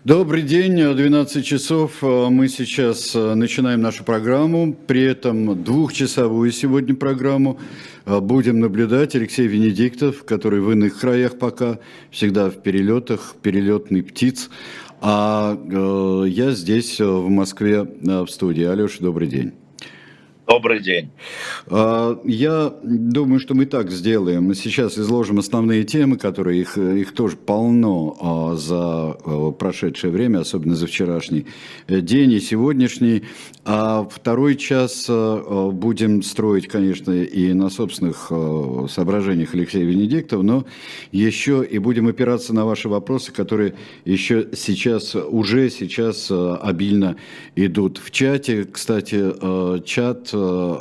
Добрый день, 12 часов. Мы сейчас начинаем нашу программу, при этом двухчасовую сегодня программу. Будем наблюдать Алексей Венедиктов, который в иных краях пока, всегда в перелетах, перелетный птиц. А я здесь, в Москве, в студии. Алеша, добрый день. Добрый день. Я думаю, что мы так сделаем. Мы сейчас изложим основные темы, которые их тоже полно за прошедшее время, особенно за вчерашний день и сегодняшний. А второй час будем строить, конечно, и на собственных соображениях Алексея Венедиктова, но еще и будем опираться на ваши вопросы, которые уже сейчас обильно идут в чате. Кстати, чат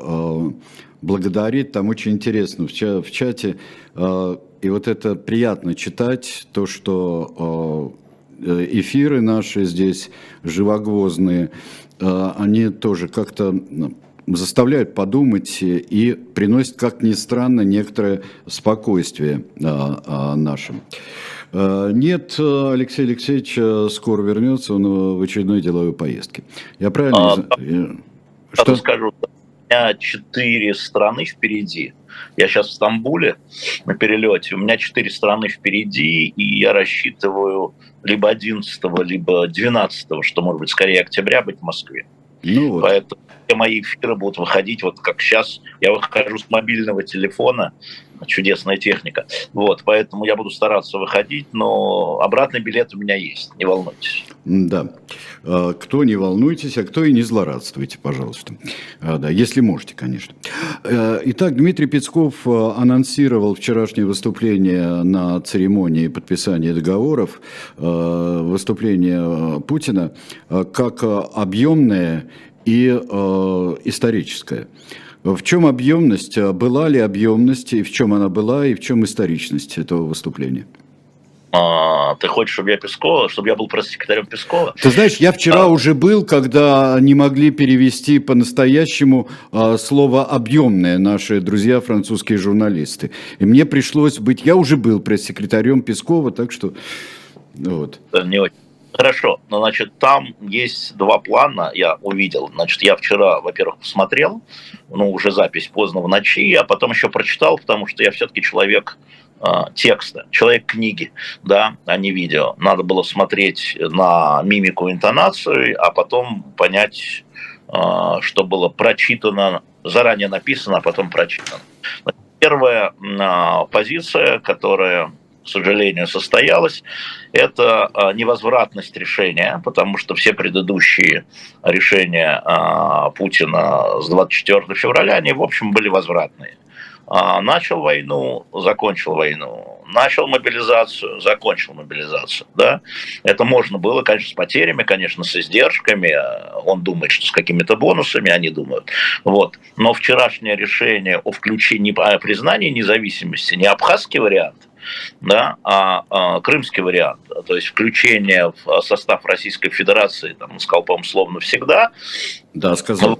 благодарит, там очень интересно в чате, и вот это приятно читать, то, что эфиры наши здесь живогвоздные, они тоже как-то заставляют подумать и приносят, как ни странно, некоторое спокойствие нашим. Нет, Алексей Алексеевич скоро вернется, он в очередной деловой поездке. Я правильно... Что скажу? У меня 4 страны впереди. Я сейчас в Стамбуле на перелете. У меня 4 страны впереди, и я рассчитываю либо 11, либо 12, что может быть скорее октября, быть в Москве. Ну вот. Поэтому все мои эфиры будут выходить, вот как сейчас. Я выхожу с мобильного телефона, чудесная техника. Вот, поэтому я буду стараться выходить, но обратный билет у меня есть, не волнуйтесь. Да. Кто не волнуйтесь, а кто и не злорадствуйте, пожалуйста. Да, если можете, конечно. Итак, Дмитрий Песков анонсировал вчерашнее выступление на церемонии подписания договоров, выступление Путина, как объемное и историческое. В чем объемность? Была ли объемность, и в чем она была, и в чем историчность этого выступления? Ты хочешь, чтобы я был пресс-секретарем Пескова? Ты знаешь, я вчера уже был, когда не могли перевести по-настоящему слово «объемное» наши друзья французские журналисты. И мне пришлось быть... Я уже был пресс-секретарем Пескова, так что... Вот. Не очень. Хорошо, но, значит, там есть 2 плана, я увидел. Значит, я вчера, во-первых, посмотрел, уже запись поздно в ночи, а потом еще прочитал, потому что я все-таки человек текста, человек книги, да, а не видео. Надо было смотреть на мимику, интонацию, а потом понять, что было прочитано, заранее написано, а потом прочитано. Первая позиция, которая, к сожалению, состоялась, это невозвратность решения, потому что все предыдущие решения Путина с 24 февраля, они, в общем, были возвратные. Начал войну, закончил войну, начал мобилизацию, закончил мобилизацию. Да? Это можно было, конечно, с потерями, конечно, с издержками. Он думает, что с какими-то бонусами, они думают. Вот. Но вчерашнее решение о включении, о признании независимости, не абхазский вариант, да, крымский вариант, то есть включение в состав Российской Федерации, там, он сказал, по-моему, словно всегда. Да, сказал.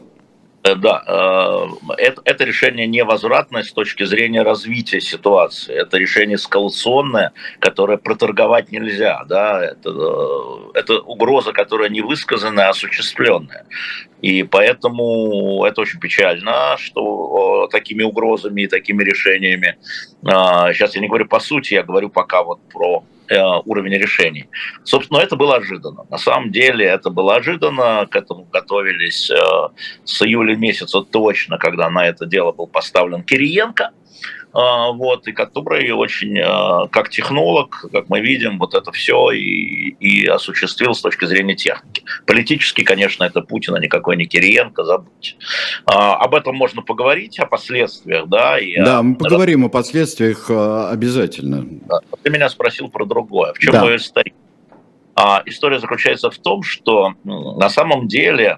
Да, это решение невозвратное с точки зрения развития ситуации. Это решение эскалационное, которое проторговать нельзя. Да? Это угроза, которая не высказанная, а осуществленная. И поэтому это очень печально, что такими угрозами и такими решениями, сейчас я не говорю по сути, я говорю пока вот про уровень решений. Собственно, это было ожиданно. На самом деле это было ожиданно, к этому готовились с июля месяца точно, когда на это дело был поставлен Кириенко, вот, и который очень, как технолог, как мы видим, вот это все и осуществил с точки зрения техники. Политически, конечно, это Путин, а никакой не Кириенко, забудьте. Об этом можно поговорить, о последствиях, да. Да, мы поговорим о последствиях обязательно. Ты меня спросил про другое. В чем ее история? История заключается в том, что на самом деле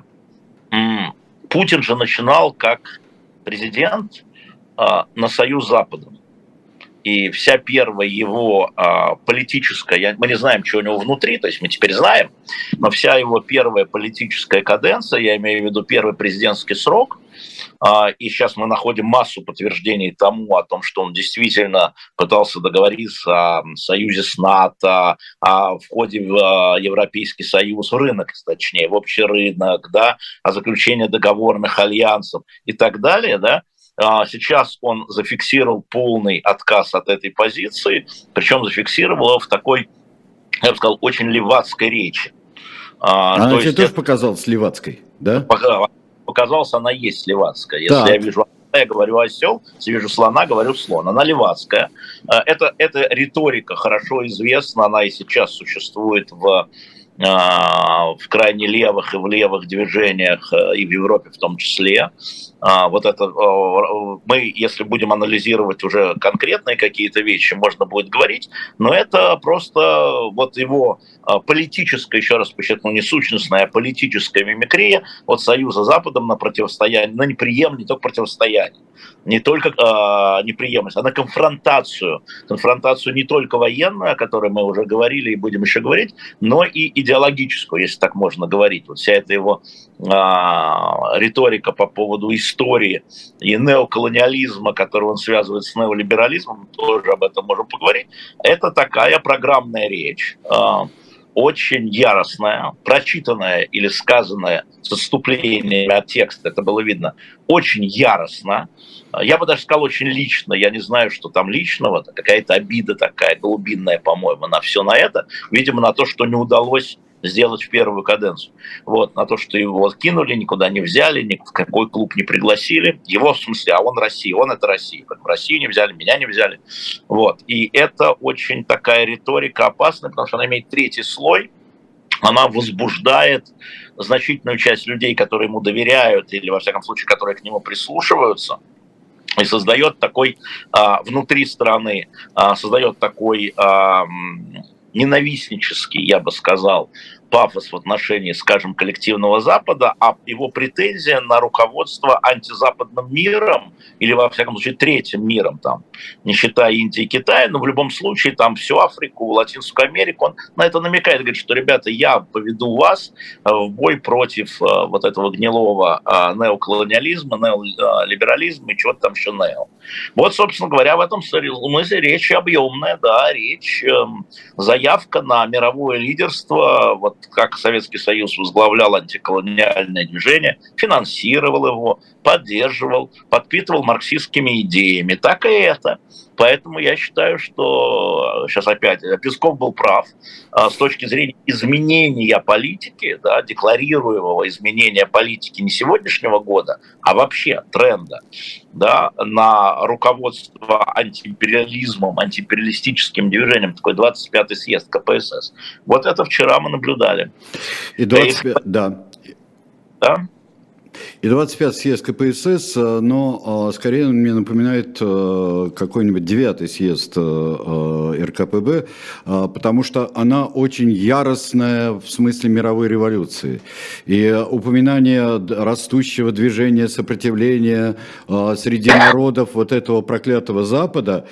Путин же начинал как президент на союз с Западом. и вся первая его политическая, мы не знаем, что у него внутри, то есть мы теперь знаем, но вся его первая политическая каденция, я имею в виду первый президентский срок, и сейчас мы находим массу подтверждений тому, о том, что он действительно пытался договориться о союзе с НАТО, о входе в Европейский Союз, в рынок, точнее, в общий рынок, да, о заключении договорных альянсов и так далее, да. Сейчас он зафиксировал полный отказ от этой позиции, причем зафиксировал его в такой, я бы сказал, очень левацкой речи. Она тебе тоже показалась левацкой, да? Показалось, она есть левацкая. Если я вижу, я говорю осел, если вижу слона, говорю слон. Она левацкая. Эта риторика хорошо известна, она и сейчас существует в крайне левых и в левых движениях, и в Европе в том числе. Вот это мы, если будем анализировать уже конкретные какие-то вещи, можно будет говорить, но это просто вот его политическая, еще раз подчеркну, не сущностная, а политическая мимикрия от Союза с Западом на противостояние, на неприемлемость, не только противостояние, не только неприемлемость, а на конфронтацию не только военную, о которой мы уже говорили и будем еще говорить, но и идеологическую, если так можно говорить. Вот вся эта его риторика по поводу истории и неоколониализма, который он связывает с неолиберализмом, тоже об этом можем поговорить. Это такая программная речь, очень яростная, прочитанная или сказанная с отступлениями от текста, это было видно, очень яростно. Я бы даже сказал, очень лично. Я не знаю, что там личного, какая-то обида такая глубинная, по-моему, на все на это. Видимо, на то, что не удалось сделать в первую каденцию. Вот, на то, что его кинули, никуда не взяли, ни в какой клуб не пригласили. Его, в смысле, он Россия, он это Россия. Как в Россию не взяли, меня не взяли. Вот. И это очень такая риторика опасная, потому что она имеет третий слой. Она возбуждает значительную часть людей, которые ему доверяют, или, во всяком случае, которые к нему прислушиваются, и создает такой, внутри страны, создает такой ненавистнический, я бы сказал, пафос в отношении, скажем, коллективного Запада, а его претензия на руководство антизападным миром, или, во всяком случае, третьим миром, там, не считая Индии и Китая, но в любом случае там всю Африку, Латинскую Америку, он на это намекает, говорит, что, ребята, я поведу вас в бой против вот этого гнилого неоколониализма, неолиберализма и чего-то там еще нео. Вот, собственно говоря, в этом смысле речь объемная, да, речь, заявка на мировое лидерство, вот как Советский Союз возглавлял антиколониальное движение, финансировал его, поддерживал, подпитывал марксистскими идеями. Так и это. Поэтому я считаю, что сейчас опять Песков был прав с точки зрения изменения политики, да, декларируемого изменения политики не сегодняшнего года, а вообще тренда, да, на руководство антиимпериализмом, антиимпериалистическим движением, такой 25-й съезд КПСС. Вот это вчера мы наблюдали. И 25, да. Да? И 25 съезд КПСС, но скорее он мне напоминает какой-нибудь 9-й съезд РКПБ, потому что она очень яростная в смысле мировой революции. И упоминание растущего движения сопротивления среди народов вот этого проклятого Запада,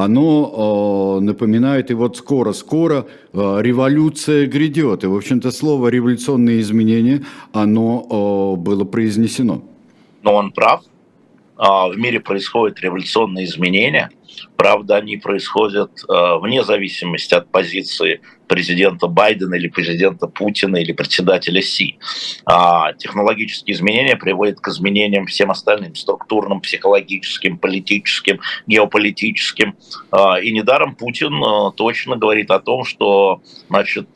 оно напоминает, и вот скоро революция грядет. И, в общем-то, слово «революционные изменения», оно было произнесено. Но он прав. В мире происходят революционные изменения. Правда, они происходят вне зависимости от позиции президента Байдена или президента Путина или председателя Си. Технологические изменения приводят к изменениям всем остальным, структурным, психологическим, политическим, геополитическим. И недаром Путин точно говорит о том, что, значит,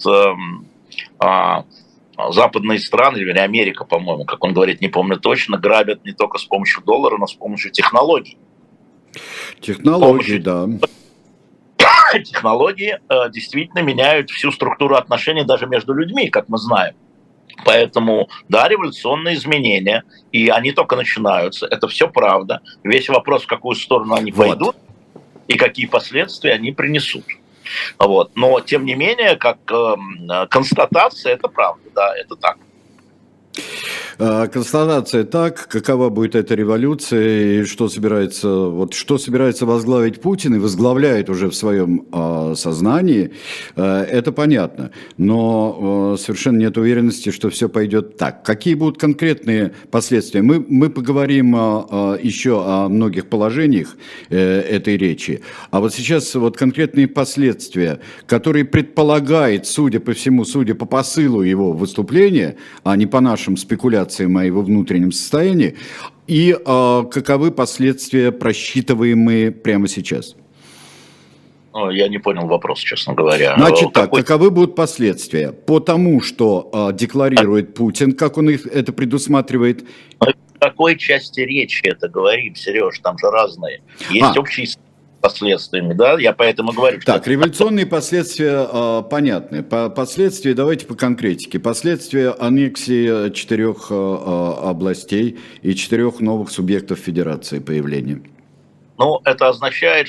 западные страны, или Америка, по-моему, как он говорит, не помню точно, грабят не только с помощью доллара, но с помощью технологий. Технологии, да. Технологии действительно меняют всю структуру отношений даже между людьми, как мы знаем. Поэтому, да, революционные изменения, и они только начинаются, это все правда. Весь вопрос, в какую сторону они пойдут и какие последствия они принесут. Вот. Но, тем не менее, как констатация, это правда, да, это так. Констатация так, какова будет эта революция и что собирается возглавить Путин и возглавляет уже в своем сознании, это понятно. Но совершенно нет уверенности, что все пойдет так. Какие будут конкретные последствия? Мы поговорим еще о многих положениях этой речи. А вот сейчас вот конкретные последствия, которые предполагает, судя по всему, судя по посылу его выступления, а не по нашим спекуляциям о его внутреннем состоянии, и каковы последствия, просчитываемые прямо сейчас? Я не понял вопрос, честно говоря. Значит так, каковы будут последствия по тому, что декларирует Путин, как он их это предусматривает? В какой части речи это говорим, Сереж? Там же разные. Есть общие последствиями, да, я поэтому говорю. Так, революционные последствия понятны. Последствия, давайте по конкретике. Последствия аннексии 4 областей и 4 новых субъектов федерации появления. Ну, это означает,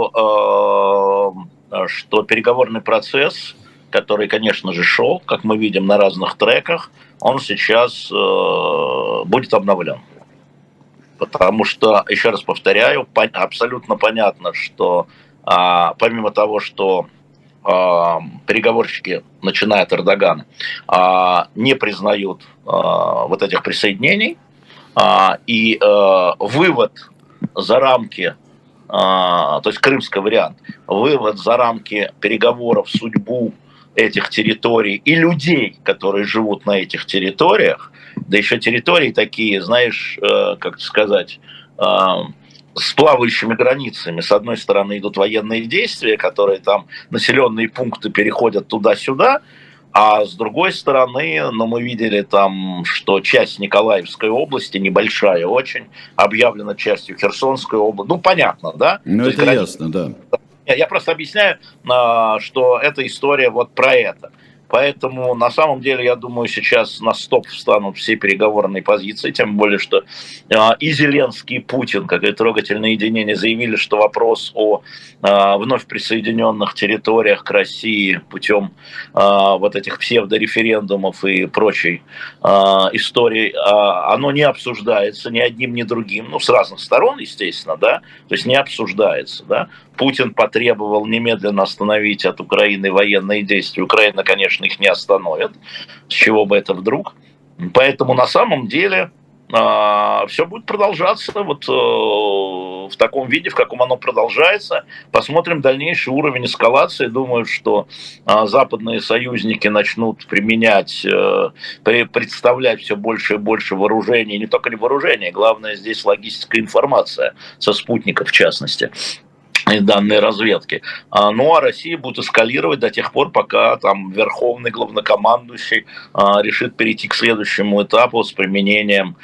что переговорный процесс, который, конечно же, шел, как мы видим на разных треках, он сейчас будет обновлен. Потому что, еще раз повторяю, абсолютно понятно, что помимо того, что переговорщики, начиная от Эрдогана, не признают вот этих присоединений, и вывод за рамки, то есть крымский вариант, вывод за рамки переговоров, судьбу этих территорий и людей, которые живут на этих территориях, да еще территории такие, знаешь, как сказать, с плавающими границами. С одной стороны идут военные действия, которые там населенные пункты переходят туда-сюда, а с другой стороны, мы видели там, что часть Николаевской области, небольшая очень, объявлена частью Херсонской области. Ну, понятно, да? Ну, это ясно, да. Я просто объясняю, что эта история вот про это. Поэтому, на самом деле, я думаю, сейчас на стоп встанут все переговорные позиции, тем более, что и Зеленский, и Путин, как и трогательное единение, заявили, что вопрос о вновь присоединенных территориях к России путем вот этих псевдореферендумов и прочей истории, оно не обсуждается ни одним, ни другим, ну, с разных сторон, естественно, да, то есть не обсуждается, да. Путин потребовал немедленно остановить от Украины военные действия. Украина, конечно, их не остановит. С чего бы это вдруг? Поэтому на самом деле все будет продолжаться вот в таком виде, в каком оно продолжается. Посмотрим дальнейший уровень эскалации. Думаю, что западные союзники начнут применять, представлять все больше и больше вооружений. Не только вооружения, главное здесь логистика и информация со спутников в частности. И данные разведки. Ну а Россия будет эскалировать до тех пор, пока там верховный главнокомандующий решит перейти к следующему этапу с применением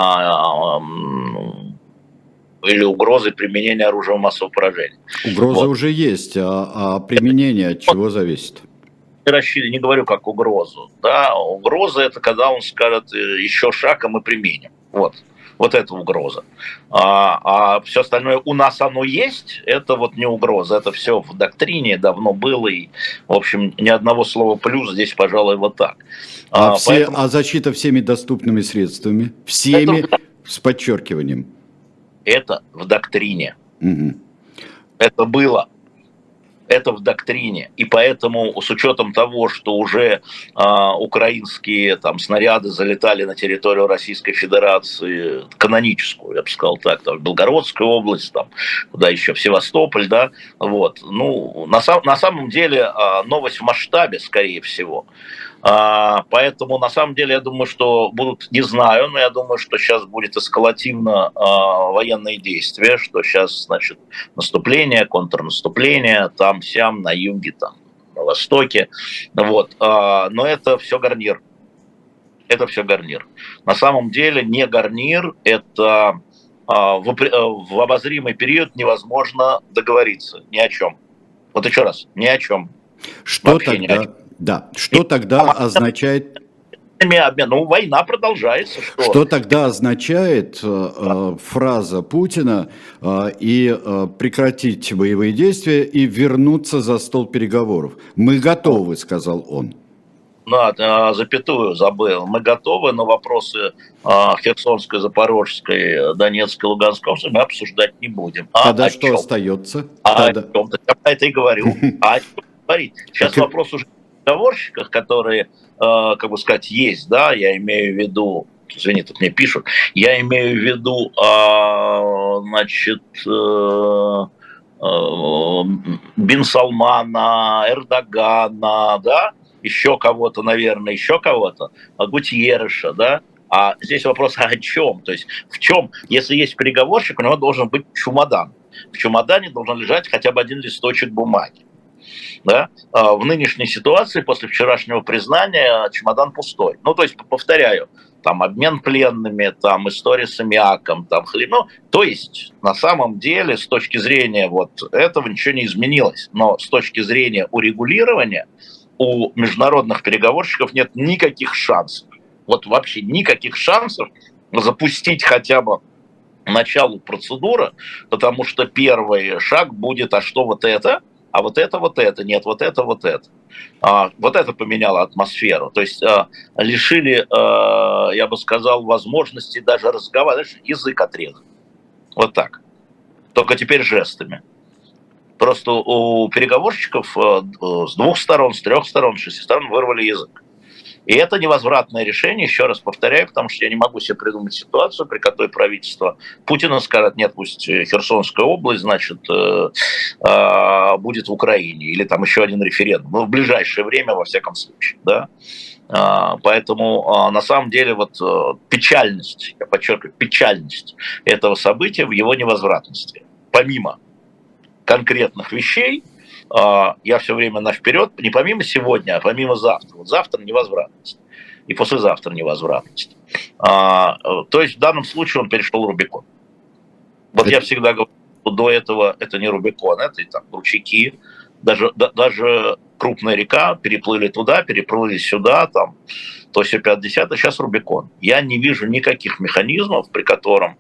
или угрозой применения оружия массового поражения. Угроза уже есть, а применение от чего зависит? Не говорю как угрозу. Да? Угроза — это когда он скажет еще шаг, а мы применим. Вот это угроза. А все остальное у нас оно есть, это вот не угроза, это все в доктрине давно было, и, в общем, ни одного слова плюс здесь, пожалуй, вот так. А защита всеми доступными средствами? Всеми, с подчеркиванием? Это в доктрине. Угу. Это было. Это в доктрине. И поэтому, с учетом того, что уже украинские там снаряды залетали на территорию Российской Федерации, каноническую, я бы сказал так, там, Белгородскую область, там, куда еще, в Севастополь, да, вот. Ну, на самом деле новость в масштабе, скорее всего. Поэтому, на самом деле, я думаю, что будут, не знаю, но я думаю, что сейчас будет эскалативно военные действия, что сейчас, значит, наступление, контрнаступление, там-сям, на юге, там, на востоке, вот. Но это все гарнир. Это все гарнир. На самом деле не гарнир, это в обозримый период невозможно договориться ни о чем. Вот еще раз, ни о чем. Что вообще тогда? Да, что тогда означает... Ну, война продолжается. Что тогда означает фраза Путина и прекратить боевые действия и вернуться за стол переговоров? Мы готовы, сказал он. запятую забыл. Мы готовы, но вопросы Херсонской, Запорожской, Донецкой, Луганской области мы обсуждать не будем. Тогда что остается? О чем? Я про это и говорю. А о чем говорить? Сейчас вопрос уже в переговорщиках, которые, как бы сказать, есть, да, я имею в виду, извини, тут мне пишут, я имею в виду, значит, Бин Салмана, Эрдогана, да, еще кого-то, наверное, еще кого-то, Гутьерреша, да. А здесь вопрос о чем? То есть в чем, если есть переговорщик, у него должен быть чемодан. В чемодане должен лежать хотя бы один листочек бумаги. Да? В нынешней ситуации, после вчерашнего признания, чемодан пустой. Ну, то есть, повторяю, там обмен пленными, там история с аммиаком, там ну, то есть, на самом деле, с точки зрения вот этого ничего не изменилось. Но с точки зрения урегулирования у международных переговорщиков нет никаких шансов. Вот вообще никаких шансов запустить хотя бы началу процедуры, потому что первый шаг будет, а что вот это? А вот это, нет, вот это. Вот это поменяло атмосферу. То есть лишили, я бы сказал, возможности даже разговаривать, язык отрезан. Вот так. Только теперь жестами. Просто у переговорщиков с 2 сторон, с 3 сторон, с 6 сторон вырвали язык. И это невозвратное решение, еще раз повторяю, потому что я не могу себе придумать ситуацию, при которой правительство Путина скажет, нет, пусть Херсонская область, значит, будет в Украине, или там еще один референдум. Ну, в ближайшее время, во всяком случае, да. Поэтому, на самом деле, вот печальность, я подчеркиваю, печальность этого события в его невозвратности. Помимо конкретных вещей, я все время вперед, не помимо сегодня, а помимо завтра. Вот завтра невозвратность. И послезавтра невозвратность. То есть в данном случае он перешел Рубикон. Вот я всегда говорю, что до этого это не Рубикон, это и там ручейки. Даже крупная река, переплыли туда, переплыли сюда, там, то все 50, а сейчас Рубикон. Я не вижу никаких механизмов, при котором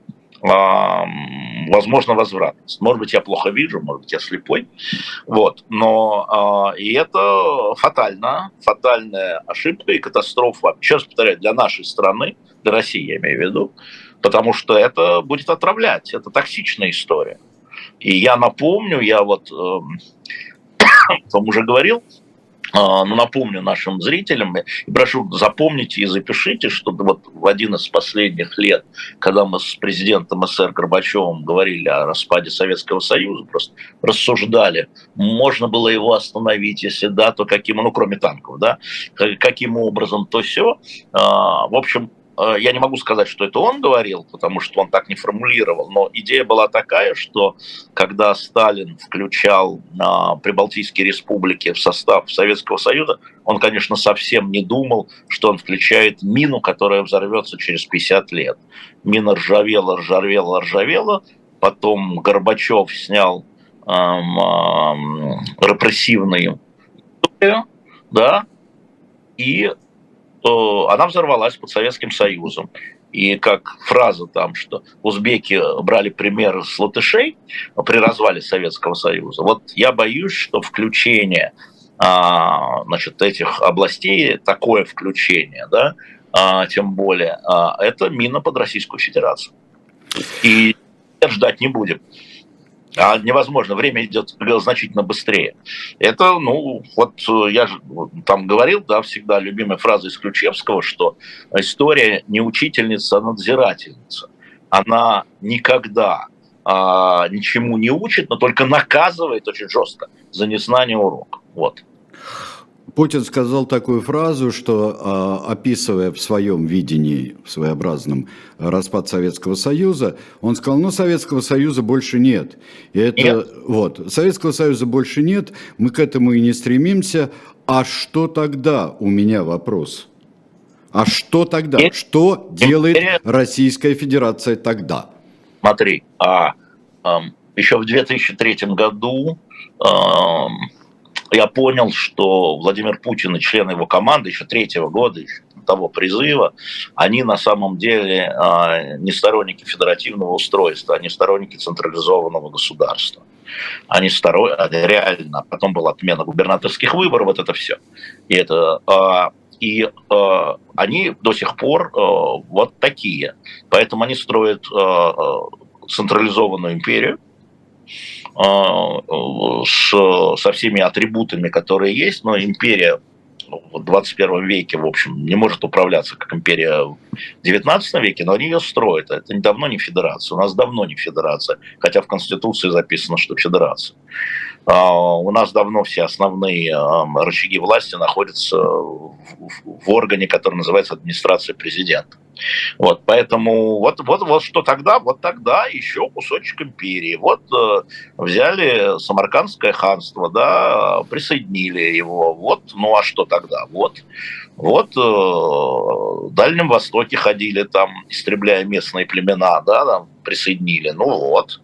возможно возвратность. Может быть, я плохо вижу, может быть, я слепой. Вот. Но и это фатальная ошибка и катастрофа. Еще раз повторяю, для нашей страны, для России я имею в виду, потому что это будет отравлять. Это токсичная история. И я напомню, я вот вам уже говорил, но напомню нашим зрителям и прошу, запомните и запишите, что вот в один из последних лет, когда мы с президентом СССР Горбачевым говорили о распаде Советского Союза, просто рассуждали, можно было его остановить, если да, то каким, ну кроме танков, да, каким образом, то все. В общем, я не могу сказать, что это он говорил, потому что он так не формулировал, но идея была такая, что когда Сталин включал Прибалтийские республики в состав Советского Союза, он, конечно, совсем не думал, что он включает мину, которая взорвется через 50 лет. Мина ржавела, потом Горбачев снял репрессивную, да, и она взорвалась под Советским Союзом. И как фраза там, что узбеки брали пример с латышей при развале Советского Союза. Вот я боюсь, что включение значит, этих областей, такое включение, да, тем более, это мина под Российскую Федерацию. И ждать не будем. Невозможно, время идет значительно быстрее. Это, ну, вот я же там говорил, да, всегда любимая фраза из Ключевского, что история не учительница, а надзирательница. Она никогда ничему не учит, но только наказывает очень жестко за незнание урока. Вот. Путин сказал такую фразу, что, описывая в своем видении, в своеобразном, распад Советского Союза, он сказал, ну, Советского Союза больше нет. И это, нет. Вот, Советского Союза больше нет, мы к этому и не стремимся. А что тогда? У меня вопрос. А что тогда? Нет. Что делает Российская Федерация тогда? Смотри, еще в 2003 году... я понял, что Владимир Путин и члены его команды еще 3-го года, еще того призыва, они на самом деле не сторонники федеративного устройства, они сторонники централизованного государства. Они реально, потом была отмена губернаторских выборов, вот это все. Они до сих пор вот такие. Поэтому они строят централизованную империю со всеми атрибутами, которые есть, но империя в 21 веке, в общем, не может управляться как империя в 19 веке, но они ее строят. Это давно не федерация. У нас давно не федерация, хотя в Конституции записано, что федерация. У нас давно все основные рычаги власти находятся в органе, который называется администрация президента. Вот, поэтому вот что тогда, вот тогда еще кусочек империи. Вот взяли Самаркандское ханство, да, присоединили его. Вот, ну а что тогда? Вот в Дальнем Востоке ходили там, истребляя местные племена, да, там присоединили. Ну вот,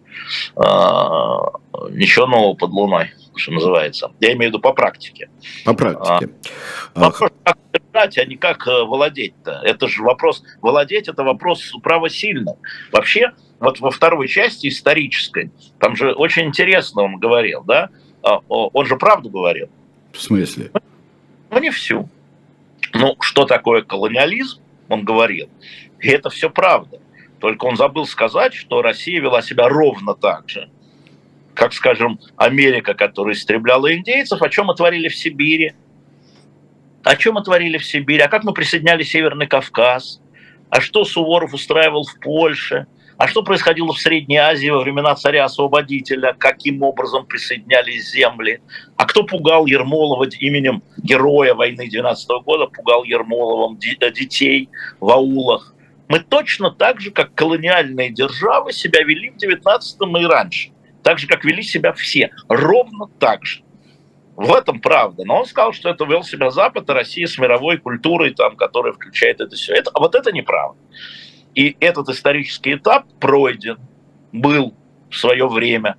ничего нового под луной, что называется. Я имею в виду по практике. По практике. Вопрос, как держать, а не как владеть-то. Это же вопрос, владеть — это вопрос права сильного. Вообще, вот во второй части исторической, там же очень интересно он говорил, да? Он же правду говорил. В смысле? Ну, не всю. Ну, что такое колониализм, он говорил. И это все правда. Только он забыл сказать, что Россия вела себя ровно так же, как, скажем, Америка, которая истребляла индейцев. О чем мы творили в Сибири? О чем мы творили в Сибири? А как мы присоединяли Северный Кавказ? А что Суворов устраивал в Польше? А что происходило в Средней Азии во времена царя-освободителя? Каким образом присоединялись земли? А кто пугал Ермолова именем героя войны 12 года, пугал Ермоловым детей в аулах? Мы точно так же, как колониальные державы, себя вели в 19-м и раньше. Так же, как вели себя все. Ровно так же. В этом правда. Но он сказал, что это вел себя Запад, а Россия с мировой культурой, там, которая включает это все. А вот это неправда. И этот исторический этап пройден, был в свое время.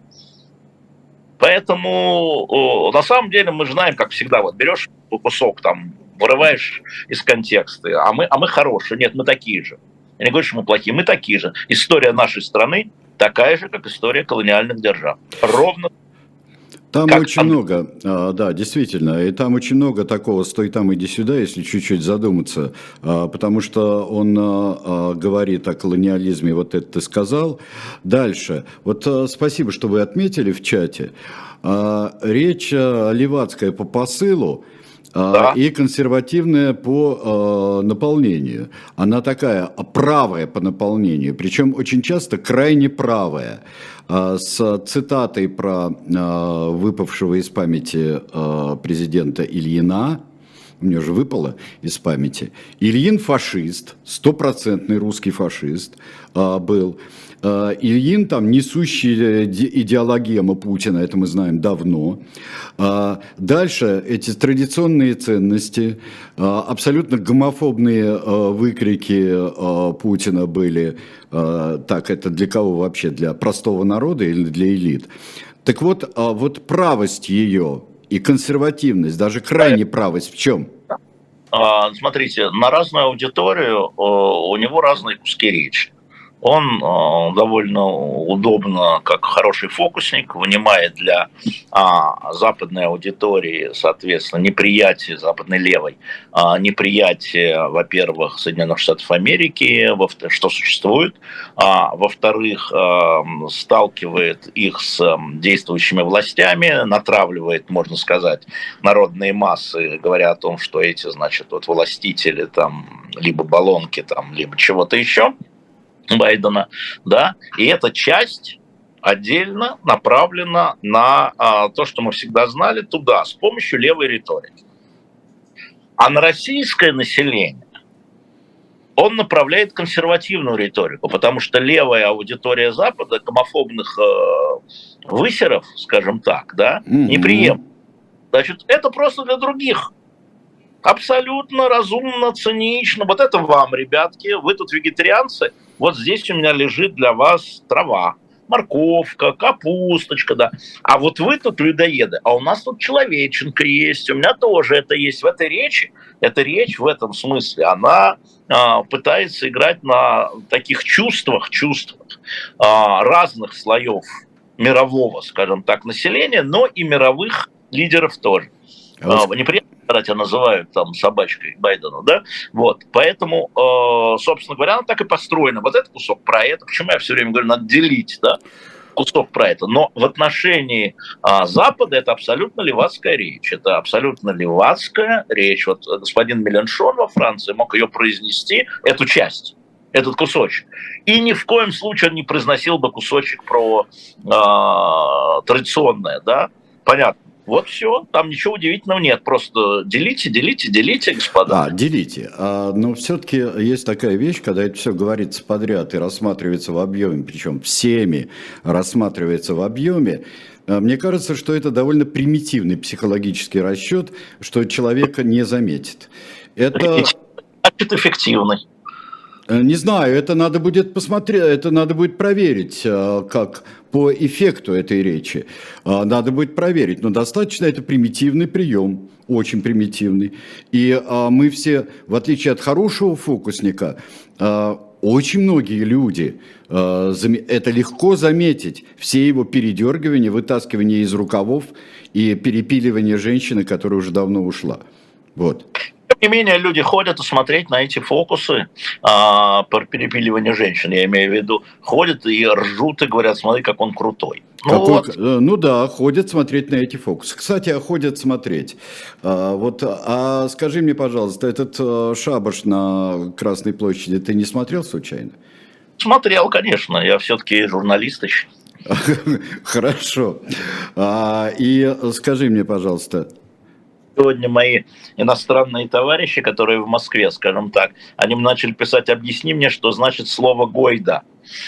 Поэтому на самом деле мы знаем, как всегда, вот берешь кусок, там, вырываешь из контекста, а мы хорошие. Нет, мы такие же. Я не говорю, что мы плохие, мы такие же. История нашей страны такая же, как история колониальных держав. Ровно. Там очень много, да, действительно, и там очень много такого «стой там, иди сюда», если чуть-чуть задуматься, потому что он говорит о колониализме, вот это ты сказал. Дальше, вот спасибо, что вы отметили в чате, речь левацкая по посылу, да, и консервативная по наполнению. Она такая правая по наполнению, причем очень часто крайне правая. С цитатой про выпавшего из памяти президента Ильина, у него же выпало из памяти, Ильин фашист, стопроцентный русский фашист был. Ильин там несущий идеологему Путина, это мы знаем давно. Дальше эти традиционные ценности, абсолютно гомофобные выкрики Путина были. Так, это для кого вообще? Для простого народа или для элит? Так вот, вот правость ее и консервативность, даже крайняя правость в чем? Смотрите, на разную аудиторию у него разные куски речи. Он довольно удобно, как хороший фокусник, вынимает для западной аудитории, соответственно, неприятие западной левой, неприятие, во-первых, Соединенных Штатов Америки, что существует, во-вторых, сталкивает их с действующими властями, натравливает, можно сказать, народные массы, говоря о том, что эти, значит, вот властители там либо баллонки, там, либо чего-то еще, Байдена, да, и эта часть отдельно направлена на то, что мы всегда знали, туда, с помощью левой риторики. А на российское население он направляет консервативную риторику, потому что левая аудитория Запада, гомофобных высеров, скажем так, да, не приемлет. Значит, это просто для других. Абсолютно разумно, цинично. Вот это вам, ребятки, вы тут вегетарианцы, вот здесь у меня лежит для вас трава, морковка, капусточка, да. А вот вы тут людоеды, а у нас тут человеченка есть, у меня тоже это есть. В этой речи, эта речь в этом смысле, она пытается играть на таких чувствах разных слоев мирового, скажем так, населения, но и мировых лидеров тоже. Неприятно, когда тебя называют там собачкой Байдена, да? Вот, поэтому, собственно говоря, она так и построена. Вот этот кусок про это, почему я все время говорю, надо делить, да, кусок про это. Но в отношении Запада это абсолютно левацкая речь. Это абсолютно левацкая речь. Вот господин Меленшон во Франции мог ее произнести, эту часть, этот кусочек. И ни в коем случае он не произносил бы кусочек про традиционное, да, понятно. Вот все, там ничего удивительного нет, просто делите, делите, делите, господа. Делите. Но все-таки есть такая вещь, когда это все говорится подряд и рассматривается в объеме, причем всеми рассматривается в объеме. Мне кажется, что это довольно примитивный психологический расчет, что человека не заметит. Это... Значит, эффективный. Не знаю, это надо будет посмотреть, это надо будет проверить, как по эффекту этой речи. Надо будет проверить, но достаточно это примитивный прием, очень примитивный. И мы все, в отличие от хорошего фокусника, очень многие люди, это легко заметить, все его передергивания, вытаскивание из рукавов и перепиливание женщины, которая уже давно ушла. Вот. Тем не менее, люди ходят и смотреть на эти фокусы по перепиливанию женщин, я имею в виду, ходят и ржут и говорят, смотри, как он крутой. Ну да, ходят смотреть на эти фокусы. Кстати, ходят смотреть. Скажи мне, пожалуйста, этот шабаш на Красной площади ты не смотрел случайно? Смотрел, конечно, я все-таки журналист еще. Хорошо. И скажи мне, пожалуйста, сегодня мои иностранные товарищи, которые в Москве, скажем так, они начали писать, объясни мне, что значит слово «гойда»,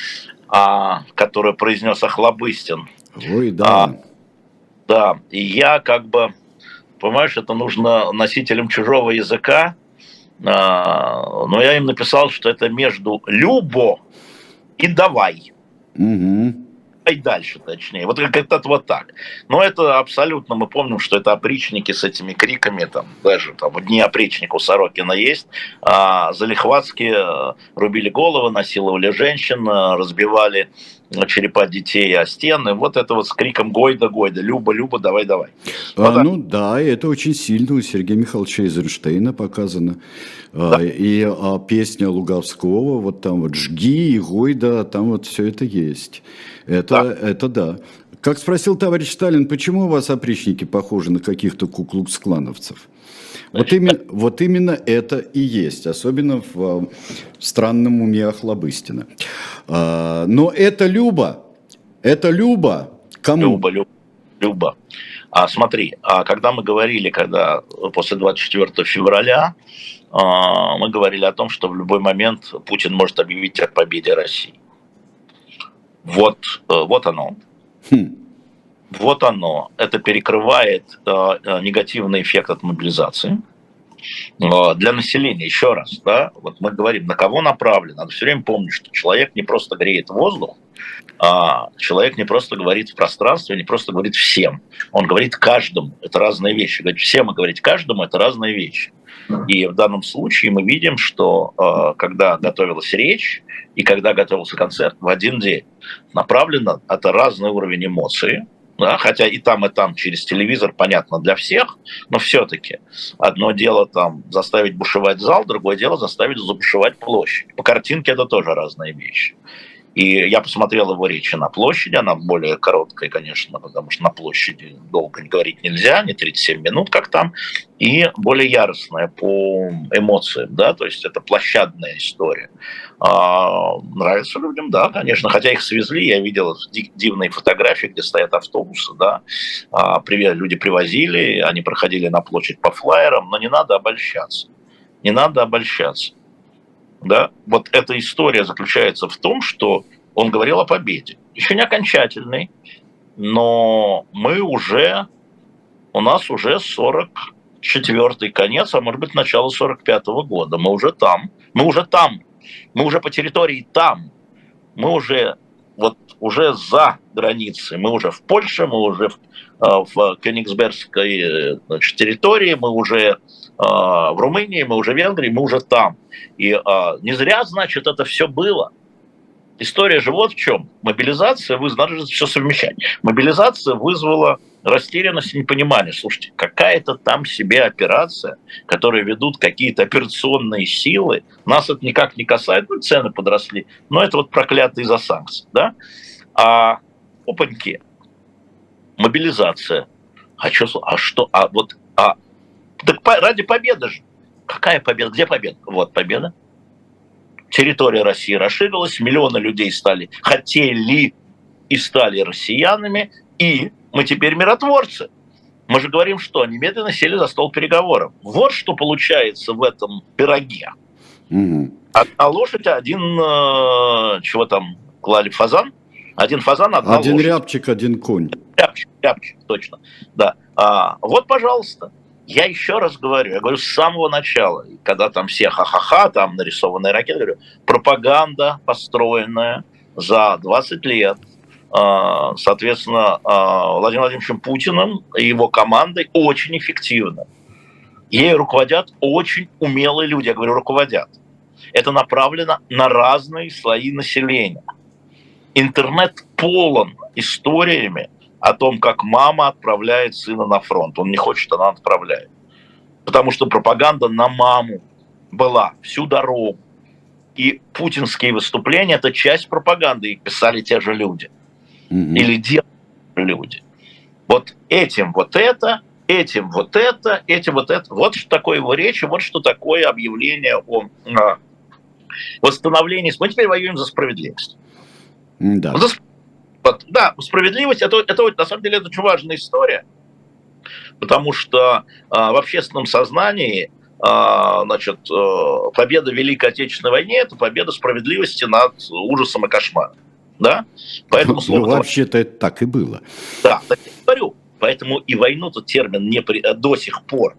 которое произнес Охлобыстин. Ой, да. Да, и я понимаешь, это нужно носителям чужого языка, но я им написал, что это между «любо» и «давай». Угу. И дальше, точнее. Вот как-то вот так. Но это абсолютно, мы помним, что это опричники с этими криками, там, даже там, в дни опричника у Сорокина есть, залихватски рубили головы, насиловали женщин, разбивали черепа детей о стены. Вот это вот с криком «Гойда, Гойда», «Люба, Люба, давай, давай». Ну да, это очень сильно у Сергея Михайловича Эйзенштейна показано. Да. И песня Луговского, вот там вот «Жги» и «Гойда», там вот все это есть. Это да. Как спросил товарищ Сталин, почему у вас опричники похожи на каких-то куклукс-клановцев? Вот именно это и есть, особенно в странном уме Охлобыстина. Но это Люба. Кому? Люба. Смотри, когда мы говорили, после 24 февраля, мы говорили о том, что в любой момент Путин может объявить о победе России. Вот оно. Вот оно. Это перекрывает негативный эффект от мобилизации. Для населения, еще раз, да, вот мы говорим, на кого направлено. Надо все время помнить, что человек не просто греет воздух, человек не просто говорит в пространстве, не просто говорит всем. Он говорит каждому. Это разные вещи. Говорить всем и говорить каждому – это разные вещи. И в данном случае мы видим, что когда готовилась речь и когда готовился концерт в один день, направлено это разный уровень эмоций. Да, хотя и там через телевизор, понятно, для всех, но все-таки одно дело там заставить бушевать зал, другое дело заставить забушевать площадь. По картинке это тоже разные вещи. И я посмотрел его речи на площади, она более короткая, конечно, потому что на площади долго говорить нельзя, не 37 минут, как там, и более яростная по эмоциям, да, то есть это площадная история. Нравится людям, да, конечно, хотя их свезли, я видел дивные фотографии, где стоят автобусы, да, люди привозили, они проходили на площадь по флаерам, но не надо обольщаться, Да? Вот эта история заключается в том, что он говорил о победе. Еще не окончательной, но у нас уже 44-й конец, а может быть начало 45-го года. Мы уже там. Мы уже по территории там. Мы уже за границей. Мы уже в Польше, мы уже в Кёнигсбергской территории, мы уже в Румынии, мы уже в Венгрии, мы уже там. И не зря, значит, это все было. История же вот в чем. Мобилизация, надо же все совмещать. Мобилизация вызвала растерянность и непонимание. Слушайте, какая-то там себе операция, которую ведут какие-то операционные силы, нас это никак не касается, цены подросли, но это вот проклятые из-за санкций, да? А опаньки, мобилизация. Так ради победы же. Какая победа? Где победа? Вот победа. Территория России расширилась, миллионы людей хотели и стали россиянами, и мы теперь миротворцы. Мы же говорим, что немедленно сели за стол переговоров. Вот что получается в этом пироге. Одна лошадь, чего там клали, фазан? Один фазан, одна один лошадь. Один рябчик, один конь. Рябчик, точно. Да. Вот, пожалуйста. Я еще раз говорю, с самого начала, когда там все ха-ха-ха, там нарисованные ракеты, говорю, пропаганда, построенная за 20 лет, соответственно, Владимиром Владимировичем Путиным и его командой очень эффективна. Ей руководят очень умелые люди, я говорю, руководят. Это направлено на разные слои населения. Интернет полон историями о том, как мама отправляет сына на фронт. Он не хочет, она отправляет. Потому что пропаганда на маму была всю дорогу. И путинские выступления – это часть пропаганды, их писали те же люди. Или делали люди. Вот этим вот это, этим вот это, этим вот это. Вот что такое его речь, вот что такое объявление о восстановлении. Мы теперь воюем за справедливость. Да. Да, справедливость, это на самом деле это очень важная история, потому что в общественном сознании победа в Великой Отечественной войне – это победа справедливости над ужасом и кошмаром. Да? Поэтому вообще-то это так и было. Да, так я говорю. Поэтому и войну-то термин до сих пор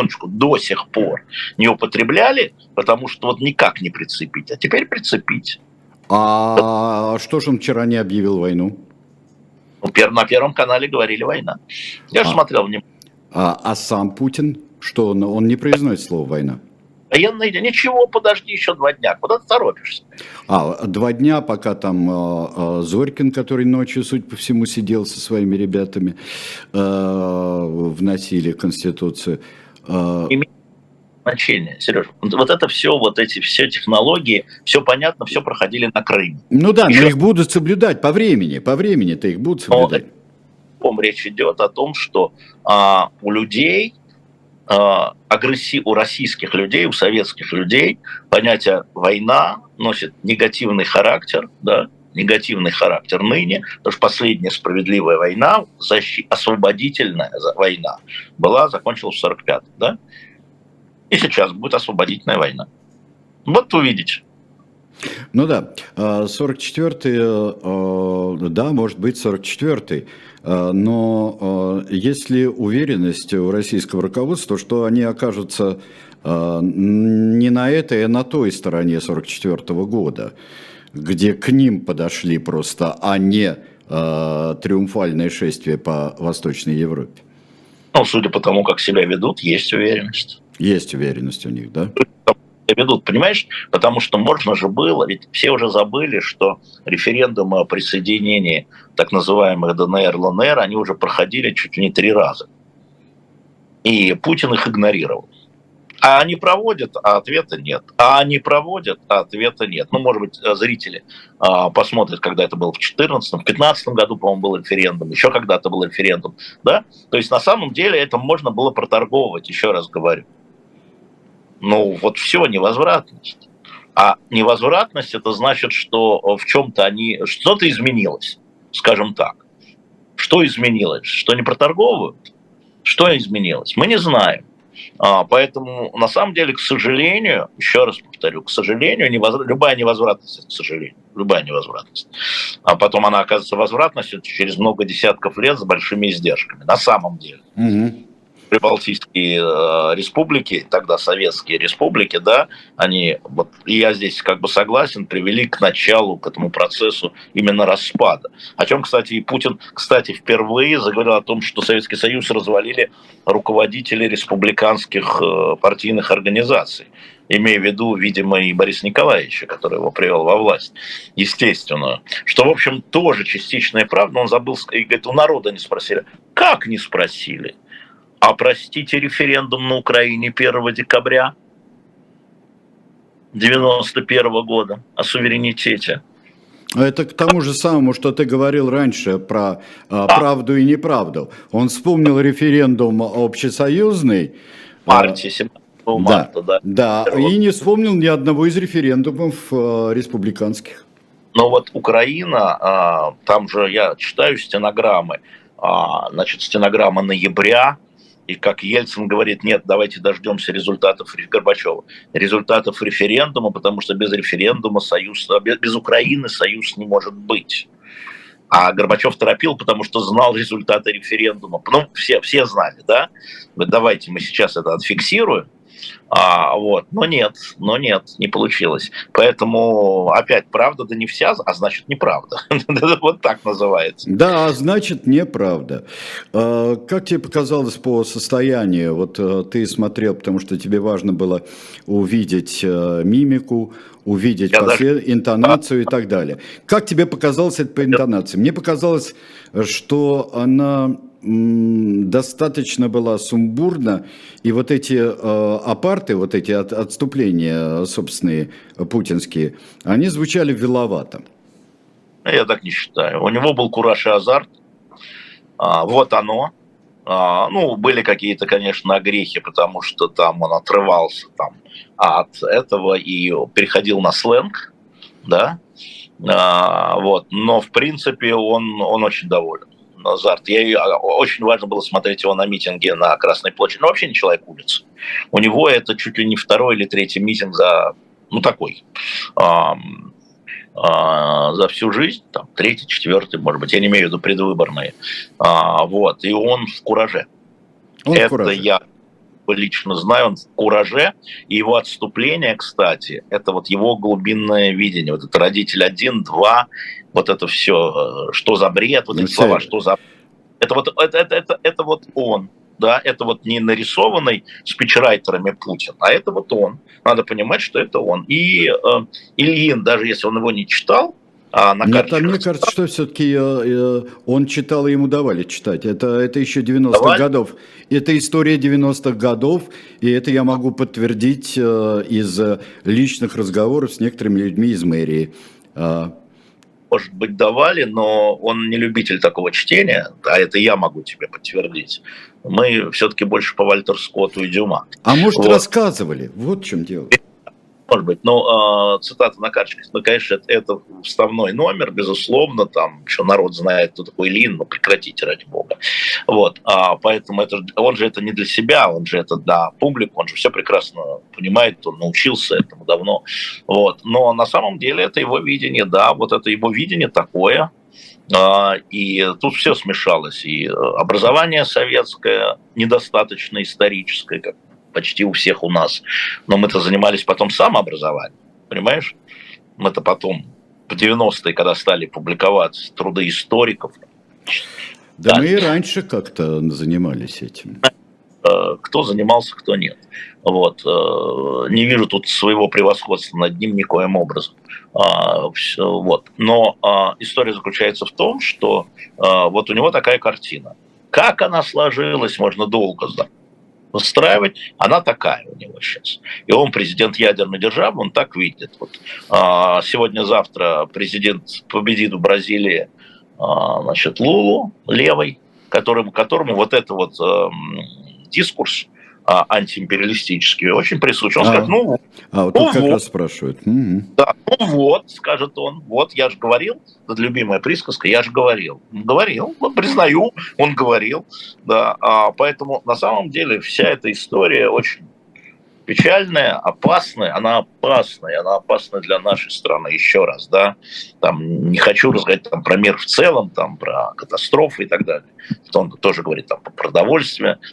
не употребляли, потому что вот никак не прицепить, а теперь прицепить. А что же он вчера не объявил войну? На Первом канале говорили «война». Я же смотрел внимательно. А сам Путин, что он не произносит слово «война»? Военные дни. Ничего, подожди еще 2 дня. Куда ты торопишься? 2 дня, пока там Зорькин, который ночью, судя по всему, сидел со своими ребятами, вносили Конституцию. Значение, Сережа. Вот это все, все технологии, все понятно, все проходили на Крыме. Ну да, но их будут соблюдать по времени-то их будут соблюдать. Речь идет о том, что у людей, у российских людей, у советских людей понятие «война» носит негативный характер, да, негативный характер ныне, потому что последняя справедливая война, освободительная война, закончилась в 1945-м, да? И сейчас будет освободительная война. Вот увидите. Ну да, 44-й, да, может быть 44-й, но есть ли уверенность у российского руководства, что они окажутся не на этой, а на той стороне 44-го года, где к ним подошли просто, а не триумфальное шествие по Восточной Европе? Ну, судя по тому, как себя ведут, есть уверенность. Есть уверенность у них, да? Ведут, понимаешь? Потому что можно же было, ведь все уже забыли, что референдумы о присоединении так называемых ДНР, ЛНР, они уже проходили чуть ли не 3 раза. И Путин их игнорировал. А они проводят, а ответа нет. А они проводят, а ответа нет. Ну, может быть, зрители посмотрят, когда это было в 2014, в 2015 году, по-моему, был референдум, еще когда-то был референдум. Да? То есть, на самом деле, это можно было проторговывать, еще раз говорю. Ну, вот все, невозвратность. А невозвратность – это значит, что в чем-то что-то изменилось, скажем так. Что изменилось? Что не проторговывают? Что изменилось? Мы не знаем. Поэтому, на самом деле, к сожалению, еще раз повторю, к сожалению, любая невозвратность, к сожалению, любая невозвратность. А потом она оказывается возвратностью через много десятков лет с большими издержками. На самом деле. прибалтийские республики, тогда советские республики, да, они, вот, и я здесь как бы согласен, привели к началу, к этому процессу именно распада. О чем, кстати, и Путин, кстати, впервые заговорил о том, что Советский Союз развалили руководители республиканских партийных организаций, имея в виду, видимо, и Бориса Николаевича, который его привел во власть, естественную. Что, в общем, тоже частичная правда, но он забыл, и говорит, у народа не спросили. Как не спросили? А простите, референдум на Украине 1 декабря 1991 года о суверенитете. Это к тому же самому, что ты говорил раньше про правду и неправду. Он вспомнил референдум общесоюзный. В марте, 17 марта, да. Да, и не вспомнил ни одного из референдумов республиканских. Но вот Украина, там же я читаю стенограммы, значит, стенограмма ноября, и как Ельцин говорит, нет, давайте дождемся результатов Горбачева, результатов референдума, потому что без референдума союз, без Украины союз не может быть. А Горбачев торопил, потому что знал результаты референдума. Ну, все знали, да? Давайте мы сейчас это отфиксируем. Вот. Но нет, не получилось. Поэтому опять правда, да не вся, а значит неправда. Вот так называется. Да, а значит неправда. Как тебе показалось по состоянию? Вот ты смотрел, потому что тебе важно было увидеть мимику, увидеть интонацию и так далее. Как тебе показалось это по интонации? Мне показалось, что она достаточно была сумбурна, и вот эти апарты, вот эти отступления собственные путинские, они звучали виловато. Я так не считаю. У него был кураж и азарт. Вот оно. Ну, были какие-то, конечно, огрехи, потому что там он отрывался там от этого и переходил на сленг, да, вот. Но, в принципе, он очень доволен. Азарт. Очень важно было смотреть его на митинге на Красной площади. Ну, вообще не человек улицы. У него это чуть ли не 2-й или 3-й митинг за, ну, такой, за всю жизнь, там, 3-й, 4-й, может быть, я не имею в виду предвыборные. Вот. И он в кураже. Я лично знаю, он в кураже. И его отступление, кстати, это вот его глубинное видение. Вот это родитель 1, 2, вот это все, что за бред, вот эти слова, что за... Это вот он, да, это вот не нарисованный спичрайтерами Путин, а это вот он. Надо понимать, что это он. И Ильин, даже если он его не читал, мне кажется, что все-таки он читал, и ему давали читать. Это еще 90-х годов. Это история 90-х годов, и это я могу подтвердить из личных разговоров с некоторыми людьми из мэрии. Может быть, давали, но он не любитель такого чтения, а это я могу тебе подтвердить. Мы все-таки больше по Вальтеру Скотту и Дюма. А может, вот рассказывали? Вот в чем дело. Может быть, но цитата на карточках, ну, конечно, это вставной номер, безусловно, там еще народ знает, кто такой Ильин, но прекратите, ради бога. Вот, поэтому он же это не для себя, он же это для публики, он же все прекрасно понимает, он научился этому давно. Вот, но на самом деле это его видение, да, вот это его видение такое, и тут все смешалось, и образование советское недостаточно историческое, как почти у всех у нас. Но мы-то занимались потом самообразованием, понимаешь? Мы-то потом, в 90-е, когда стали публиковать труды историков. Да, мы и раньше как-то занимались этим. Кто занимался, кто нет. Вот. Не вижу тут своего превосходства над ним никоим образом. Вот. Но история заключается в том, что вот у него такая картина. Как она сложилась, можно долго выстраивать, она такая у него сейчас. И он президент ядерной державы, он так видит. Вот, сегодня-завтра президент победит в Бразилии, значит, Лулу, левый, которому вот это вот дискурс антиимпериалистический очень присущ. Он скажет, вот тут как раз спрашивают. Да, ну вот, скажет он, вот я же говорил, это любимая присказка, я же говорил. Говорил, вот признаю, он говорил. Да, поэтому на самом деле вся эта история очень печальная, опасная, она опасна для нашей страны, еще раз, да, там, не хочу рассказать там, про мир в целом, там, про катастрофы и так далее, он тоже говорит там, про продовольствие, да?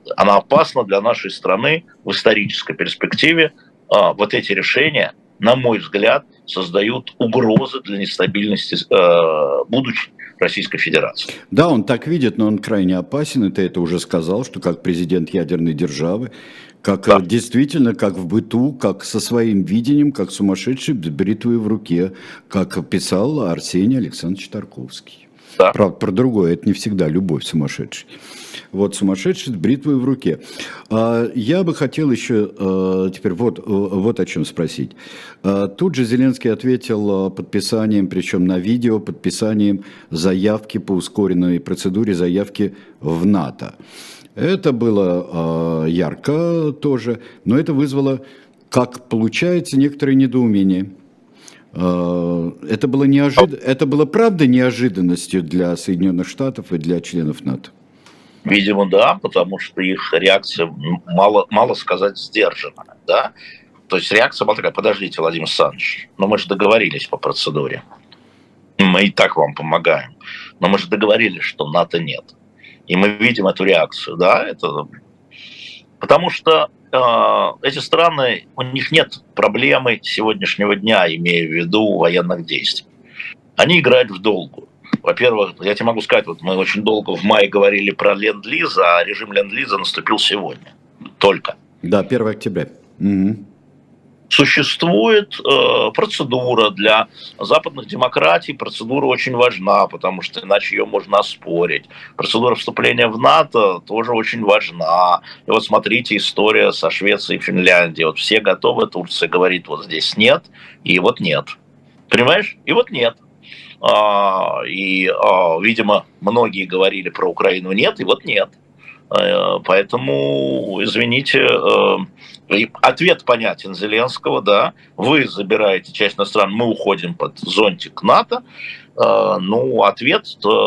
она опасна для нашей страны в исторической перспективе. Вот эти решения, на мой взгляд, создают угрозы для нестабильности будущей Российской Федерации. Да, он так видит, но он крайне опасен, и ты это уже сказал, что как президент ядерной державы, как Да. действительно, как в быту, как со своим видением, как сумасшедший с бритвой в руке, как писал Арсений Александрович Тарковский. Да. Правда, про другое, это не всегда любовь сумасшедший. Вот сумасшедший с бритвой в руке. Я бы хотел еще теперь вот о чем спросить. Тут же Зеленский ответил подписанием, причем на видео, подписанием заявки по ускоренной процедуре заявки в НАТО. Это было ярко тоже, но это вызвало, как получается, некоторое недоумение. Это было это было правда неожиданностью для Соединенных Штатов и для членов НАТО? Видимо, да, потому что их реакция, мало сказать, сдержанная, да. То есть реакция была такая: подождите, Владимир Александрович, но мы же договорились по процедуре. Мы и так вам помогаем. Но мы же договорились, что НАТО нет. И мы видим эту реакцию, да, это... Потому что эти страны, у них нет проблемы сегодняшнего дня, имея в виду военных действий. Они играют в долгую. Во-первых, я тебе могу сказать, вот мы очень долго в мае говорили про ленд-лиз, а режим ленд-лиза наступил сегодня. Только. Да, 1 октября. Угу. Существует процедура для западных демократий, процедура очень важна, потому что иначе ее можно оспорить. Процедура вступления в НАТО тоже очень важна. И вот смотрите, история со Швецией и Финляндией. Вот все готовы, Турция говорит, вот здесь нет, и вот нет. Понимаешь? И вот нет. Видимо, многие говорили про Украину нет, и вот нет. Поэтому, извините, ответ понятен Зеленского, да, вы забираете часть иностран, мы уходим под зонтик НАТО, ну, ответ,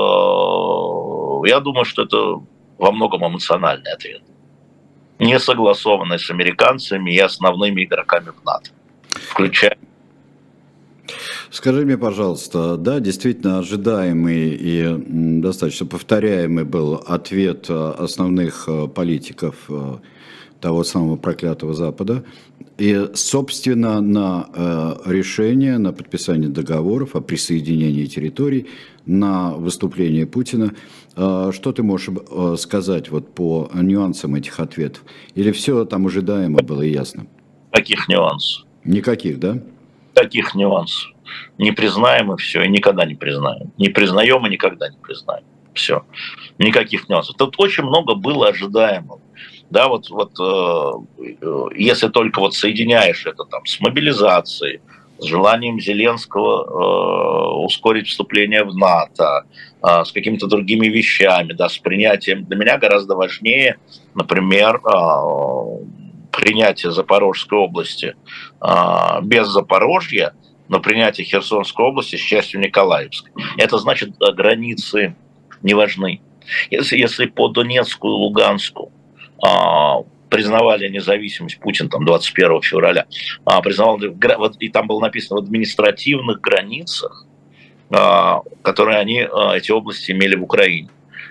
я думаю, что это во многом эмоциональный ответ, не согласованный с американцами и основными игроками в НАТО, включая... Скажи мне, пожалуйста, да, действительно ожидаемый и достаточно повторяемый был ответ основных политиков того самого проклятого Запада, и, собственно, на решение, на подписание договоров о присоединении территорий, на выступление Путина. Что ты можешь сказать вот по нюансам этих ответов? Или все там ожидаемо было и ясно? Каких нюансов? Никаких, да? Таких нюансов. Не признаем и все, и никогда не признаем. Не признаем и никогда не признаем. Все. Никаких нюансов. Тут очень много было ожидаемого. Да, вот если только вот соединяешь это там с мобилизацией, с желанием Зеленского ускорить вступление в НАТО, с какими-то другими вещами, да, с принятием. Для меня гораздо важнее, например, принятие Запорожской области без Запорожья, но принятие Херсонской области с частью Николаевской. Это значит, границы не важны. Если по Донецку и Луганску признавали независимость, Путин там 21 февраля признавал, и там было написано в административных границах, которые они, эти области, имели в Украине,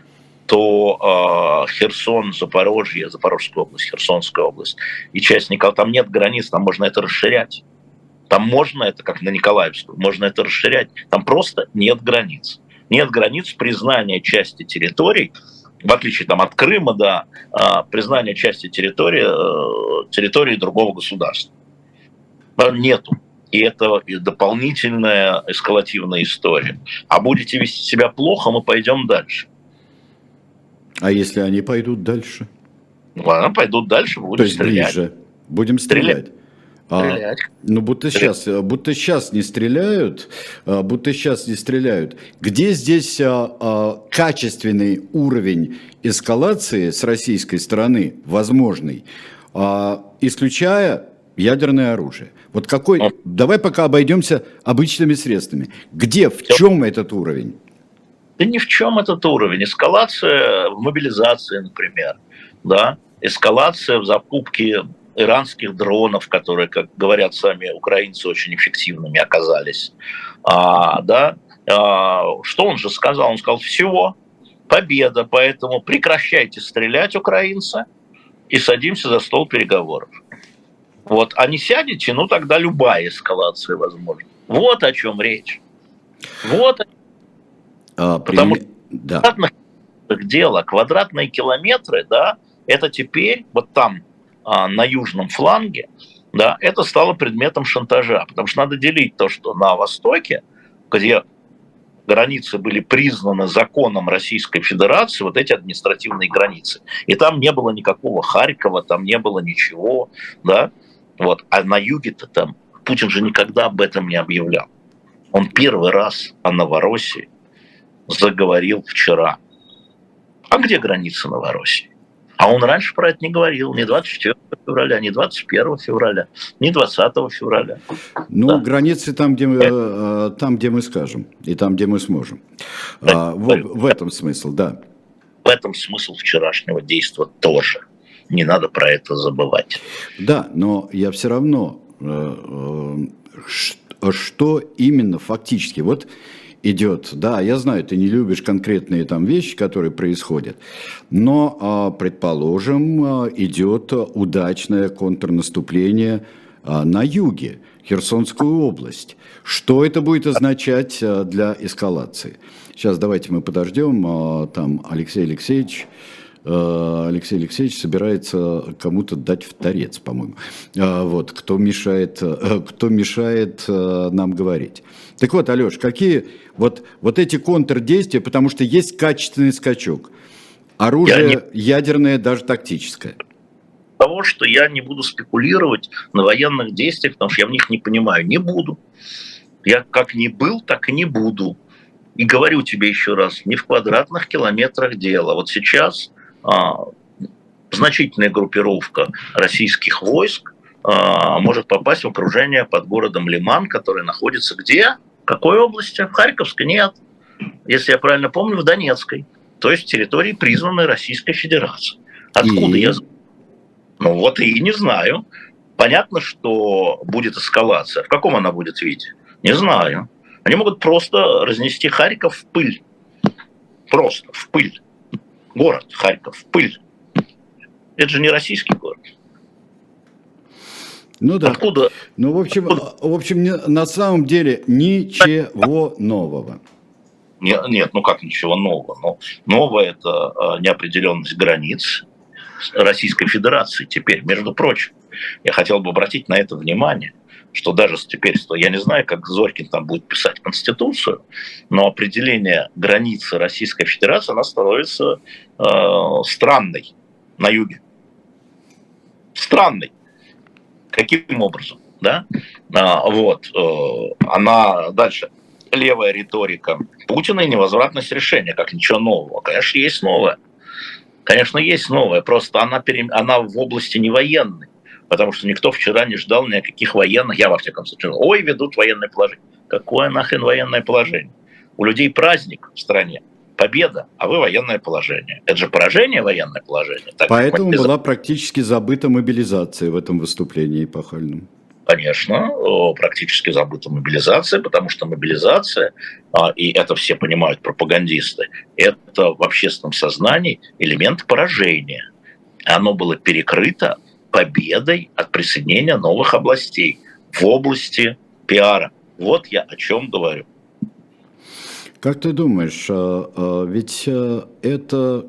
то Херсон, Запорожье, Запорожская область, Херсонская область и часть Николаева, там нет границ, там можно это расширять. Там можно это, как на Николаевскую, можно это расширять. Там просто нет границ. Нет границ признания части территорий, в отличие там, от Крыма, да, признания части территории другого государства. Нету. И это дополнительная эскалативная история. А будете вести себя плохо, мы пойдем дальше. А если они пойдут дальше? Ладно, пойдут дальше, будем стрелять. Ближе. Будем стрелять. Стрелять. Ну, будто сейчас не стреляют, Где здесь качественный уровень эскалации с российской стороны возможный, исключая ядерное оружие? Вот какой? Давай пока обойдемся обычными средствами. Где, в чем этот уровень? Да ни в чем этот уровень. Эскалация в мобилизации, например, да, эскалация в закупке иранских дронов, которые, как говорят сами украинцы, очень эффективными оказались. Да? Что он же сказал? Он сказал, всего, победа, поэтому прекращайте стрелять, украинцы, и садимся за стол переговоров. Вот, а не сядете, ну тогда любая эскалация возможна. Вот о чем речь. Вот. Потому что квадратных дело, квадратные километры, да, это теперь вот там на южном фланге, да, это стало предметом шантажа, потому что надо делить то, что на востоке, где границы были признаны законом Российской Федерации, вот эти административные границы. И там не было никакого Харькова, там не было ничего, да. Вот. А на юге-то там Путин же никогда об этом не объявлял. Он первый раз о Новороссии заговорил вчера. А где границы Новороссии? А он раньше про это не говорил, не 24 февраля, не 21 февраля, не 20 февраля. Ну, да. Границы там, где мы скажем, и там, где мы сможем. В этом смысл, да. В этом смысл вчерашнего действия тоже. Не надо про это забывать. Да, но я все равно, что именно фактически, вот идет, да, я знаю, ты не любишь конкретные там вещи, которые происходят, но, предположим, идет удачное контрнаступление на юге, Херсонскую область. Что это будет означать для эскалации? Сейчас давайте мы подождем, там Алексей Алексеевич собирается кому-то дать в торец, по-моему. Вот, кто мешает нам говорить. Так вот, Алеш, какие вот эти контрдействия, потому что есть качественный скачок. Оружие ядерное, даже тактическое. Того, что я не буду спекулировать на военных действиях, потому что я в них не понимаю. Не буду. Я как не был, так и не буду. И говорю тебе еще раз, не в квадратных километрах дело. Вот сейчас значительная группировка российских войск может попасть в окружение под городом Лиман, который находится где? В какой области? В Харьковской? Нет. Если я правильно помню, в Донецкой. То есть территории, признанной Российской Федерацией. Откуда я знаю? Ну вот и не знаю. Понятно, что будет эскалация. В каком она будет виде? Не знаю. Они могут просто разнести Харьков в пыль. Просто в пыль. Город Харьков в пыль. Это же не российский город. Ну да. Откуда? Ну, в общем, на самом деле ничего нового. Нет, ну как ничего нового? Но новое – это неопределенность границ Российской Федерации теперь, между прочим. Я хотел бы обратить на это внимание, что даже теперь, я не знаю, как Зорькин там будет писать Конституцию, но определение границы Российской Федерации, она становится странной на юге. Странной. Каким образом? Да? Она дальше. Левая риторика Путина и невозвратность решения, как ничего нового. Конечно, есть новое. Конечно, есть новое. Просто она в области не военной. Потому что никто вчера не ждал никаких военных. Я во всяком случае. Ой, ведут военное положение. Какое нахрен военное положение? У людей праздник в стране. Победа, а вы военное положение. Это же поражение военное положение. Так, поэтому была практически забыта мобилизация в этом выступлении эпохальном. Конечно, практически забыта мобилизация, потому что мобилизация, и это все понимают пропагандисты, это в общественном сознании элемент поражения. Оно было перекрыто победой от присоединения новых областей в области пиара. Вот я о чем говорю. Как ты думаешь, ведь это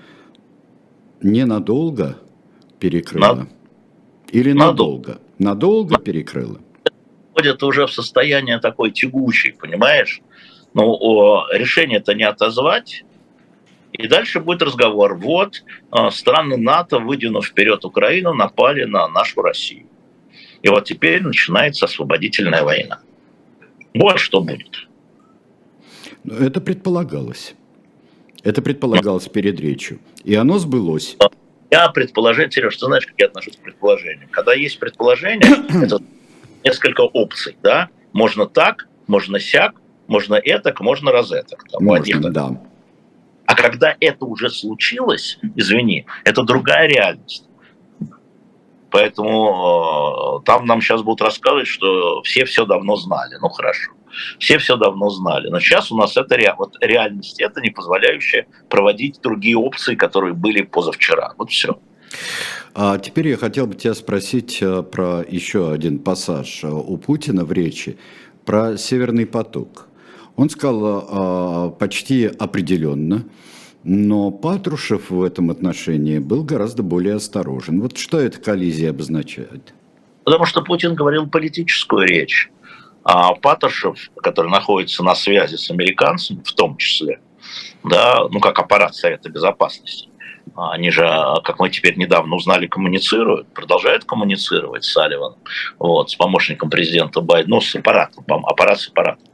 ненадолго перекрыло? Или надолго? Надолго перекрыло? Входит уже в состояние такой тягучей, понимаешь? Но решение-то не отозвать. И дальше будет разговор. Вот страны НАТО, выдвинув вперед Украину, напали на нашу Россию. И вот теперь начинается освободительная война. Вот что будет. Это предполагалось. Это предполагалось перед речью. И оно сбылось. Я предположение, Сереж, ты знаешь, как я отношусь к предположениям. Когда есть предположение, это несколько опций, да? Можно так, можно сяк, можно этак, можно розеток. Можно, да. А когда это уже случилось, извини, это другая реальность. Поэтому там нам сейчас будут рассказывать, что все давно знали. Ну хорошо, все давно знали. Но сейчас у нас это вот реальность, это не позволяющая проводить другие опции, которые были позавчера. Вот все. А теперь я хотел бы тебя спросить про еще один пассаж у Путина в речи, про «Северный поток». Он сказал почти определенно, но Патрушев в этом отношении был гораздо более осторожен. Вот что эта коллизия обозначает? Потому что Путин говорил политическую речь, а Патрушев, который находится на связи с американцами, в том числе, да, ну как аппарат Совета Безопасности, они же, как мы теперь недавно узнали, коммуницируют, продолжают коммуницировать с Салливаном, вот, с помощником президента Байдена, ну, с аппаратом, аппарат с аппаратом.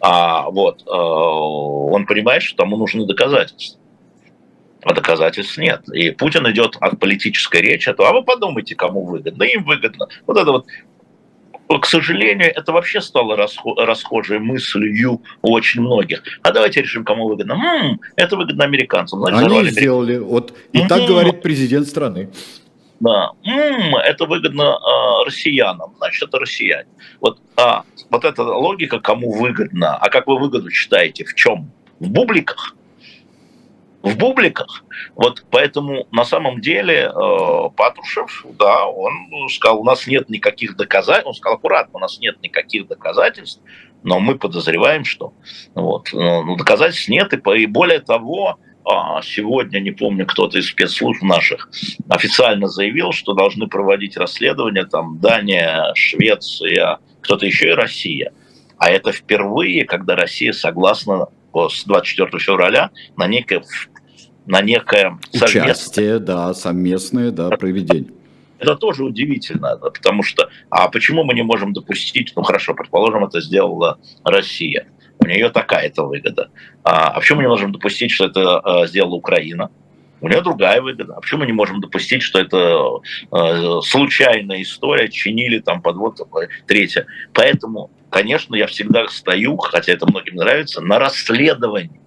Он понимает, что тому нужны доказательства. А доказательств нет. И Путин идет от политической речи, а вы подумайте, кому выгодно. Им выгодно. Вот это вот, к сожалению, это вообще стало расхожей мыслью у очень многих. А давайте решим, кому выгодно. Это выгодно американцам. Значит, они сделали. Вот, и так говорит президент страны. Да. Это выгодно россиянам. Значит, это россияне. Вот эта логика, кому выгодно. А как вы выгоду считаете? В чем? В бубликах? В бубликах. Вот поэтому на самом деле Патрушев, да, он сказал, у нас нет никаких доказательств, он сказал аккуратно, у нас нет никаких доказательств, но мы подозреваем, что вот, доказательств нет, и более того, сегодня, не помню, кто-то из спецслужб наших официально заявил, что должны проводить расследование там Дания, Швеция, кто-то еще и Россия. А это впервые, когда Россия согласна с 24 февраля на некое участие, совместное проведение. Это тоже удивительно, потому что, почему мы не можем допустить, ну хорошо, предположим, это сделала Россия, у нее такая-то выгода, а почему мы не можем допустить, что это сделала Украина? У нее другая выгода. А почему мы не можем допустить, что это случайная история, чинили там подвод, третье. Поэтому, конечно, я всегда стою, хотя это многим нравится, на расследовании.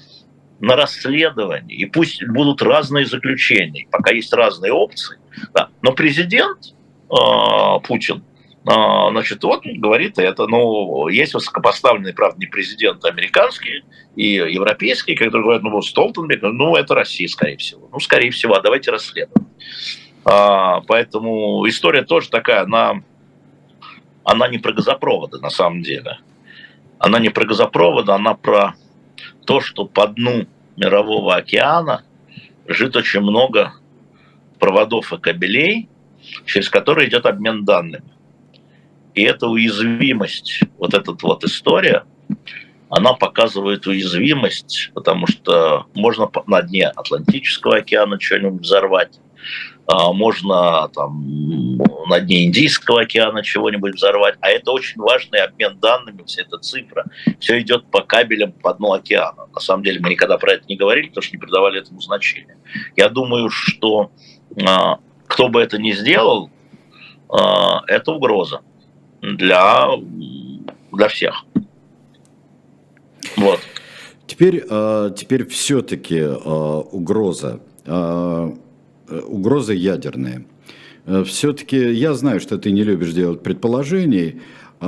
И пусть будут разные заключения, пока есть разные опции. Да. Но президент Путин, значит, вот говорит это, есть высокопоставленные, правда, не президенты американские и европейские, которые говорят, Столтенберг, это Россия, скорее всего. Скорее всего, давайте расследовать. Поэтому история тоже такая, она не про газопроводы, на самом деле. Она не про газопроводы, она про то, что по дну Мирового океана лежит очень много проводов и кабелей, через которые идет обмен данными. И эта уязвимость, вот эта вот история, она показывает уязвимость, потому что можно на дне Атлантического океана что-нибудь взорвать, можно там на дне Индийского океана чего-нибудь взорвать, а это очень важный обмен данными, вся эта цифра, все идет по кабелям по дну океана. На самом деле мы никогда про это не говорили, потому что не придавали этому значения. Я думаю, что кто бы это ни сделал, это угроза для всех. Вот. Теперь все-таки угроза ядерная. Все-таки я знаю, что ты не любишь делать предположений,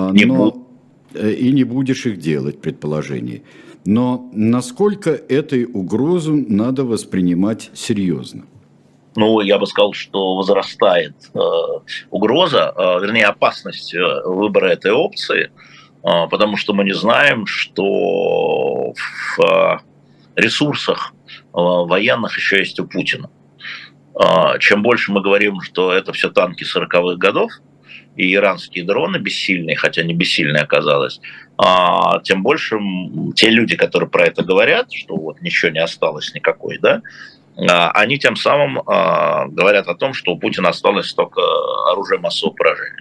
и не будешь их делать, предположений. Но насколько этой угрозу надо воспринимать серьезно? Я бы сказал, что возрастает угроза, вернее, опасность выбора этой опции, потому что мы не знаем, что в ресурсах военных еще есть у Путина. Чем больше мы говорим, что это все танки 40-х годов и иранские дроны бессильные, хотя не бессильные оказалось, тем больше те люди, которые про это говорят, что вот ничего не осталось никакой, да, они тем самым говорят о том, что у Путина осталось только оружие массового поражения.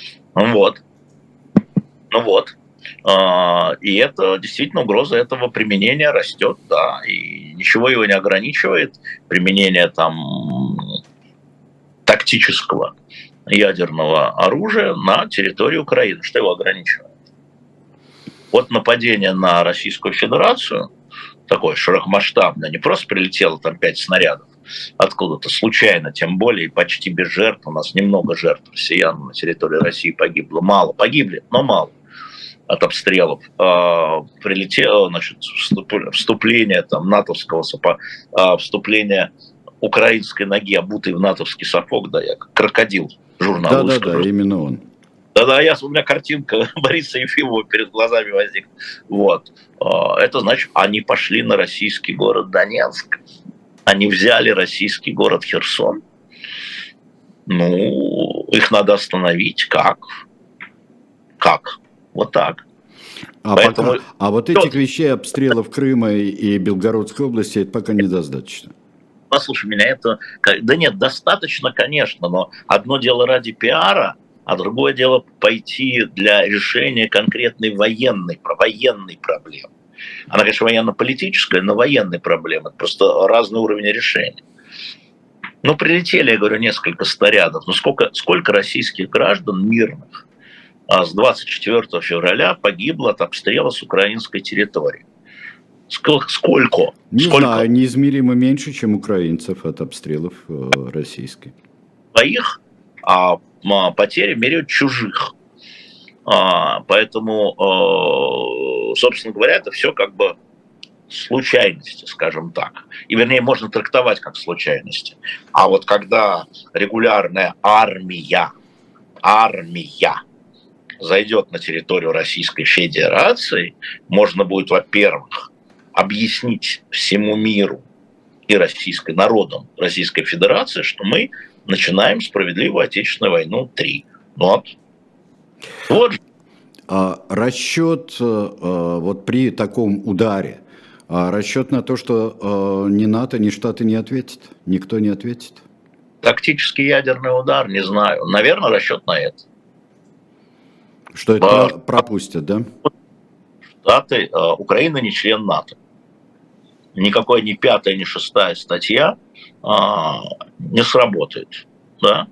И это действительно угроза этого применения растет, да, и ничего его не ограничивает. Применение там тактического ядерного оружия на территории Украины. Что его ограничивает? Вот нападение на Российскую Федерацию, такое широкомасштабное, не просто прилетело там 5 снарядов, откуда-то случайно, тем более почти без жертв. У нас немного жертв россиян на территории России погибло. Мало. Погибли, но мало от обстрелов. Прилетело, значит, вступление там, натовского вступление украинской ноги, обутой в натовский сапог, да, я как крокодил журнал. Да, именно он. Да, у меня картинка Бориса Ефимова перед глазами возникла. Вот. Это значит, они пошли на российский город Донецк. Они взяли российский город Херсон. Ну, их надо остановить. Как? Вот так. Поэтому... вот этих вещей, обстрелов Крыма и Белгородской области, это пока недостаточно. Послушай меня, это... Да нет, достаточно, конечно, но одно дело ради пиара, а другое дело пойти для решения конкретной военной проблемы. Она, конечно, военно-политическая, но военной проблемы. Это просто разный уровень решения. Ну, прилетели, я говорю, несколько снарядов. Ну, сколько российских граждан мирных с 24 февраля погибло от обстрела с украинской территории? Сколько? Не знаю, неизмеримо меньше, чем украинцев от обстрелов российской. Своих, а потери меряют чужих. Поэтому, собственно говоря, это все как бы случайности, скажем так. И, вернее, можно трактовать как случайности. А вот когда регулярная армия зайдет на территорию Российской Федерации, можно будет, во-первых, объяснить всему миру и народам Российской Федерации, что мы начинаем справедливую Отечественную войну 3. Вот. Расчет вот при таком ударе, расчет на то, что ни НАТО, ни Штаты не ответят, никто не ответит? Тактический ядерный удар, не знаю. Наверное, расчет на это. Что это пропустят, да? Штаты, Украина не член НАТО. Никакой ни 5-я, ни 6-я статья не сработает. Да?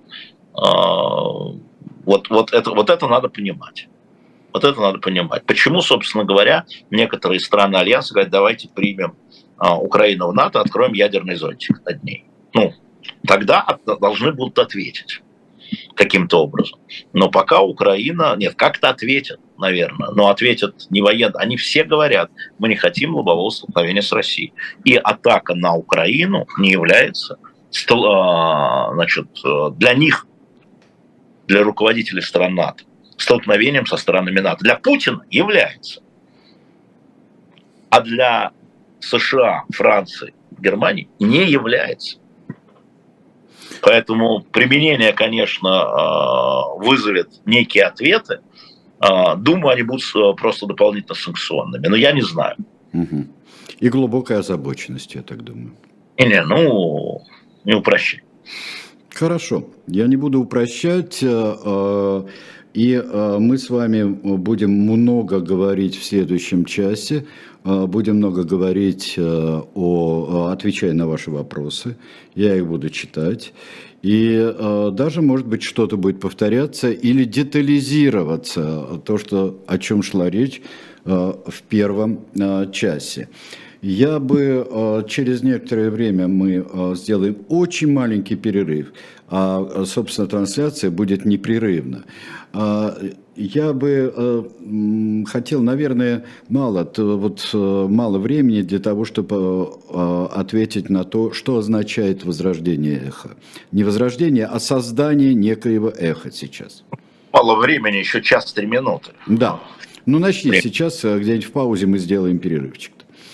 Вот это надо понимать. Вот это надо понимать. Почему, собственно говоря, некоторые страны Альянса говорят, давайте примем Украину в НАТО, откроем ядерный зонтик над ней. Ну, тогда должны будут ответить каким-то образом. Но пока Украина... Нет, как-то ответят, наверное. Но ответят не военно. Они все говорят, мы не хотим лобового столкновения с Россией. И атака на Украину не является, значит, для них, для руководителей стран НАТО, столкновением со странами НАТО. Для Путина является. А для США, Франции, Германии не является. Поэтому применение, конечно, вызовет некие ответы. Думаю, они будут просто дополнительно санкционными. Но я не знаю. И глубокая озабоченность, я так думаю. Не упрощай. Хорошо. Я не буду упрощать. И мы с вами будем много говорить в следующем часе. Будем много говорить, отвечая на ваши вопросы. Я их буду читать. И даже, может быть, что-то будет повторяться или детализироваться, о чем шла речь в первом часе. Я бы через некоторое время мы сделаем очень маленький перерыв, а, собственно, трансляция будет непрерывна. Я бы хотел, наверное, мало времени для того, чтобы ответить на то, что означает возрождение эха. Не возрождение, а создание некоего эха сейчас. Мало времени, еще час 3 минуты. Да. Ну, начни сейчас, где-нибудь в паузе мы сделаем перерывчик.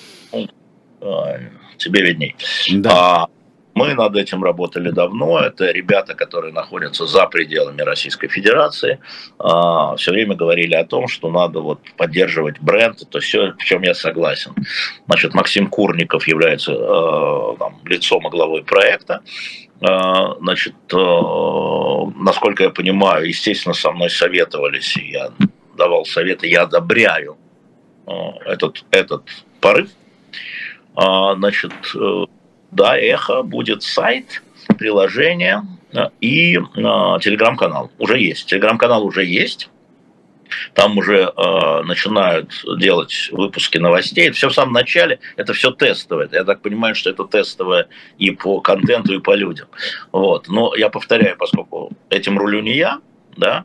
Тебе видней. Да. Мы над этим работали давно. Это ребята, которые находятся за пределами Российской Федерации. Все время говорили о том, что надо поддерживать бренд. Это все, в чем я согласен. Значит, Максим Курников является лицом и главой проекта. Значит, насколько я понимаю, естественно, со мной советовались. И я давал советы. Я одобряю этот порыв. Значит, да, Эхо будет сайт, приложение и телеграм-канал. Уже есть. Телеграм-канал уже есть. Там уже начинают делать выпуски новостей. Это все в самом начале, это все тестовое. Я так понимаю, что это тестовое и по контенту, и по людям. Вот. Но я повторяю, поскольку этим рулю не я, да,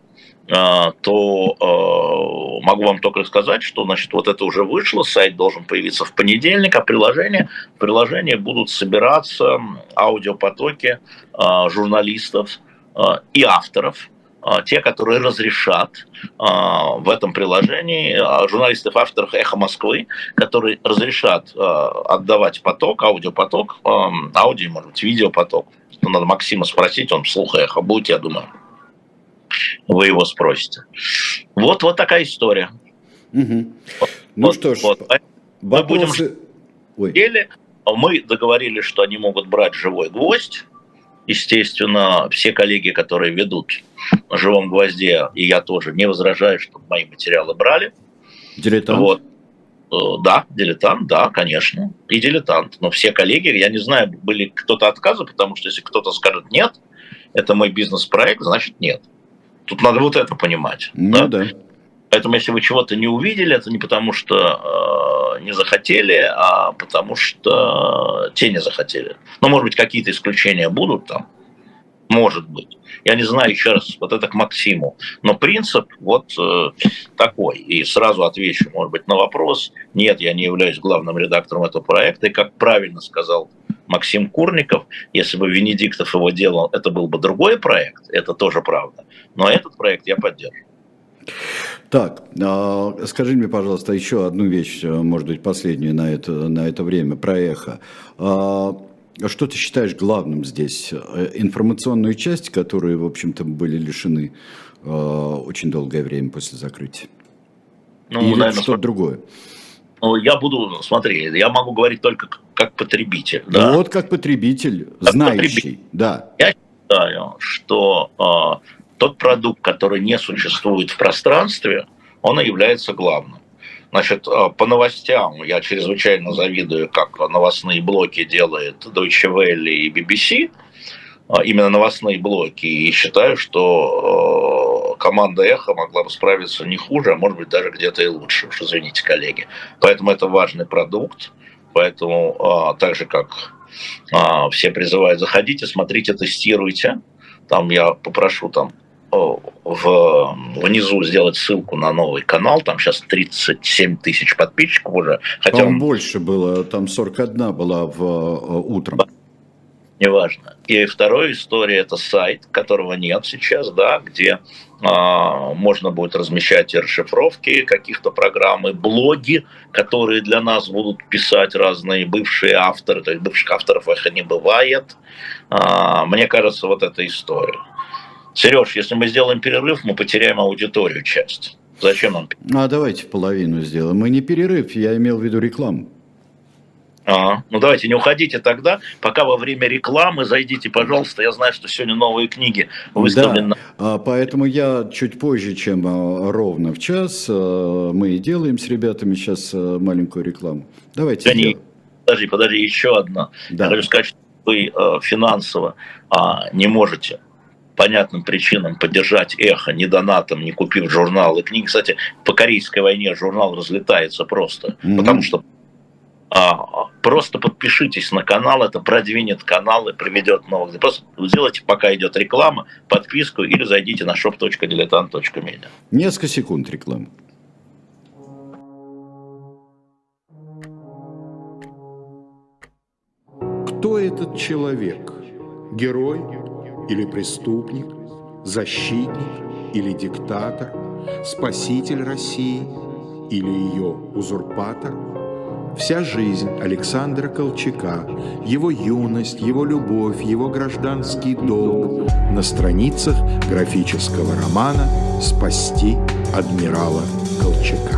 то могу вам только сказать, что, значит, вот это уже вышло, сайт должен появиться в понедельник, а в приложении будут собираться аудиопотоки журналистов и авторов, те, которые разрешат в этом приложении, журналистов, авторов «Эхо Москвы», которые разрешат отдавать поток, аудиопоток, аудио, может быть, видеопоток. Надо Максима спросить, он вслух «Эхо» будет, я думаю. Вы его спросите. Вот такая история. Угу. Ну что ж, мы будем в деле. Мы договорились, что они могут брать «Живой гвоздь». Естественно, все коллеги, которые ведут на «Живом гвозде», и я тоже не возражаю, чтобы мои материалы брали. Дилетант? Вот. Да, дилетант, да, конечно, и дилетант. Но все коллеги, я не знаю, были кто-то отказы, потому что если кто-то скажет «нет», это мой бизнес-проект, значит «нет». Тут надо вот это понимать. Ну да. Поэтому если вы чего-то не увидели, это не потому, что не захотели, а потому что те не захотели. Ну, может быть, какие-то исключения будут там. Может быть. Я не знаю, еще раз, вот это к Максиму. Но принцип вот такой. И сразу отвечу, может быть, на вопрос. Нет, я не являюсь главным редактором этого проекта. И как правильно сказал Максим Курников, если бы Венедиктов его делал, это был бы другой проект. Это тоже правда. Но этот проект я поддерживаю. Так, скажи мне, пожалуйста, еще одну вещь, может быть, последнюю на это время, про «Эхо». Что ты считаешь главным здесь? Информационную часть, которые, в общем-то, были лишены очень долгое время после закрытия? Или наверное, что-то другое? Ну, я могу говорить только как потребитель. Да? Вот как потребитель, как знающий, потребитель. Да. Я считаю, что тот продукт, который не существует в пространстве, он и является главным. Значит, по новостям я чрезвычайно завидую, как новостные блоки делает Deutsche Welle и BBC, именно новостные блоки, и считаю, что команда «Эхо» могла бы справиться не хуже, а может быть даже где-то и лучше, уж извините, коллеги. Поэтому это важный продукт, поэтому так же, как все призывают, заходите, смотрите, тестируйте. Там я попрошу там внизу сделать ссылку на новый канал, там сейчас 37 тысяч подписчиков уже. Хотя больше было, там 41 была утром. Да. Неважно. И вторая история, это сайт, которого нет сейчас, да, где можно будет размещать и расшифровки каких-то программ, и блоги, которые для нас будут писать разные бывшие авторы, то есть бывших авторов «Эхо» не бывает. Мне кажется, вот эта история. Сереж, если мы сделаем перерыв, мы потеряем аудиторию часть. Зачем нам? Давайте половину сделаем. Мы не перерыв, я имел в виду рекламу. Ну давайте, не уходите тогда, пока во время рекламы зайдите, пожалуйста. Я знаю, что сегодня новые книги выставлены. Да, поэтому я чуть позже, чем ровно в час, мы и делаем с ребятами сейчас маленькую рекламу. Давайте. Подожди, еще одна. Да. Я хочу сказать, что вы финансово не можете понятным причинам поддержать «Эхо» ни донатом, не купив журнал и книги. Кстати, по Корейской войне журнал разлетается просто, потому что просто подпишитесь на канал, это продвинет канал и приведет новых. Просто сделайте, пока идет реклама, подписку или зайдите на shop.diletant.media. Несколько секунд рекламы. Кто этот человек? Герой или преступник? Защитник или диктатор? Спаситель России или ее узурпатор? Вся жизнь Александра Колчака, его юность, его любовь, его гражданский долг на страницах графического романа «Спасти адмирала Колчака».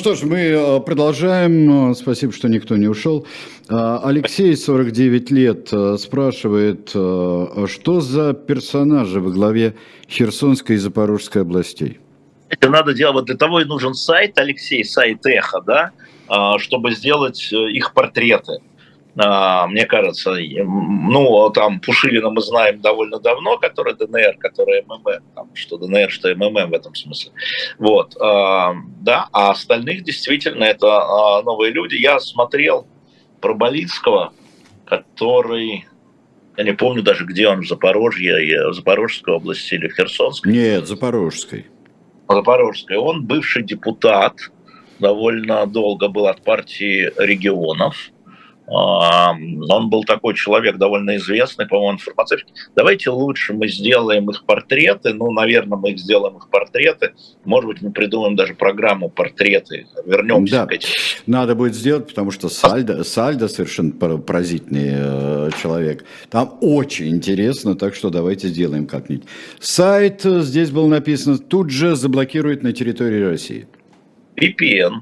Что ж, мы продолжаем. Спасибо, что никто не ушел. Алексей, 49 лет, спрашивает, что за персонажи во главе Херсонской и Запорожской областей? Это надо делать, вот для того и нужен сайт, Алексей, сайт Эхо, да, чтобы сделать их портреты. Мне кажется, ну, там Пушилина мы знаем довольно давно, который ДНР, который МММ, там, что ДНР, что МММ в этом смысле. Вот, да, а остальных действительно это новые люди. Я смотрел про Болицкого, который, я не помню даже, где он, в Запорожье, в Запорожской области или в Херсонской. Нет, Запорожской. Запорожской. Он бывший депутат, довольно долго был от партии регионов. Он был такой человек довольно известный, по-моему, фармацевт. Давайте лучше мы сделаем их портреты. Ну, наверное, мы их сделаем их портреты. Может быть, мы придумаем даже программу портреты. Вернемся да, к этим. Надо будет сделать, потому что Сальдо совершенно поразительный человек. Там очень интересно, так что давайте сделаем как-нибудь. Сайт, здесь было написано, тут же заблокирует на территории России. VPN.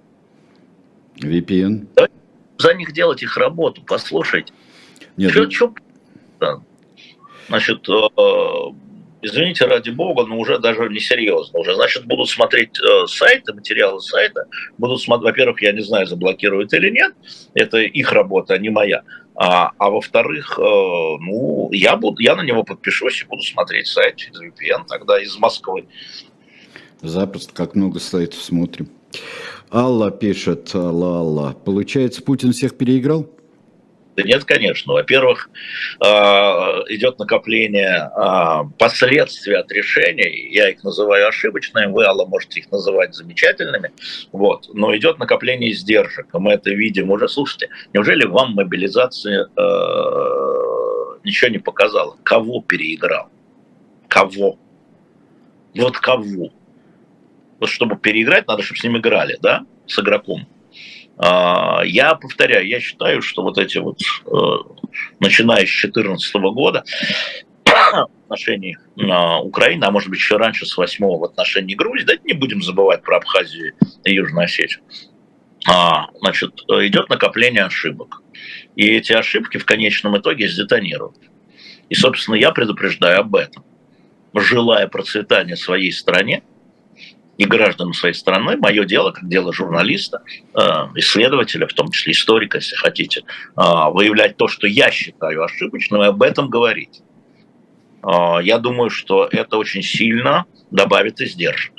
VPN. За них делать их работу, послушайте. Нет, да. Значит, извините, ради бога, но уже даже несерьезно. Уже, значит, будут смотреть сайты, материалы сайта, будут смотреть, во-первых, я не знаю, заблокируют или нет, это их работа, а не моя. А во-вторых, ну, я на него подпишусь и буду смотреть сайт через VPN, тогда из Москвы. Запросто, как много сайтов смотрим. Алла пишет, Алла, получается, Путин всех переиграл? Да нет, конечно. Во-первых, идет накопление последствий от решений. Я их называю ошибочными, вы, Алла, можете их называть замечательными. Вот. Но идет накопление издержек. Мы это видим уже. Слушайте, неужели вам мобилизация ничего не показала? Кого переиграл? Кого? Вот кого? Вот чтобы переиграть, надо, чтобы с ним играли, да, с игроком. Я повторяю, я считаю, что вот эти вот, начиная с 2014 года, в отношении Украины, а может быть еще раньше, с 8-го в отношении Грузии, да, не будем забывать про Абхазию и Южную Осетию, значит, идет накопление ошибок. И эти ошибки в конечном итоге сдетонируют. И, собственно, я предупреждаю об этом. Желая процветания своей стране, и гражданам своей страны, мое дело, как дело журналиста, исследователя, в том числе историка, если хотите, выявлять то, что я считаю ошибочным, и об этом говорить. Я думаю, что это очень сильно добавит издержек.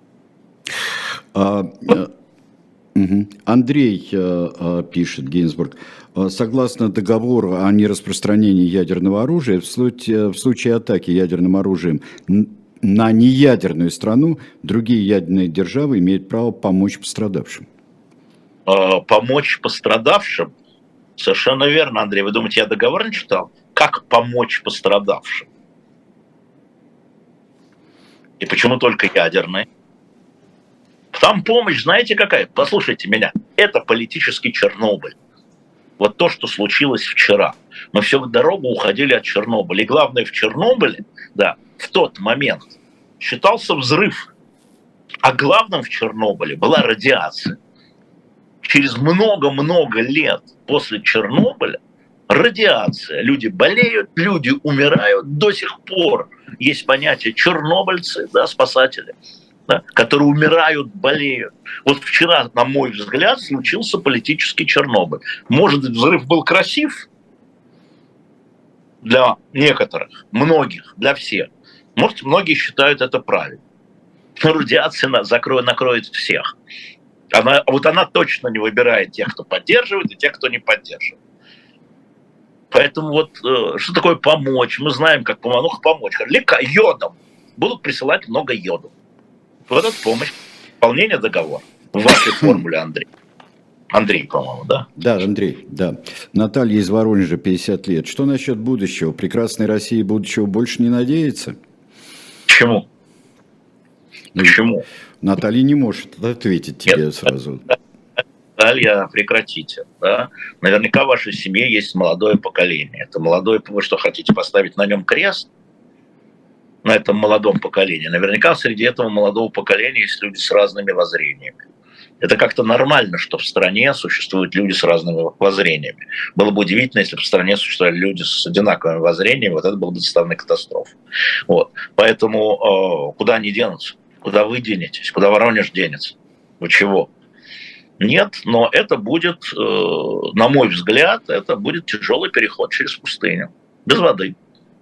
Андрей пишет, Гейнсбург, согласно договору о нераспространении ядерного оружия, в случае атаки ядерным оружием на неядерную страну, другие ядерные державы имеют право помочь пострадавшим. Помочь пострадавшим? Совершенно верно, Андрей. Вы думаете, я договор не читал? Как помочь пострадавшим? И почему только ядерные? Там помощь, знаете какая? Послушайте меня. Это политический Чернобыль. Вот то, что случилось вчера. Мы всю дорогу уходили от Чернобыля. И главное, в Чернобыле, да, в тот момент считался взрыв. А главным в Чернобыле была радиация. Через много-много лет после Чернобыля радиация. Люди болеют, люди умирают. До сих пор есть понятие чернобыльцы, да, спасатели, да, которые умирают, болеют. Вот вчера, на мой взгляд, случился политический Чернобыль. Может быть, взрыв был красив для некоторых, многих, для всех. Может, многие считают это правильно. Но радиация накроет всех. Она точно не выбирает тех, кто поддерживает, и тех, кто не поддерживает. Поэтому вот что такое помочь? Мы знаем, как помочь. Йодом. Будут присылать много йода. Вот это помощь. Выполнение договора. В вашей формуле, Андрей. Андрей, по-моему, да? Да, Андрей, да. Наталья из Воронежа, 50 лет. Что насчет будущего? Прекрасной России будущего больше не надеется? Почему? Почему? Наталья не может ответить тебе сразу. Наталья, прекратите. Да? Наверняка в вашей семье есть молодое поколение. Это молодое, вы что, хотите поставить на нем крест? На этом молодом поколении. Наверняка среди этого молодого поколения есть люди с разными воззрениями. Это как-то нормально, что в стране существуют люди с разными воззрениями. Было бы удивительно, если бы в стране существовали люди с одинаковыми воззрениями, вот это было бы доставная катастрофа. Вот. Поэтому куда они денутся? Куда вы денетесь? Куда Воронеж денется? Вы чего? Нет, но это будет, на мой взгляд, это будет тяжелый переход через пустыню. Без воды.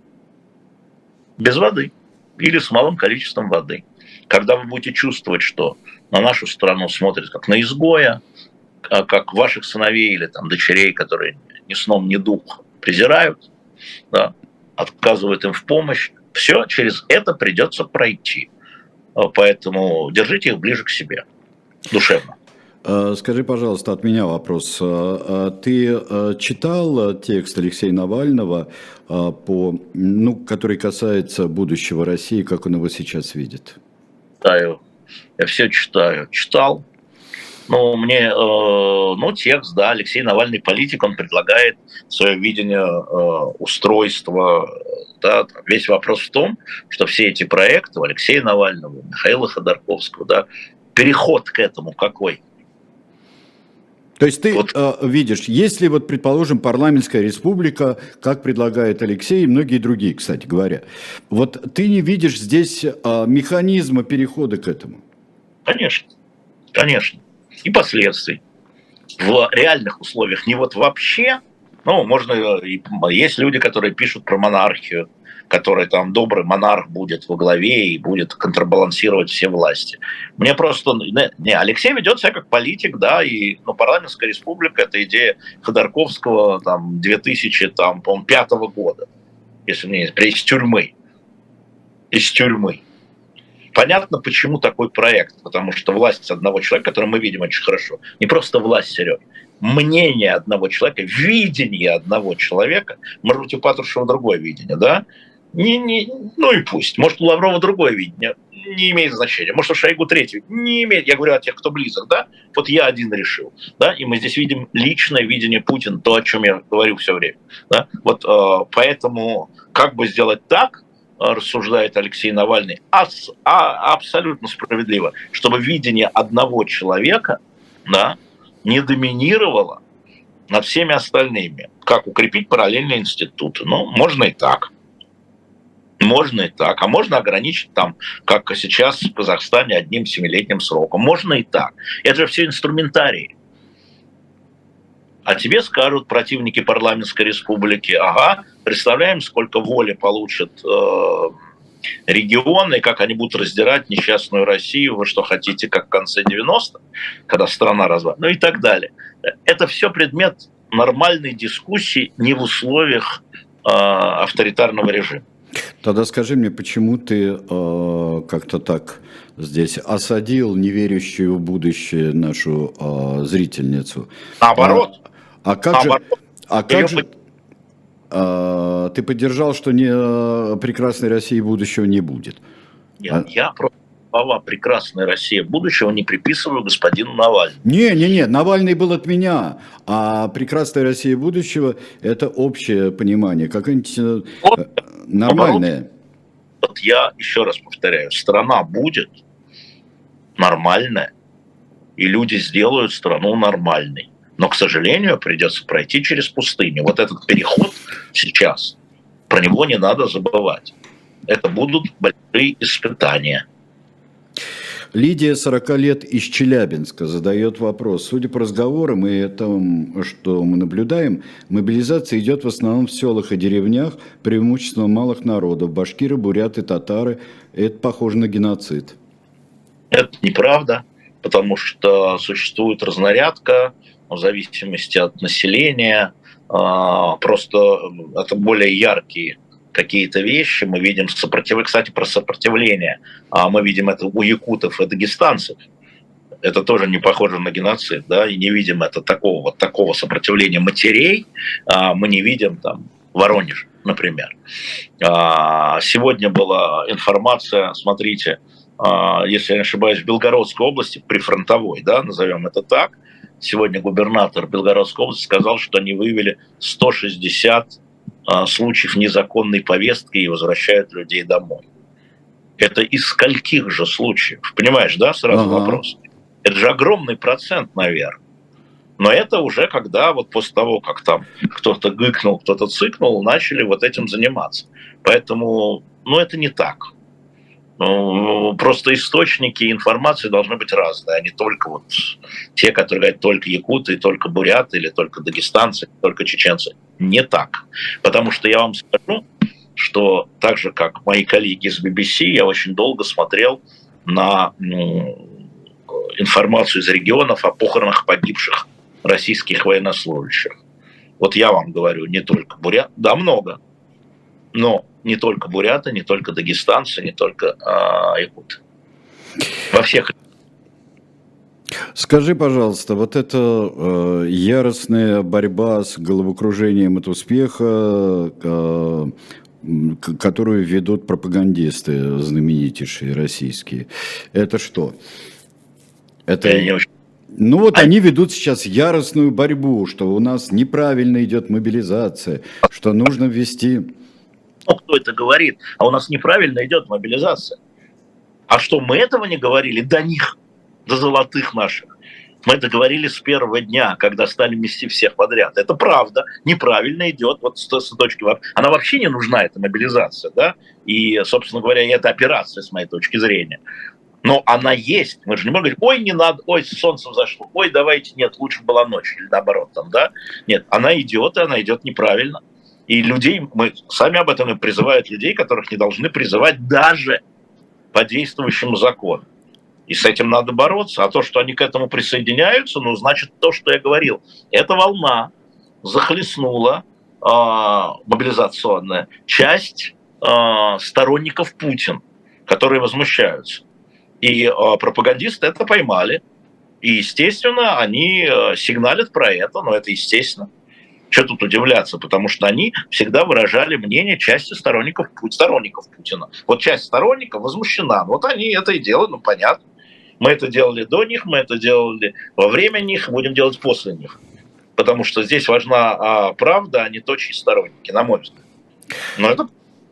Без воды. Или с малым количеством воды. Когда вы будете чувствовать, что на нашу страну смотрят как на изгоя, как ваших сыновей или там, дочерей, которые ни сном, ни духом презирают, да, отказывают им в помощь, все через это придется пройти. Поэтому держите их ближе к себе, душевно. Скажи, пожалуйста, от меня вопрос. Ты читал текст Алексея Навального, который касается будущего России, как он его сейчас видит? Читаю. Я все читаю. Читал. Ну, мне, текст, да, Алексей Навальный политик, он предлагает свое видение устройства. Да, весь вопрос в том, что все эти проекты у Алексея Навального, Михаила Ходорковского, да, переход к этому какой? То есть ты видишь, если вот, предположим, парламентская республика, как предлагает Алексей и многие другие, кстати говоря, вот ты не видишь здесь механизма перехода к этому? Конечно, конечно. И последствий. В реальных условиях не вот вообще, есть люди, которые пишут про монархию, который там добрый монарх будет во главе и будет контрбалансировать все власти. Мне просто... Алексей ведет себя как политик, да, и парламентская республика — это идея Ходорковского там 2005 года, если мне из тюрьмы. Из тюрьмы. Понятно, почему такой проект, потому что власть одного человека, которую мы видим очень хорошо, не просто власть, Серега, мнение одного человека, видение одного человека, может быть, у Патрушева другое видение, да? Ну и пусть. Может, у Лаврова другое видение, не имеет значения. Может, у Шойгу третье, не имеет. Я говорю о тех, кто близок, да? Вот я один решил, да? И мы здесь видим личное видение Путина, то, о чем я говорю все время, да? Вот поэтому как бы сделать так, рассуждает Алексей Навальный, абсолютно справедливо, чтобы видение одного человека, да, не доминировало над всеми остальными. Как укрепить параллельные институты? Ну, можно и так. Можно и так. А можно ограничить там, как сейчас в Казахстане, 1 7-летним сроком. Можно и так. Это же все инструментарии. А тебе скажут противники парламентской республики: ага, представляем, сколько воли получат регионы, как они будут раздирать несчастную Россию, вы что хотите, как в конце 90-х, когда страна развалилась, ну и так далее. Это все предмет нормальной дискуссии не в условиях авторитарного режима. Тогда скажи мне, почему ты как-то так здесь осадил неверящую в будущее нашу зрительницу? Наоборот. Как же ты поддержал, что прекрасной России будущего не будет? Я просто слова «прекрасная Россия будущего» не приписываю господину Навальному. Не, Навальный был от меня, а прекрасная Россия будущего – это общее понимание, какое-нибудь нормальное. Вот я еще раз повторяю, страна будет нормальная, и люди сделают страну нормальной. Но, к сожалению, придется пройти через пустыню. Вот этот переход сейчас, про него не надо забывать. Это будут большие испытания. Лидия, 40 лет, из Челябинска, задает вопрос. Судя по разговорам и тому, что мы наблюдаем, мобилизация идет в основном в селах и деревнях, преимущественно малых народов. Башкиры, буряты, татары. Это похоже на геноцид. Это неправда, потому что существует разнарядка, в зависимости от населения, просто это более яркие какие-то вещи. Мы видим сопротивление, кстати, про сопротивление, мы видим это у якутов и дагестанцев. Это тоже не похоже на геноцид, да, и не видим это такого сопротивления матерей, мы не видим там Воронеж, например. Сегодня была информация, смотрите, если я не ошибаюсь, в Белгородской области, прифронтовой, да, назовем это так. Сегодня губернатор Белгородской области сказал, что они выявили 160 случаев незаконной повестки и возвращают людей домой. Это из скольких же случаев? Понимаешь, да, сразу вопрос? Это же огромный процент, наверное. Но это уже когда вот после того, как там кто-то гыкнул, кто-то цыкнул, начали вот этим заниматься. Поэтому, это не так. Просто источники информации должны быть разные, а не только вот те, которые говорят только якуты, только буряты, или только дагестанцы, только чеченцы. Не так. Потому что я вам скажу, что так же, как мои коллеги из BBC, я очень долго смотрел на информацию из регионов о похоронах погибших российских военнослужащих. Вот я вам говорю, не только бурят, да, много, но не только буряты, не только дагестанцы, не только якуты. Во всех. Скажи, пожалуйста, вот эта яростная борьба с головокружением от успеха, которую ведут пропагандисты знаменитейшие российские, это что? Это... они ведут сейчас яростную борьбу, что у нас неправильно идет мобилизация, что нужно ввести... Кто это говорит? А у нас неправильно идет мобилизация. А что, мы этого не говорили до них, до золотых наших? Мы это говорили с первого дня, когда стали мести всех подряд. Это правда, неправильно идет. Вот с точки... Она вообще не нужна, эта мобилизация, да? И, собственно говоря, и эта операция, с моей точки зрения. Но она есть. Мы же не можем говорить, ой, не надо, ой, солнце взошло, ой, давайте, нет, лучше была ночь, или наоборот, там, да? Нет, она идет, и она идет неправильно. И людей, мы сами об этом и призывают людей, которых не должны призывать даже по действующему закону. И с этим надо бороться. А то, что они к этому присоединяются, значит то, что я говорил. Эта волна захлестнула мобилизационная часть сторонников Путина, которые возмущаются. И пропагандисты это поймали. И, естественно, они сигналят про это, но это естественно. Что тут удивляться? Потому что они всегда выражали мнение части сторонников Путина. Вот часть сторонников возмущена. Вот они это и делают, понятно. Мы это делали до них, мы это делали во время них, будем делать после них. Потому что здесь важна правда, а не то, чьи сторонники, на мой взгляд. Но это...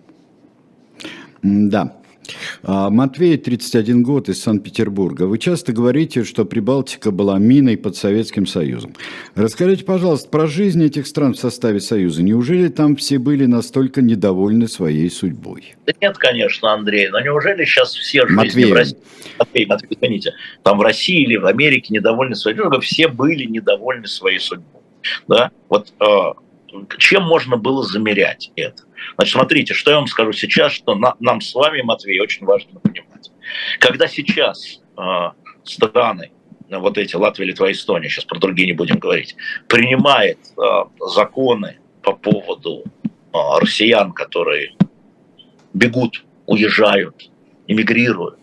Да. Матвей, 31 год, из Санкт-Петербурга. Вы часто говорите, что Прибалтика была миной под Советским Союзом. Расскажите, пожалуйста, про жизнь этих стран в составе Союза. Неужели там все были настолько недовольны своей судьбой? Да нет, конечно, Андрей. Но неужели сейчас все жизни в России... Матвей, извините. Там в России или в Америке недовольны своей судьбой? Все были недовольны своей судьбой. Да? Вот чем можно было замерять это? Значит, смотрите, что я вам скажу сейчас, что нам с вами, Матвей, очень важно понимать. Когда сейчас страны, вот эти, Латвия, Литва, Эстония, сейчас про другие не будем говорить, принимает законы по поводу россиян, которые бегут, уезжают, эмигрируют,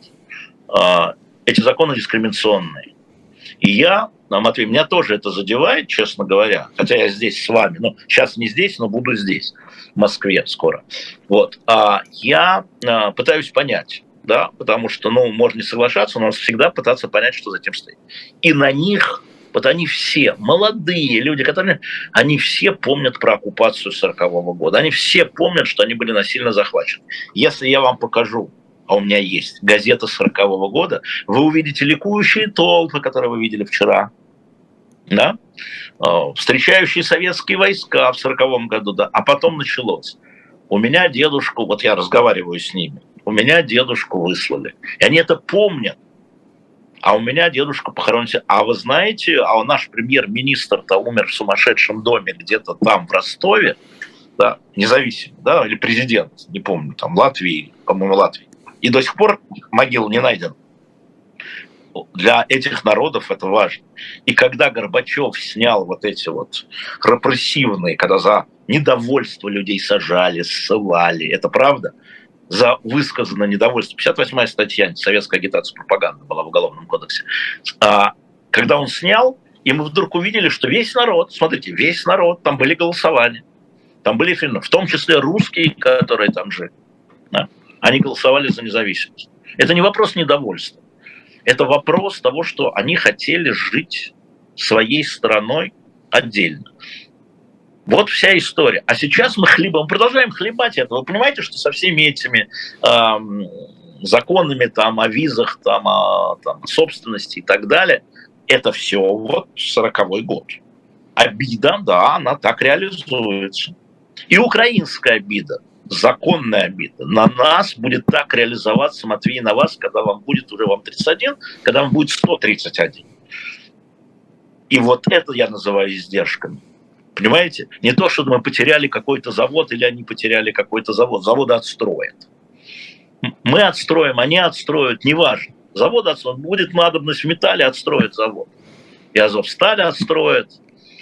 эти законы дискриминационные. И я, Матвей, меня тоже это задевает, честно говоря, хотя я здесь с вами, сейчас не здесь, но буду здесь, в Москве скоро. Вот. Я пытаюсь понять, да, потому что, можно не соглашаться, но надо всегда пытаться понять, что за этим стоит. И на них, вот они все, молодые люди, они все помнят про оккупацию 1940 года, они все помнят, что они были насильно захвачены. Если я вам покажу, а у меня есть газета 1940 года, вы увидите ликующие толпы, которые вы видели вчера, да? Встречающие советские войска в 1940 году, да, а потом началось. У меня дедушку, вот я разговариваю с ними, у меня дедушку выслали, и они это помнят, а у меня дедушка похоронен. А вы знаете, наш премьер-министр-то умер в сумасшедшем доме где-то там в Ростове, да, независимо, да, или президент, не помню, там Латвии, по-моему, Латвии. И до сих пор могила не найдена. Для этих народов это важно. И когда Горбачев снял вот эти вот репрессивные, когда за недовольство людей сажали, ссылали, это правда, за высказанное недовольство, 58-я статья «Советская агитация и пропаганда» была в Уголовном кодексе, когда он снял, и мы вдруг увидели, что весь народ, смотрите, весь народ, там были голосования, там были фильмы, в том числе русские, которые там жили, да, они голосовали за независимость. Это не вопрос недовольства. Это вопрос того, что они хотели жить своей страной отдельно. Вот вся история. А сейчас мы продолжаем хлебать это. Вы понимаете, что со всеми этими законами там, о визах, там, о собственности и так далее. Это все вот 40-й год. Обида, да, она так реализуется. И украинская обида, законная обида на нас будет так реализоваться, Матвей, на вас, когда вам будет уже вам 31, когда вам будет 131. И вот это я называю издержками. Понимаете? Не то, что мы потеряли какой-то завод или они потеряли какой-то завод. Заводы отстроят. Мы отстроим, они отстроят, неважно. Завод отстроит. Будет надобность в металле, отстроит завод. И Азовсталь отстроит.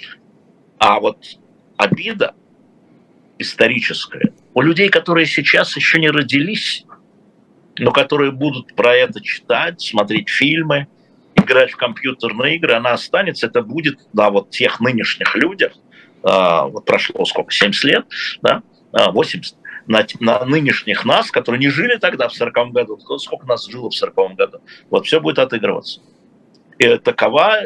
А вот обида историческая у людей, которые сейчас еще не родились, но которые будут про это читать, смотреть фильмы, играть в компьютерные игры, она останется. Это будет на вот тех нынешних людях, вот прошло сколько, 70 лет, да, 80, на нынешних нас, которые не жили тогда в 40-м году, сколько нас жило в 40-м году, вот все будет отыгрываться. И такова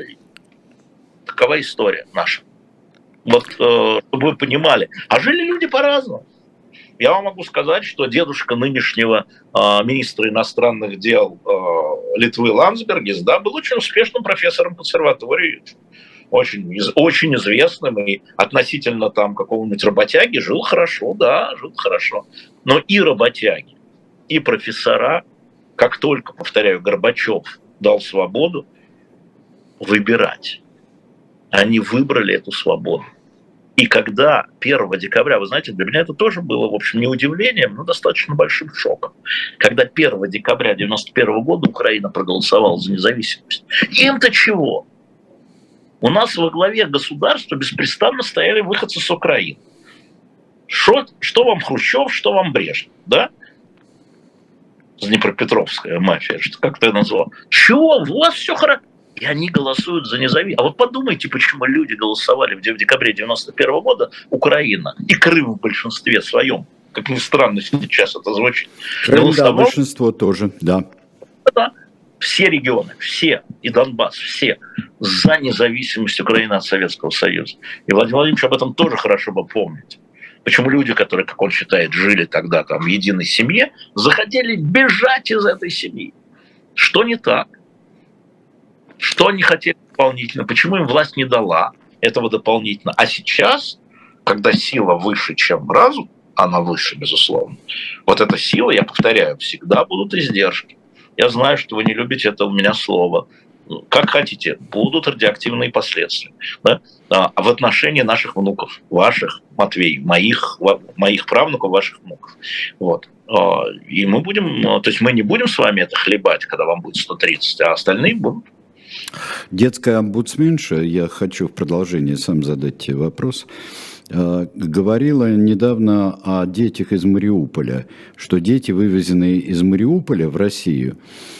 история наша. Вот, чтобы вы понимали. А жили люди по-разному. Я вам могу сказать, что дедушка нынешнего министра иностранных дел Литвы Ландсбергис, да, был очень успешным профессором консерватории, очень известным, и относительно там какого-нибудь работяги жил хорошо, да, жил хорошо. Но и работяги, и профессора, как только, повторяю, Горбачев дал свободу выбирать, они выбрали эту свободу. И когда 1 декабря, вы знаете, для меня это тоже было, в общем, не удивлением, но достаточно большим шоком. Когда 1 декабря 1991 года Украина проголосовала за независимость. Им-то чего? У нас во главе государства беспрестанно стояли выходцы с Украины. Что вам Хрущев, что вам Брежнев, да? Днепропетровская мафия, как ты назвал. Чего? У вас все хорошо. И они голосуют за независимость. А вот подумайте, почему люди голосовали в декабре 1991 года, Украина и Крым в большинстве своем. Как ни странно сейчас это звучит. Крым, да, большинство тоже, да. Да. Все регионы, все, и Донбасс, все за независимость Украины от Советского Союза. И Владимир Владимирович об этом тоже хорошо бы помнить. Почему люди, которые, как он считает, жили тогда там в единой семье, захотели бежать из этой семьи? Что не так? Что они хотели дополнительно? Почему им власть не дала этого дополнительно? А сейчас, когда сила выше, чем разум, она выше, безусловно, вот эта сила, я повторяю, всегда будут издержки. Я знаю, что вы не любите это у меня слово. Как хотите, будут радиоактивные последствия. Да? А в отношении наших внуков, ваших, Матвей, моих правнуков, ваших внуков. Вот. И мы будем, то есть мы не будем с вами это хлебать, когда вам будет 130, а остальные будут. Детская омбудсменша, я хочу в продолжении сам задать тебе вопрос, говорила недавно о детях из Мариуполя, что дети, вывезенные из Мариуполя в Россию,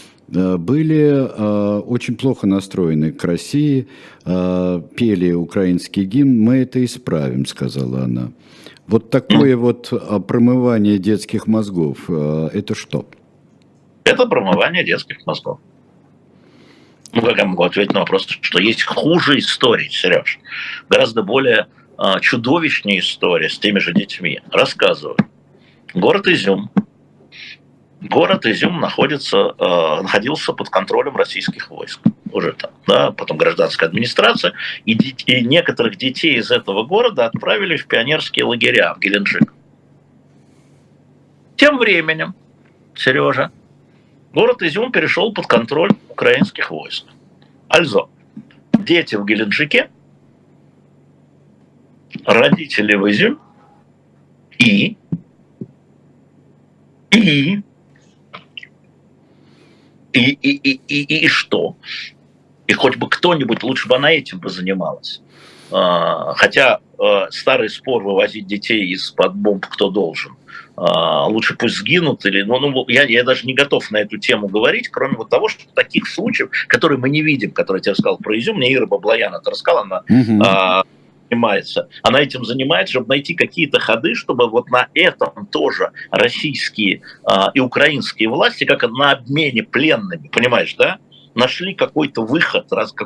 были очень плохо настроены к России, пели украинский гимн. Мы это исправим, сказала она. Вот такое вот промывание детских мозгов, это что? Это промывание детских мозгов. Ну, как я могу ответить на вопрос, что есть хуже истории, Сереж, гораздо более чудовищная история с теми же детьми. Рассказываю. Город Изюм. Город Изюм находился под контролем российских войск. Уже там, да, потом гражданская администрация. И некоторых детей из этого города отправили в пионерские лагеря в Геленджик. Тем временем, Сережа, город Изюм перешел под контроль украинских войск. Also, дети в Геленджике, родители в Изюм и что? И хоть бы кто-нибудь, лучше бы она этим бы занималась. Хотя старый спор вывозить детей из-под бомб кто должен. Лучше пусть сгинут. Или, я даже не готов на эту тему говорить, кроме вот того, что таких случаев, которые мы не видим, которые я тебе рассказал про Изюм, мне Ира Баблоян это рассказала, она занимается. Она этим занимается, чтобы найти какие-то ходы, чтобы вот на этом тоже российские и украинские власти, как на обмене пленными, понимаешь, да? Нашли какой-то выход,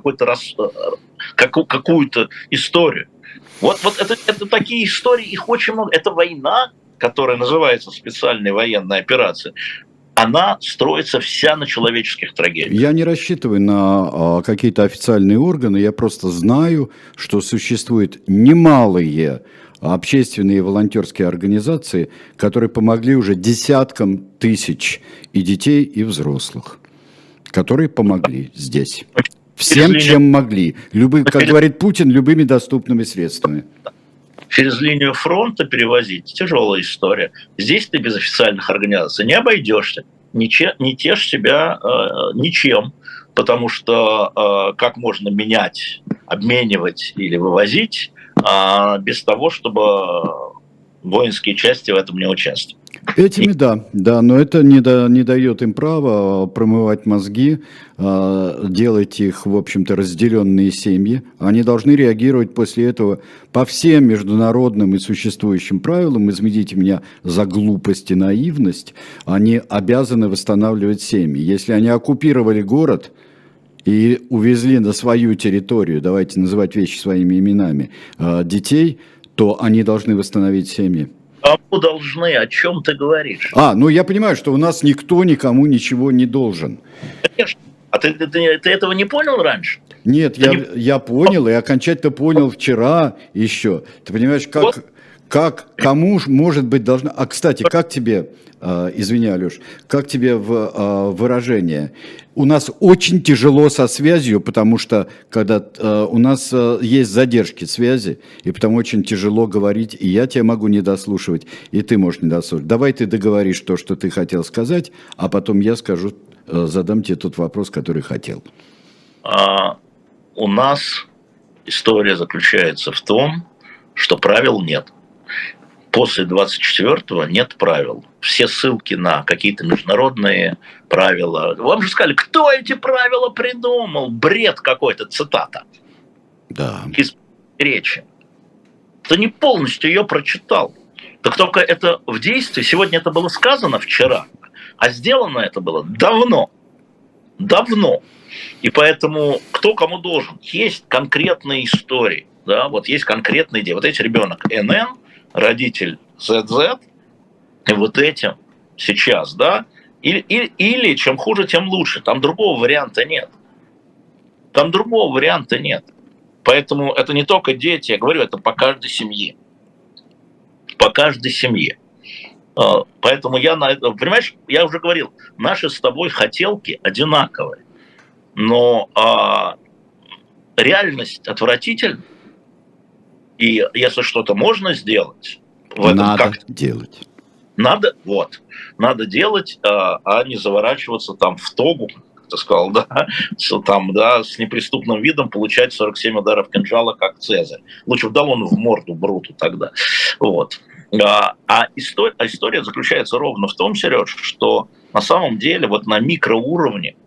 какую-то историю. Вот это такие истории, их очень много. Это война, которая называется специальной военной операцией. она строится вся на человеческих трагедиях. Я не рассчитываю на какие-то официальные органы, я просто знаю, что существуют немалые общественные и волонтерские организации, которые помогли уже десяткам тысяч и детей, и взрослых, которые помогли здесь. Всем, чем могли. Как говорит Путин, любыми доступными средствами. Через линию фронта перевозить – тяжелая история. Здесь ты без официальных организаций не обойдешься, не тешь себя ничем, потому что как можно менять, обменивать или вывозить без того, чтобы воинские части в этом не участвовали. Этими да, но это не дает им права промывать мозги, делать их, в общем-то, разделенные семьи. Они должны реагировать после этого по всем международным и существующим правилам. Извините меня за глупость и наивность. Они обязаны восстанавливать семьи. Если они оккупировали город и увезли на свою территорию, давайте называть вещи своими именами, детей, то они должны восстановить семьи. Кому должны? О чем ты говоришь? Ну я понимаю, что у нас никто никому ничего не должен. Конечно. А ты этого не понял раньше? Нет, я понял и окончательно понял вчера еще. Ты понимаешь, кому может быть должно... А, кстати, как тебе, извини, Алеш, как тебе выражение? У нас очень тяжело со связью, потому что когда у нас есть задержки связи, и потому очень тяжело говорить, и я тебя могу не дослушивать, и ты можешь не дослушать. Давай ты договоришь то, что ты хотел сказать, а потом я задам тебе тот вопрос, который хотел. У нас история заключается в том, что правил нет. После 24-го нет правил. Все ссылки на какие-то международные правила. Вам же сказали, кто эти правила придумал? Бред какой-то, цитата. Да. Из речи. Ты не полностью ее прочитал. Так только это в действии. Сегодня это было сказано вчера, а сделано это было давно. Давно. И поэтому кто кому должен? Есть конкретные истории. Да? Вот есть конкретные идеи. Вот эти ребенок НН, родитель ЗЗ, и вот этим сейчас, да, или чем хуже, тем лучше. Там другого варианта нет. Там другого варианта нет. Поэтому это не только дети, я говорю, это по каждой семье. По каждой семье. Поэтому я на это, понимаешь, я уже говорил, наши с тобой хотелки одинаковые. Но реальность отвратительна. И если что-то можно сделать, надо делать. Надо делать, а не заворачиваться там в тогу, как ты сказал, да, там, да, с неприступным видом получать 47 ударов кинжала, как Цезарь. Лучше вдал он в морду Бруту тогда. Вот. История заключается ровно в том, Сереж, что на самом деле вот на микроуровне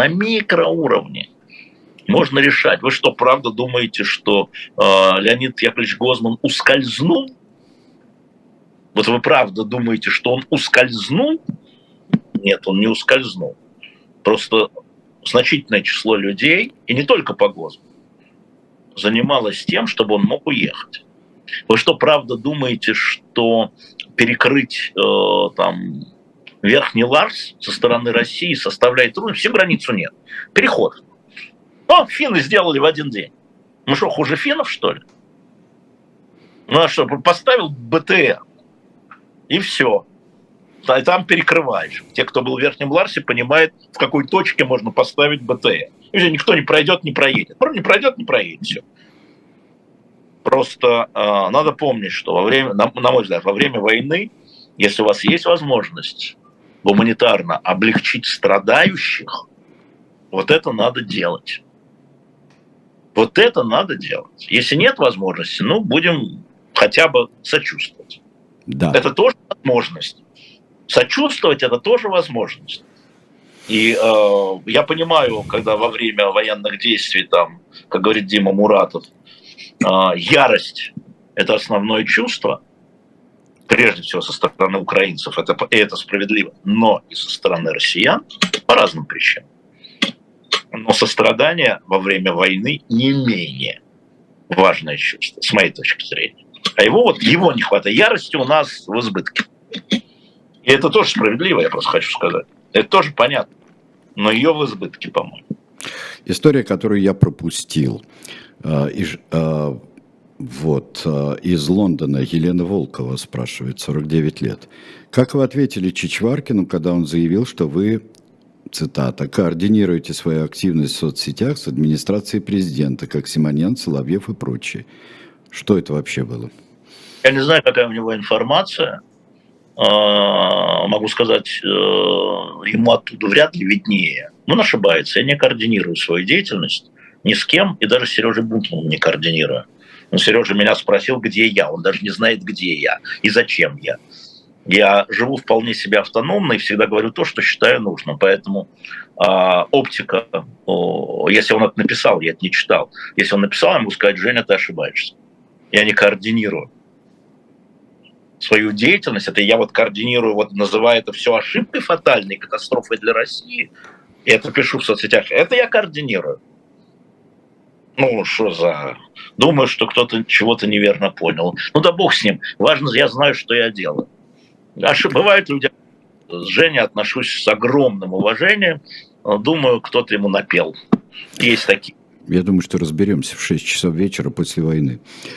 можно решать. Вы что, правда думаете, что Леонид Яковлевич Гозман ускользнул? Вот вы правда думаете, что он ускользнул? Нет, он не ускользнул. Просто значительное число людей, и не только по Гозману, занималось тем, чтобы он мог уехать. Вы что, правда думаете, что перекрыть там Верхний Ларс со стороны России составляет трудность? Всю границу нет. Переход. Финны сделали в один день. Ну что, хуже финнов, что ли? Ну а что, поставил БТР, и все. И там перекрываешь. Те, кто был в Верхнем Ларсе, понимают, в какой точке можно поставить БТР. И все, никто не пройдет, не проедет. Не пройдет, не проедет, все. Просто надо помнить, что во время, на мой взгляд, во время войны, если у вас есть возможность гуманитарно облегчить страдающих, вот это надо делать. Вот это надо делать. Если нет возможности, будем хотя бы сочувствовать. Да. Это тоже возможность. Сочувствовать – это тоже возможность. И я понимаю, когда во время военных действий, там, как говорит Дима Муратов, ярость – это основное чувство, прежде всего со стороны украинцев, это справедливо, но и со стороны россиян по разным причинам. Но сострадание во время войны не менее важное чувство, с моей точки зрения. А его не хватает. Ярости у нас в избытке. И это тоже справедливо, я просто хочу сказать. Это тоже понятно. Но ее в избытке, по-моему. История, которую я пропустил. Из Лондона Елена Волкова спрашивает, 49 лет. Как вы ответили Чичваркину, когда он заявил, что вы, цитата, координируете свою активность в соцсетях с администрацией президента, как Симоньян, Соловьев и прочие? Что это вообще было? Я не знаю, какая у него информация. Могу сказать, ему оттуда вряд ли виднее. Но он ошибается. Я не координирую свою деятельность ни с кем, и даже с Сережей Бунтманом не координирую. Но Сережа меня спросил, где я. Он даже не знает, где я и зачем я. Я живу вполне себе автономно и всегда говорю то, что считаю нужным. Поэтому оптика, если он это написал, я это не читал. Если он написал, я могу сказать, Женя, ты ошибаешься. Я не координирую свою деятельность. Это я координирую, называю это все ошибкой фатальной, катастрофой для России. И это пишу в соцсетях. Это я координирую. Что за... Думаю, что кто-то чего-то неверно понял. Да бог с ним. Важно, я знаю, что я делаю. Бывают люди. С Женей отношусь с огромным уважением. Думаю, кто-то ему напел. Есть такие. Я думаю, что разберемся в 6 часов вечера после войны.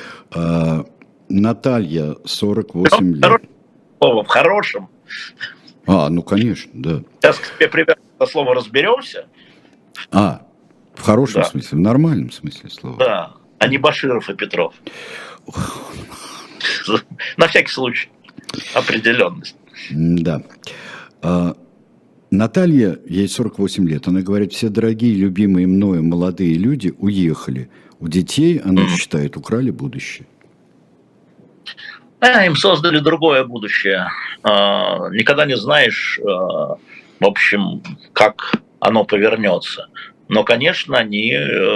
Наталья, 48 лет. В хорошем. Конечно, да. Сейчас к тебе привязано слово «разберемся». В хорошем смысле, в нормальном смысле слова. Да, а не Баширов и Петров. На всякий случай. Определенность. Да. Наталья, ей 48 лет, она говорит, все дорогие, любимые мною молодые люди уехали. У детей, она считает, украли будущее. Им создали другое будущее. Никогда не знаешь, в общем, как оно повернется. Но, конечно, они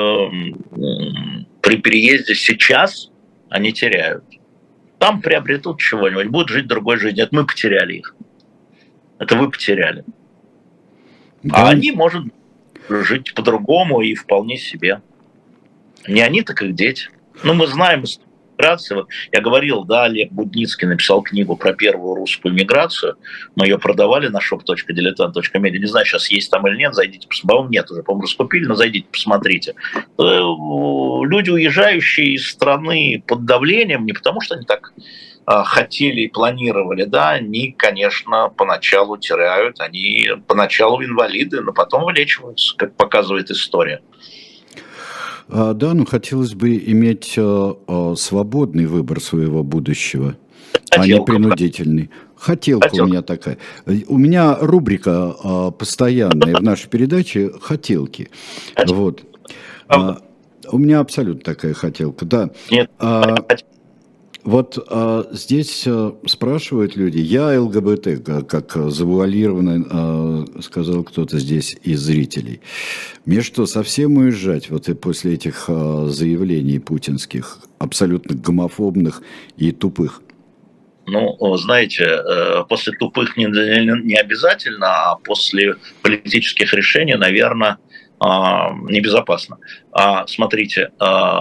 при переезде сейчас они теряют. Там приобретут чего-нибудь, будут жить другой жизнью. Это мы потеряли их. Это вы потеряли. Да. А они, может, жить по-другому и вполне себе. Не они, так их дети. Мы знаем миграции. Я говорил, Олег Будницкий написал книгу про первую русскую миграцию. Мы ее продавали на shop.diletant.media. Не знаю, сейчас есть там или нет, зайдите, по-моему, нет уже, по-моему, раскупили, но зайдите, посмотрите. Люди, уезжающие из страны под давлением, не потому что они так хотели и планировали, они, конечно, поначалу теряют, они поначалу инвалиды, но потом вылечиваются, как показывает история. Да, хотелось бы иметь свободный выбор своего будущего, а не принудительный. Хотелка у меня такая. У меня рубрика постоянная в нашей передаче «Хотелки». У меня абсолютно такая хотелка, да. Нет. Здесь спрашивают люди, я ЛГБТ, как завуалированно сказал кто-то здесь из зрителей. Мне что, совсем уезжать и после этих заявлений путинских, абсолютно гомофобных и тупых? Знаете, после тупых не обязательно, а после политических решений, наверное, небезопасно. Смотрите,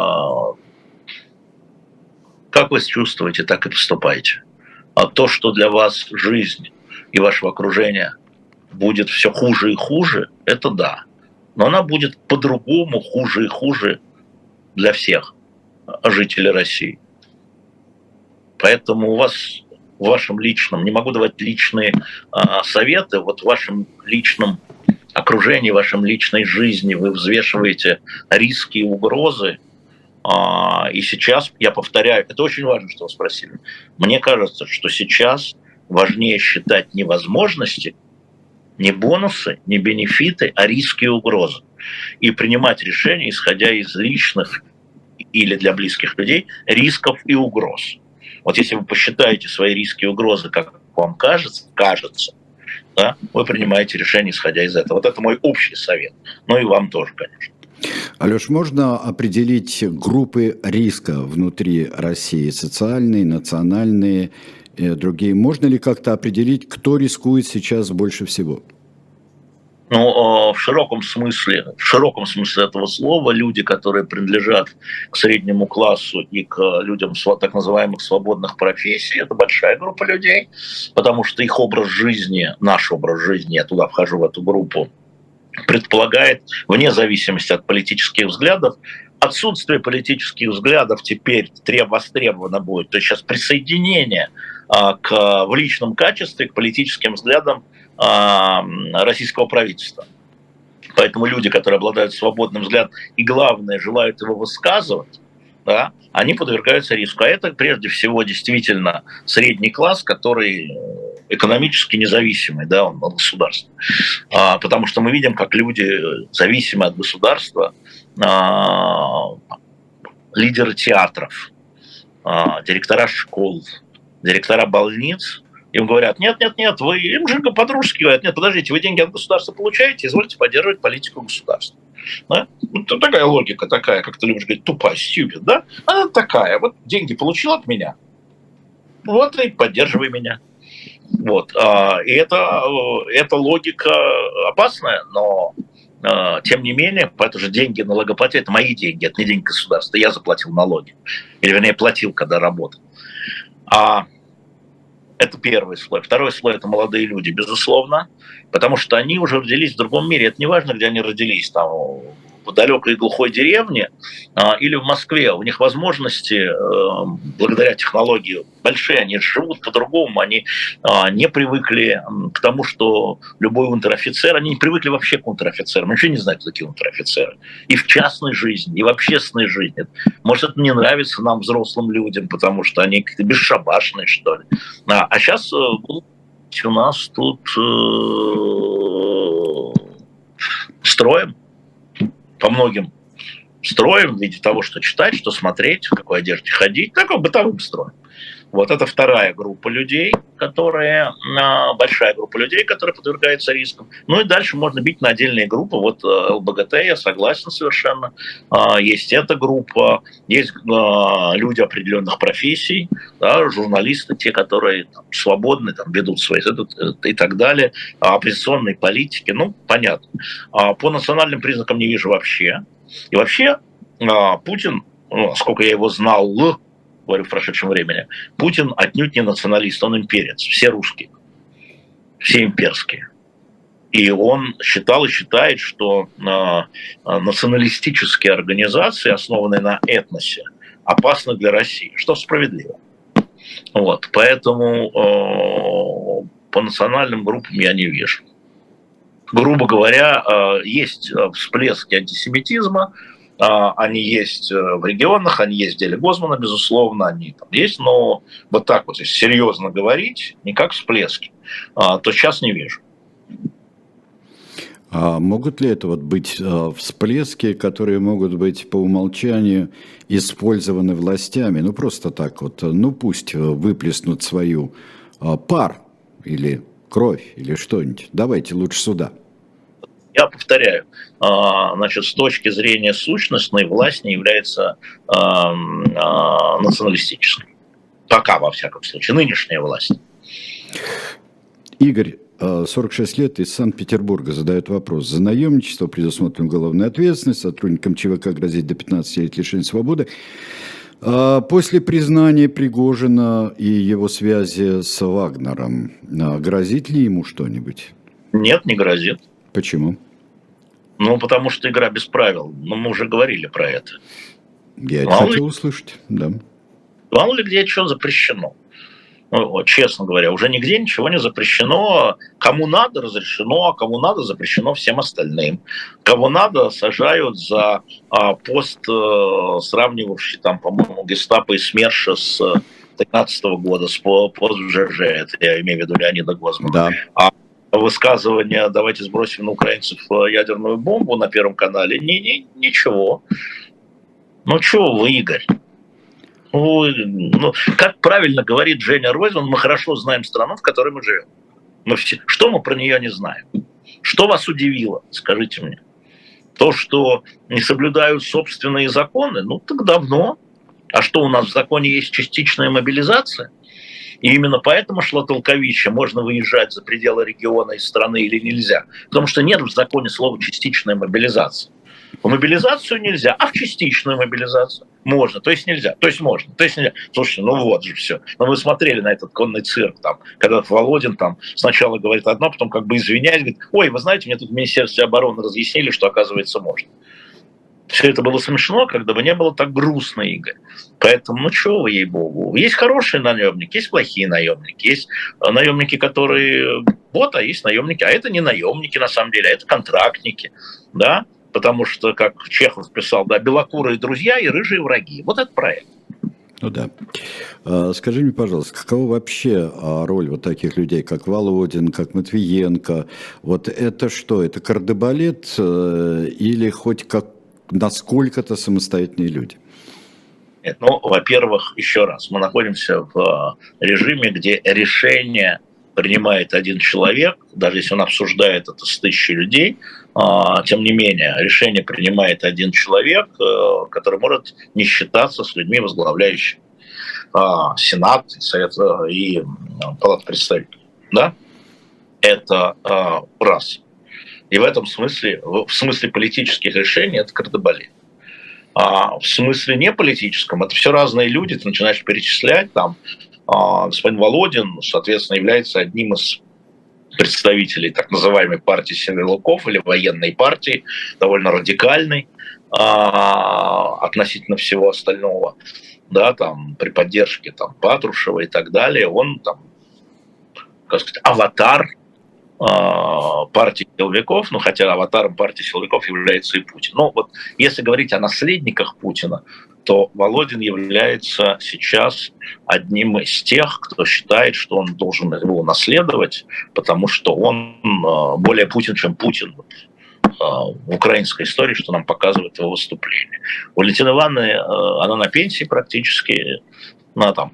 как вы чувствуете, так и поступайте. А то, что для вас жизнь и вашего окружения будет все хуже и хуже, это да. Но она будет по-другому хуже и хуже для всех жителей России. Поэтому у вас в вашем личном, не могу давать личные советы, в вашем личном окружении, в вашем личной жизни вы взвешиваете риски и угрозы. И сейчас, я повторяю, это очень важно, что вы спросили. Мне кажется, что сейчас важнее считать не возможности, не бонусы, не бенефиты, а риски и угрозы. И принимать решения, исходя из личных или для близких людей рисков и угроз. Если вы посчитаете свои риски и угрозы, как вам кажется, вы принимаете решение, исходя из этого. Это мой общий совет. И вам тоже, конечно. Алеш, можно определить группы риска внутри России? Социальные, национальные, другие. Можно ли как-то определить, кто рискует сейчас больше всего? Ну, в широком смысле этого слова, люди, которые принадлежат к среднему классу и к людям так называемых свободных профессий, это большая группа людей, потому что их образ жизни, наш образ жизни, я туда вхожу в эту группу, предполагает, вне зависимости от политических взглядов, отсутствие политических взглядов теперь востребовано будет. То есть сейчас присоединение в личном качестве к политическим взглядам российского правительства. Поэтому люди, которые обладают свободным взглядом и, главное, желают его высказывать, да, они подвергаются риску. А это, прежде всего, действительно средний класс, который экономически независимый, да, он от государства. Потому что мы видим, как люди, зависимые от государства, лидеры театров, директора школ, директора больниц, им говорят, нет, вы, им же по-дружески говорят, нет, подождите, вы деньги от государства получаете, извольте поддерживать политику государства. Да? Это такая логика, такая, как ты любишь говорить, тупая, stupid, да? Она такая, вот деньги получил от меня, вот и поддерживай меня. Вот. И эта логика опасная, но тем не менее, это же деньги налогоплательщика, это мои деньги, это не деньги государства, я заплатил налоги. Или, вернее, платил, когда работал. Это первый слой. Второй слой – это молодые люди, безусловно, потому что они уже родились в другом мире. Это не важно, где они родились, там, в далекой глухой деревне или в Москве. У них возможности, благодаря технологии, большие, они живут по-другому, они не привыкли к тому, что любой унтер-офицер, они не привыкли вообще к унтер-офицерам, ничего не знают, кто такие унтер-офицеры. И в частной жизни, и в общественной жизни. Может, это не нравится нам, взрослым людям, потому что они какие-то бесшабашные, что ли. А сейчас у нас тут строим по многим строим в виде того, что читать, что смотреть, в какой одежде ходить, такой бытовым строем. Вот это вторая группа людей, большая группа людей, которые подвергаются рискам. Ну и дальше можно бить на отдельные группы. Вот ЛГБТ, я согласен совершенно. Есть эта группа, есть люди определенных профессий, да, журналисты, те, которые там, свободны, там, ведут свои и так далее, оппозиционные политики, ну, понятно. По национальным признакам не вижу вообще. И вообще Путин, сколько я его знал, говорю в прошедшем времени, Путин отнюдь не националист, он имперец, все русские, все имперские. И он считал и считает, что националистические организации, основанные на этносе, опасны для России, что справедливо. Вот, поэтому по национальным группам я не вижу. Грубо говоря, есть всплески антисемитизма, они есть в регионах, они есть в деле Гозмана, безусловно, они там есть, но вот так вот, если серьезно говорить, не как всплески, то сейчас не вижу. А могут ли это вот быть всплески, которые могут быть по умолчанию использованы властями? Ну, просто так вот, ну, пусть выплеснут свою пар или кровь или что-нибудь. Давайте лучше сюда. Я повторяю, значит, с точки зрения сущностной, власть не является националистической. Пока, во всяком случае, нынешняя власть. Игорь, 46 лет, из Санкт-Петербурга, задает вопрос. За наемничество предусмотрена уголовная ответственность, сотрудникам ЧВК грозит до 15 лет лишения свободы. После признания Пригожина и его связи с Вагнером, грозит ли ему что-нибудь? Нет, не грозит. Почему? Ну, потому что игра без правил. Ну, мы уже говорили про это. Я это хотел услышать, да. Мало ли где что запрещено. Ну, честно говоря, уже нигде ничего не запрещено. Кому надо, разрешено, а кому надо, запрещено всем остальным. Кого надо, сажают за пост, сравнивавший, там, по-моему, гестапо и СМЕРШа с 2013 года, с пост ЖЖ. Это я имею в виду Леонида Гозмана. Да. Высказывание «давайте сбросим на украинцев ядерную бомбу» на Первом канале, ничего. Ну, чего вы, Игорь? Ну, как правильно говорит Женя Ройзман, мы хорошо знаем страну, в которой мы живем. Что мы про нее не знаем? Что вас удивило, скажите мне? То, что не соблюдают собственные законы? Ну, так давно. А что, у нас в законе есть частичная мобилизация? И именно поэтому шло толковище, можно выезжать за пределы региона и страны или нельзя. Потому что нет в законе слова «частичная мобилизация». В мобилизацию нельзя, а в частичную мобилизацию можно, то есть нельзя, то есть можно, то есть нельзя. Слушайте, ну вот же все. Но вы смотрели на этот конный цирк, там, когда Володин там сначала говорит одно, потом как бы извиняясь, говорит: ой, вы знаете, мне тут в Министерстве обороны разъяснили, что оказывается можно. Все это было смешно, когда бы не было так грустно, Игорь. Поэтому, ну чего вы, ей-богу. Есть хорошие наемники, есть плохие наемники. Есть наемники, которые вот, а есть наемники. А это не наемники на самом деле, а это контрактники, да? Потому что, как Чехов писал, да, белокурые друзья и рыжие враги. Вот это проект. Ну да. Скажи мне, пожалуйста, какова вообще роль вот таких людей, как Володин, как Матвиенко? Вот это что? Это кардебалет или хоть как насколько-то самостоятельные люди? Нет, ну, во-первых, еще раз, мы находимся в режиме, где решение принимает один человек, даже если он обсуждает это с 1000 людей, тем не менее, решение принимает один человек, который может не считаться с людьми, возглавляющими Сенат, Совет и Палату представителей. Да? Это раз. И в этом смысле, в смысле политических решений, это кардебалет. А в смысле не политическом, это все разные люди, ты начинаешь перечислять, там, господин Володин, соответственно, является одним из представителей так называемой партии силовиков или военной партии, довольно радикальной относительно всего остального, да, там, при поддержке там, Патрушева и так далее. Он там, как сказать, аватар партии силовиков, ну, хотя аватаром партии силовиков является и Путин. Но вот если говорить о наследниках Путина, то Володин является сейчас одним из тех, кто считает, что он должен его наследовать, потому что он более Путин, чем Путин в украинской истории, что нам показывает его выступление. У Валентины Ивановны, она на пенсии практически, она там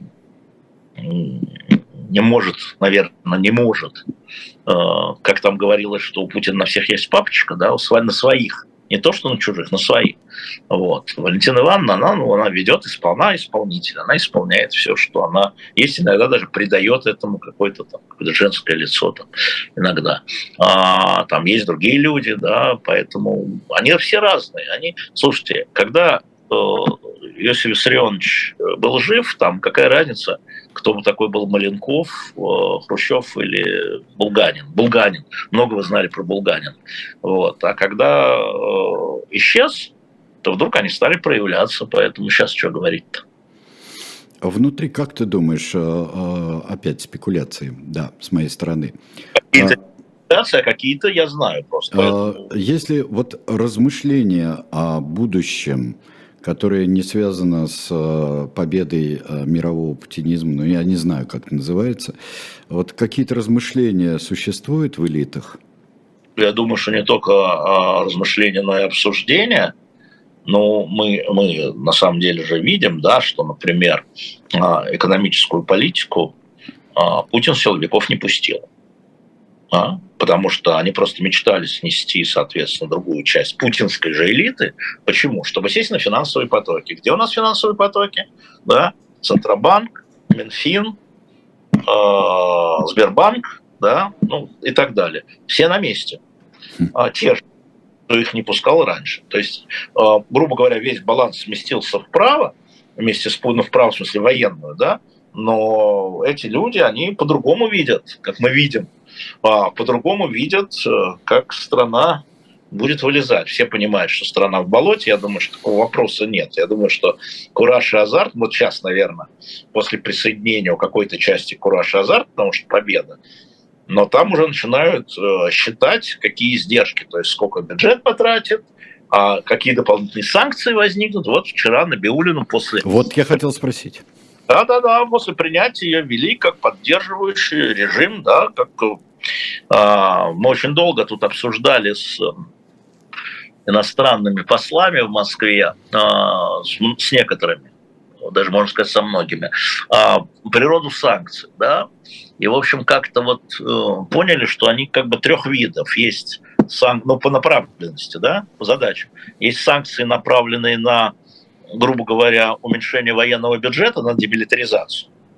не может, наверное, не может, как там говорилось, что у Путина на всех есть папочка, да, на своих. Не то, что на чужих, на своих. Вот. Валентина Ивановна, она ведет исполнитель, она исполняет все, что она есть, иногда даже придает этому какое-то женское лицо там, иногда. Там есть другие люди, да, поэтому они все разные. Слушайте, когда Иосиф Виссарионович был жив, там какая разница, кто бы такой был Маленков, Хрущев или Булганин. Булганин. Много вы знали про Булганина. Вот. А когда исчез, то вдруг они стали проявляться. Поэтому сейчас что говорить-то? Внутри, как ты думаешь, опять спекуляции, да, с моей стороны. Какие-то спекуляции, а какие-то я знаю просто. Поэтому... Если вот размышления о будущем, которое не связано с победой мирового путинизма, ну, я не знаю, как это называется. Вот какие-то размышления существуют в элитах? Я думаю, что не только размышления, но и обсуждения. Но мы на самом деле же видим, да, что, например, экономическую политику Путин силовиков не пустил. Потому что они просто мечтали снести, соответственно, другую часть путинской же элиты. Почему? Чтобы сесть на финансовые потоки. Где у нас финансовые потоки? Да? Центробанк, Минфин, Сбербанк, да? Ну, и так далее. Все на месте. Те же, кто их не пускал раньше. То есть, грубо говоря, весь баланс сместился вправо, вместе с Путиным, вправо, в смысле военную, да? Но эти люди, они по-другому видят, как мы видим. По-другому видят, как страна будет вылезать. Все понимают, что страна в болоте. Я думаю, что такого вопроса нет. Я думаю, что кураж и азарт, вот сейчас, наверное, после присоединения у какой-то части кураж и азарт, потому что победа, но там уже начинают считать, какие издержки, то есть сколько бюджет потратит, а какие дополнительные санкции возникнут. Вот вчера Набиуллину после... Вот я хотел спросить. Да, после принятия ее ввели как поддерживающий режим, да, как мы очень долго тут обсуждали с иностранными послами в Москве, с некоторыми, даже можно сказать со многими, природу санкций, да, и в общем как-то вот поняли, что они как бы трех видов есть, по направленности, да, по задачам, есть санкции, направленные на, грубо говоря, уменьшение военного бюджета, на демилитаризацию.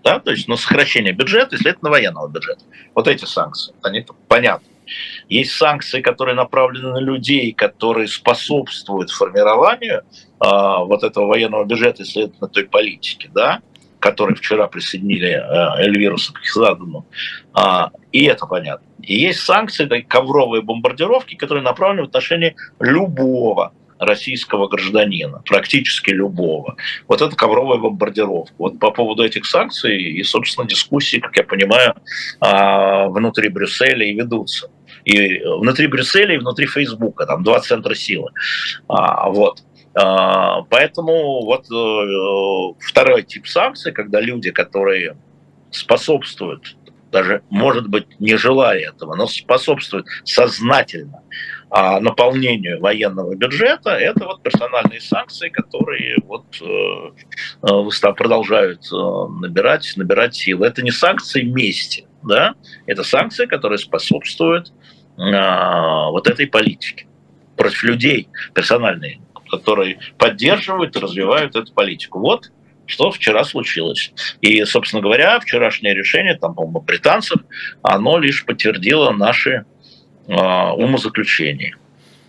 Да? То есть, сокращение бюджета, следовательно, военного бюджета. Вот эти санкции, они понятны. Есть санкции, которые направлены на людей, которые способствуют формированию вот этого военного бюджета и, следовательно, той политики, да, которые вчера присоединили Эльвиру Сахизадовну. И это понятно. И есть санкции, такие ковровые бомбардировки, которые направлены в отношении любого российского гражданина, практически любого. Вот это ковровая бомбардировка. Вот по поводу этих санкций и, собственно, дискуссии, как я понимаю, внутри Брюсселя и ведутся. И внутри Брюсселя, и внутри Фейсбука. Там два центра силы. Вот. Поэтому вот второй тип санкций, когда люди, которые способствуют, даже, может быть, не желая этого, но способствуют сознательно наполнению военного бюджета, это вот персональные санкции, которые вот продолжают набирать силы. Это не санкции мести, да? Это санкции, которые способствуют вот этой политике против людей, персональные, которые поддерживают и развивают эту политику. Вот что вчера случилось. И, собственно говоря, вчерашнее решение, там, по-моему, британцев, оно лишь подтвердило наши умозаключения.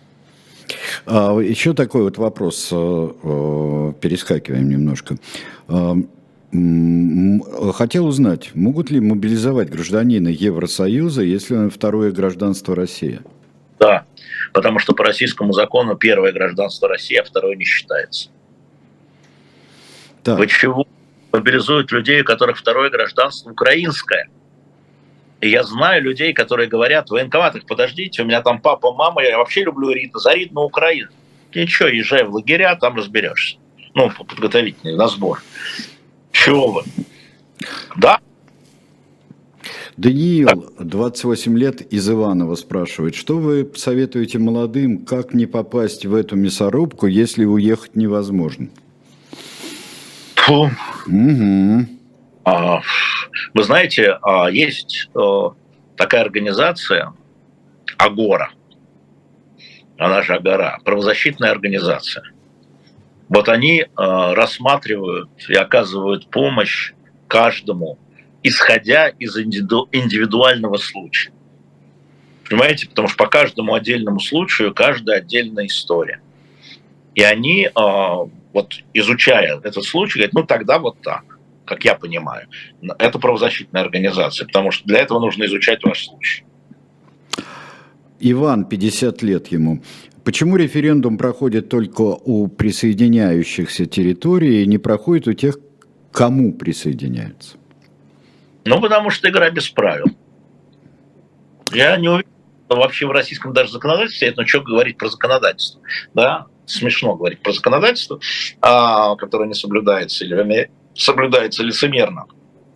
Еще такой вот вопрос, перескакиваем немножко. Хотел узнать, могут ли мобилизовать гражданина Евросоюза, если он второе гражданство России? Да, потому что по российскому закону первое гражданство России, а второе не считается. Так. Почему мобилизуют людей, у которых второе гражданство украинское? И я знаю людей, которые говорят: в военкоматах, подождите, у меня там папа, мама, я вообще люблю Риту, за Рит на Украину. Ничего, езжай в лагеря, там разберешься. Ну, подготовительный, на сбор. Чего вы? Да? Даниил, 28 лет, из Иванова спрашивает, что вы советуете молодым, как не попасть в эту мясорубку, если уехать невозможно? Фу. Угу. Вы знаете, есть такая организация Агора, она же Агора, правозащитная организация. Вот они рассматривают и оказывают помощь каждому, исходя из индивидуального случая. Понимаете? Потому что по каждому отдельному случаю каждая отдельная история. И они, вот изучая этот случай, говорят: ну тогда вот так, как я понимаю. Это правозащитная организация, потому что для этого нужно изучать ваш случай. Иван, 50 лет ему. Почему референдум проходит только у присоединяющихся территорий и не проходит у тех, кому присоединяются? Ну, потому что игра без правил. Я не уверен, что вообще в российском даже законодательстве, но что говорить про законодательство, да? Смешно говорить про законодательство, которое не соблюдается или соблюдается лицемерно.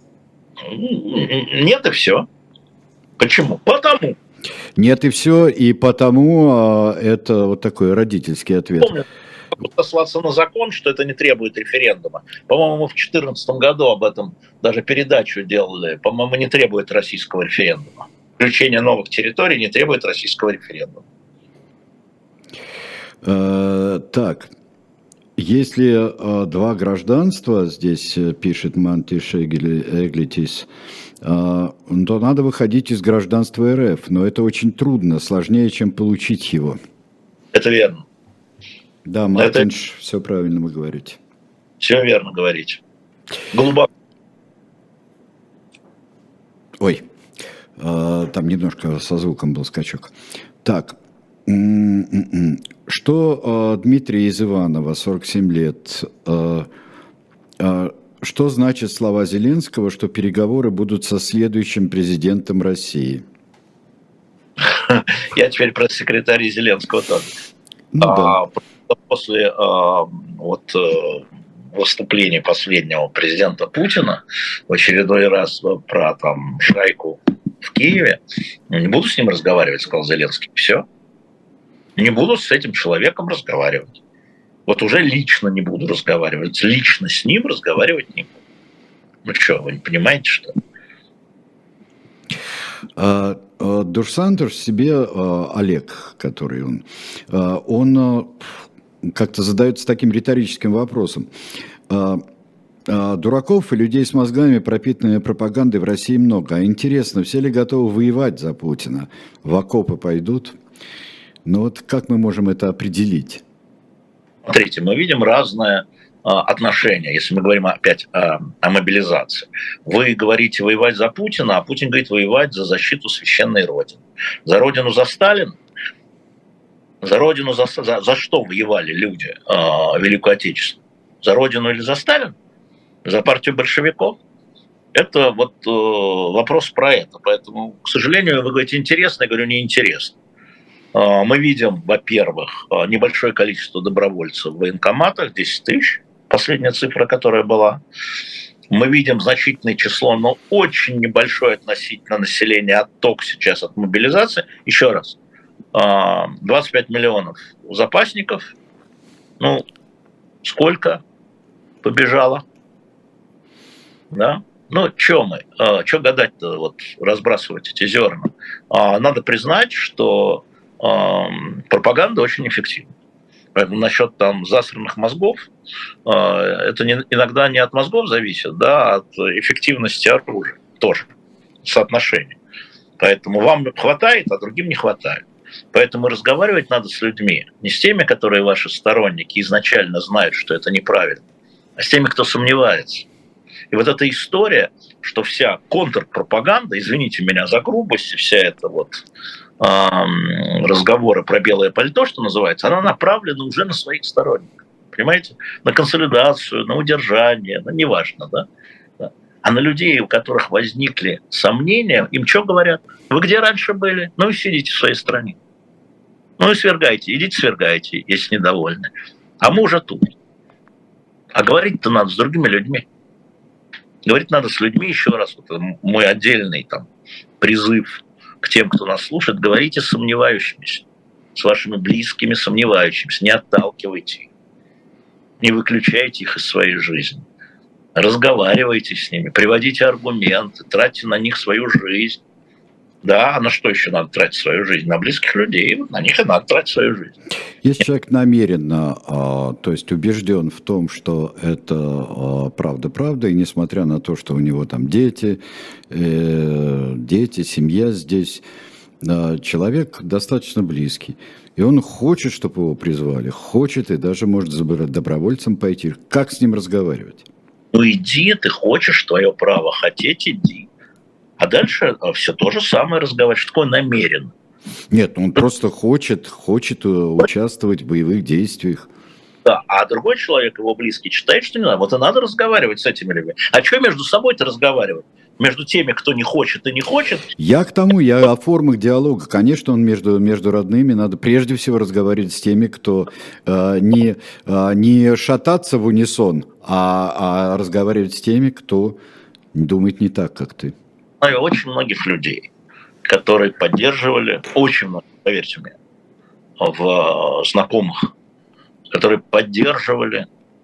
Нет, и все. Почему? Потому. Нет, и все, и потому это вот такой родительский ответ. Помню, сослаться на закон, что это не требует референдума. По-моему, мы в 2014 году об этом даже передачу делали. По-моему, не требует российского референдума. Включение новых территорий не требует российского референдума. Так, если два гражданства, здесь пишет Мантиш Эглитис, то надо выходить из гражданства РФ, но это очень трудно, сложнее, чем получить его. Это верно. Да, Мартинш, все правильно вы говорите. Все верно говорите. Глубоко. Ой, там немножко со звуком был скачок. Так, что Дмитрий из Иванова, 47 лет, что значит слова Зеленского, что переговоры будут со следующим президентом России? Я теперь пресс-секретарь Зеленского тоже. Ну, да. После выступления последнего президента Путина в очередной раз про там шайку в Киеве, не буду с ним разговаривать, сказал Зеленский. Все. Не буду с этим человеком разговаривать. Вот уже лично не буду разговаривать. Лично с ним разговаривать не буду. Ну что, вы не понимаете, что ли? Душсандер себе, Олег, который он как-то задается таким риторическим вопросом. Дураков и людей с мозгами, пропитанными пропагандой, в России много. А интересно, все ли готовы воевать за Путина? В окопы пойдут? Ну вот как мы можем это определить? Смотрите, мы видим разное отношение, если мы говорим опять о мобилизации. Вы говорите воевать за Путина, а Путин говорит воевать за защиту священной Родины. За Родину, за Сталина? За Родину, за что воевали люди Великую Отечественную? За Родину или за Сталина? За партию большевиков? Это вот вопрос про это. Поэтому, к сожалению, вы говорите интересно, я говорю неинтересно. Мы видим, во-первых, небольшое количество добровольцев в военкоматах, 10 тысяч, последняя цифра, которая была. Мы видим значительное число, но очень небольшое относительно населения отток сейчас от мобилизации. Еще раз, 25 миллионов запасников, ну, сколько побежало? Да? Ну, что мы? Что гадать-то, вот, разбрасывать эти зерна? Надо признать, что пропаганда очень эффективна. Поэтому насчет там засранных мозгов, это иногда не от мозгов зависит, да, а от эффективности оружия тоже, соотношение. Поэтому вам хватает, а другим не хватает. Поэтому разговаривать надо с людьми, не с теми, которые ваши сторонники изначально знают, что это неправильно, а с теми, кто сомневается. И вот эта история, что вся контрпропаганда, извините меня за грубость, вся эта вот разговоры про белое пальто, что называется, она направлена уже на своих сторонников. Понимаете? На консолидацию, на удержание, ну, неважно, да? А на людей, у которых возникли сомнения, им что говорят? Вы где раньше были? Ну и сидите в своей стране. Ну и свергайте, идите свергайте, если недовольны. А мы уже тут. А говорить-то надо с другими людьми. Говорить надо с людьми, еще раз, вот мой отдельный там призыв к тем, кто нас слушает, говорите с сомневающимися, с вашими близкими сомневающимися, не отталкивайте их, не выключайте их из своей жизни, разговаривайте с ними, приводите аргументы, тратьте на них свою жизнь. Да, а на что еще надо тратить свою жизнь? На близких людей, вот на них и надо тратить свою жизнь. Если человек намеренно, то есть убежден в том, что это правда, и несмотря на то, что у него там дети, семья здесь, человек достаточно близкий, и он хочет, чтобы его призвали, хочет и даже может добровольцем пойти. Как с ним разговаривать? Ну иди, ты хочешь, твое право хотеть, иди. А дальше все то же самое разговаривать. Что такое намеренно? Нет, он просто хочет участвовать в боевых действиях. Да, а другой человек, его близкий, считает, что не надо. Вот и надо разговаривать с этими людьми. А что между собой-то разговаривать? Между теми, кто не хочет и не хочет? Я к тому, я о формах диалога. Конечно, он между родными. Надо прежде всего разговаривать с теми, кто не шататься в унисон, а разговаривать с теми, кто думает не так, как ты. Знаю очень многих людей, которые поддерживали, очень много, поверьте мне, в знакомых, которые поддерживали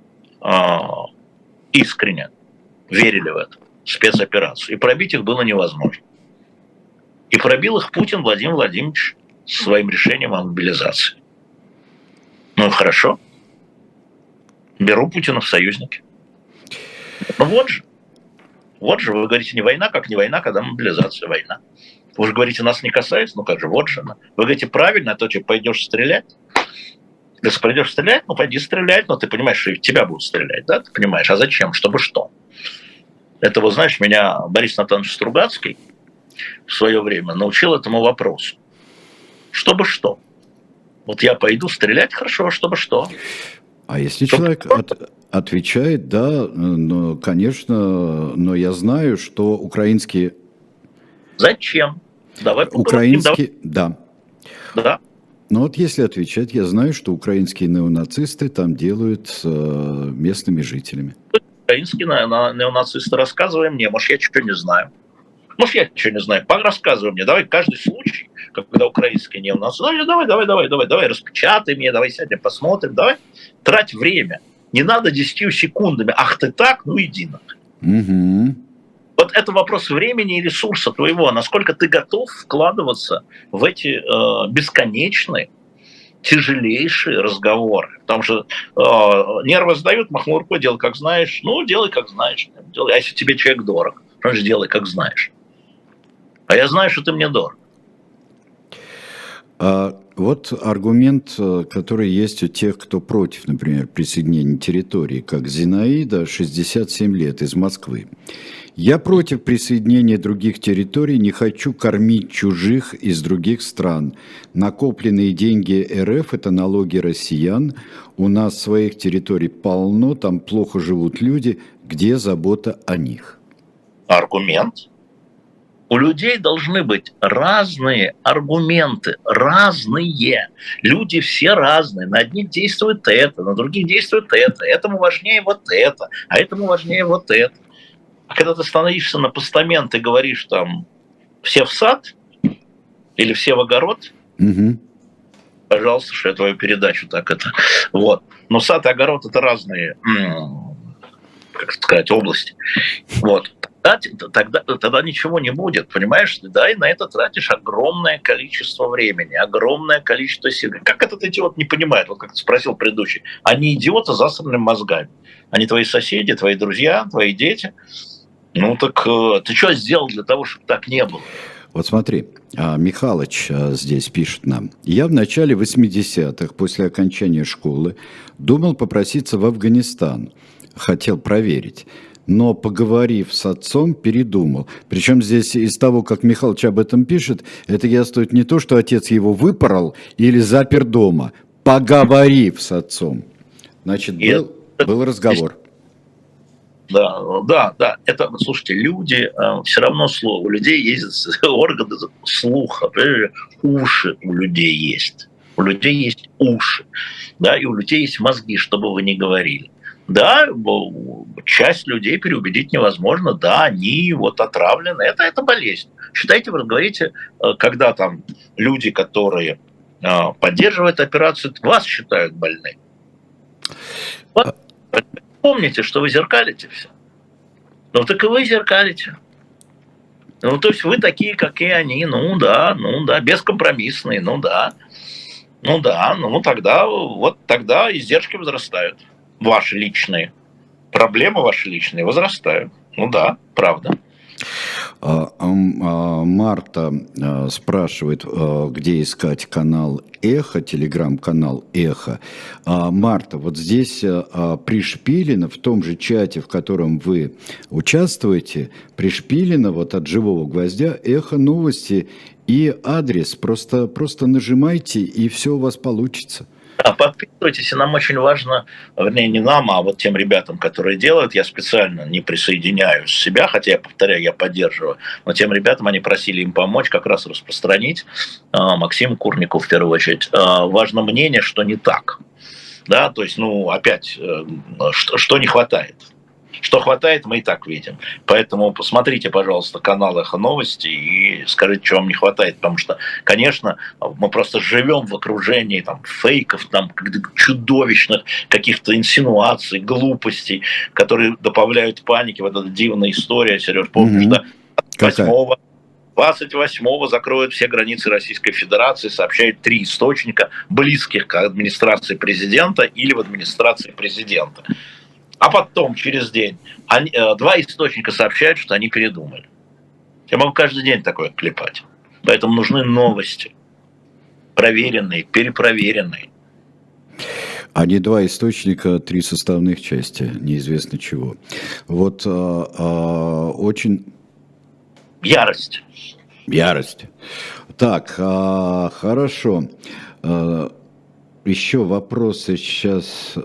искренне, верили в это, спецоперацию. И пробить их было невозможно. И пробил их Путин Владимир Владимирович своим решением о мобилизации. Ну хорошо. Беру Путина в союзники. Ну вот же. Вот же, вы говорите, не война, как не война, когда мобилизация, война. Вы же говорите, нас не касается, ну как же, вот же она. Вы говорите, правильно, а то что, пойдешь стрелять? Если пойдешь стрелять, ну пойди стрелять, но ты понимаешь, что и в тебя будут стрелять, да, ты понимаешь, а зачем, чтобы что? Это, вот знаешь, меня Борис Натанович Стругацкий в свое время научил этому вопросу. Чтобы что? Вот я пойду стрелять, хорошо, чтобы что? А если человек отвечает, да, ну, конечно, но я знаю, что украинские... Зачем? Давай украинские, да. Да. Но вот если отвечать, я знаю, что украинские неонацисты там делают с местными жителями. Украинские неонацисты, рассказывай мне, может, я что-то не знаю. Может, я что-то не знаю. Рассказывай мне. Давай каждый случай, когда украинские неонацисты. Давай, распечатай мне, давай сядем, посмотрим, давай. Трать время. Не надо 10 секундами. Ах ты так, ну иди нахрен. Угу. Вот это вопрос времени и ресурса твоего. Насколько ты готов вкладываться в эти бесконечные тяжелейшие разговоры. Потому что нервы сдают, махнул рукой, делай как знаешь. Ну, делай как знаешь. А если тебе человек дорог, значит, делай как знаешь. А я знаю, что ты мне дорог. Вот аргумент, который есть у тех, кто против, например, присоединения территории, как Зинаида, 67 лет, из Москвы. Я против присоединения других территорий, не хочу кормить чужих из других стран. Накопленные деньги РФ – это налоги россиян. У нас своих территорий полно, там плохо живут люди. Где забота о них? Аргумент. У людей должны быть разные аргументы, разные. Люди все разные. На одних действует это, на других действует это. Этому важнее вот это, а этому важнее вот это. А когда ты становишься на постамент и говоришь там «все в сад» или «все в огород», пожалуйста, что я твою передачу так это. Вот. Но сад и огород – это разные, как сказать, области. Вот. Тогда ничего не будет, понимаешь? Да, и на это тратишь огромное количество времени, огромное количество сил. Как этот идиот не понимает? Вот как ты спросил предыдущий. Они идиоты с засранными мозгами. Они твои соседи, твои друзья, твои дети. Ну так ты что сделал для того, чтобы так не было? Вот смотри, Михалыч здесь пишет нам. Я в начале 80-х, после окончания школы, думал попроситься в Афганистан. Хотел проверить. Но, поговорив с отцом, передумал. Причем здесь из того, как Михалыч об этом пишет, это яствует не то, что отец его выпорол или запер дома. Поговорив с отцом. Значит, был разговор. Да. Это, слушайте, люди, все равно слово. У людей есть органы слуха, уши у людей есть. У людей есть уши, да, и у людей есть мозги, чтобы вы не говорили. Да, часть людей переубедить невозможно, да, они вот отравлены, это болезнь. Считайте, вы говорите, когда там люди, которые поддерживают операцию, вас считают больны. Вот, помните, что вы зеркалите все. Ну так и вы зеркалите. Ну то есть вы такие, как и они, ну да, бескомпромиссные, ну тогда издержки возрастают. Ваши личные проблемы, ваши личные возрастают. Ну да, правда. Марта спрашивает, где искать канал Эхо, телеграм-канал Эхо. Марта, вот здесь пришпилено, в том же чате, в котором вы участвуете, пришпилено вот от живого гвоздя Эхо новости и адрес. Просто нажимайте, и все у вас получится. Подписывайтесь, и нам очень важно, вернее, не нам, а вот тем ребятам, которые делают, я специально не присоединяю себя, хотя я повторяю, я поддерживаю, но тем ребятам они просили им помочь как раз распространить, Максиму Курнику в первую очередь, важно мнение, что не так, да, то есть, опять, что не хватает. Что хватает, мы и так видим. Поэтому посмотрите, пожалуйста, канал «Эхо Новости» и скажите, что вам не хватает. Потому что, конечно, мы просто живем в окружении там, фейков, там, чудовищных каких-то инсинуаций, глупостей, которые добавляют паники. Вот эта дивная история, Сереж, помнишь, да? 28-го закроют все границы Российской Федерации, сообщают 3 источника, близких к администрации президента или в администрации президента. А потом, через день, 2 источника сообщают, что они передумали. Я могу каждый день такое клепать. Поэтому нужны новости. Проверенные, перепроверенные. А не 2 источника, 3 составных части, неизвестно чего. Вот очень... Ярость. Так, хорошо. Еще вопросы сейчас...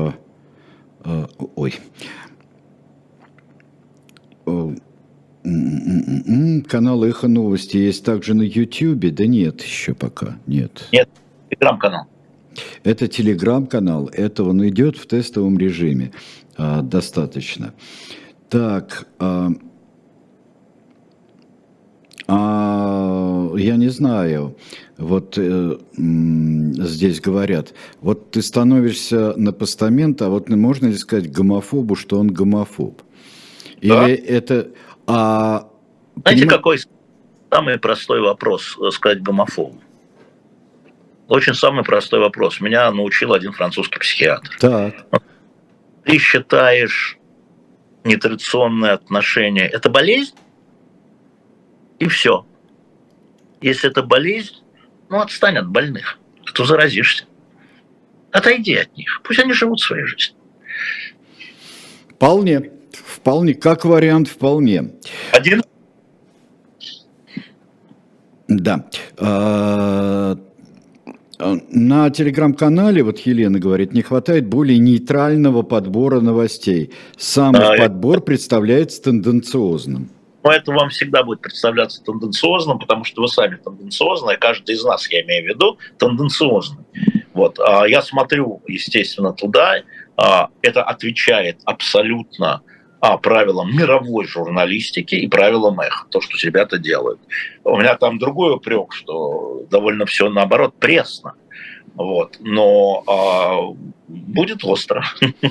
Канал «Эхо Новости» есть также на Ютьюбе? Да нет, еще пока, нет. Нет, телеграм-канал. Это телеграм-канал, это он идет в тестовом режиме, достаточно. Так, я не знаю, вот здесь говорят, вот ты становишься на постамент, а вот можно ли сказать гомофобу, что он гомофоб? Да. Или это... Знаете, какой самый простой вопрос сказать гомофобу? Очень самый простой вопрос. Меня научил один французский психиатр. Так. Ты считаешь нетрадиционные отношения – это болезнь? И все. Если это болезнь, отстань от больных, а то заразишься. Отойди от них, пусть они живут своей жизнью. Вполне, как вариант, вполне. Один? Да. На телеграм-канале, вот Елена говорит, не хватает более нейтрального подбора новостей. Сам подбор представляется тенденциозным. Это вам всегда будет представляться тенденциозным, потому что вы сами тенденциозны, каждый из нас, я имею в виду, тенденциозный. Вот. Я смотрю, естественно, туда, это отвечает абсолютно правилам мировой журналистики и правилам эхо, то, что ребята делают. У меня там другой упрек, что довольно все наоборот пресно. Вот. Но будет остро.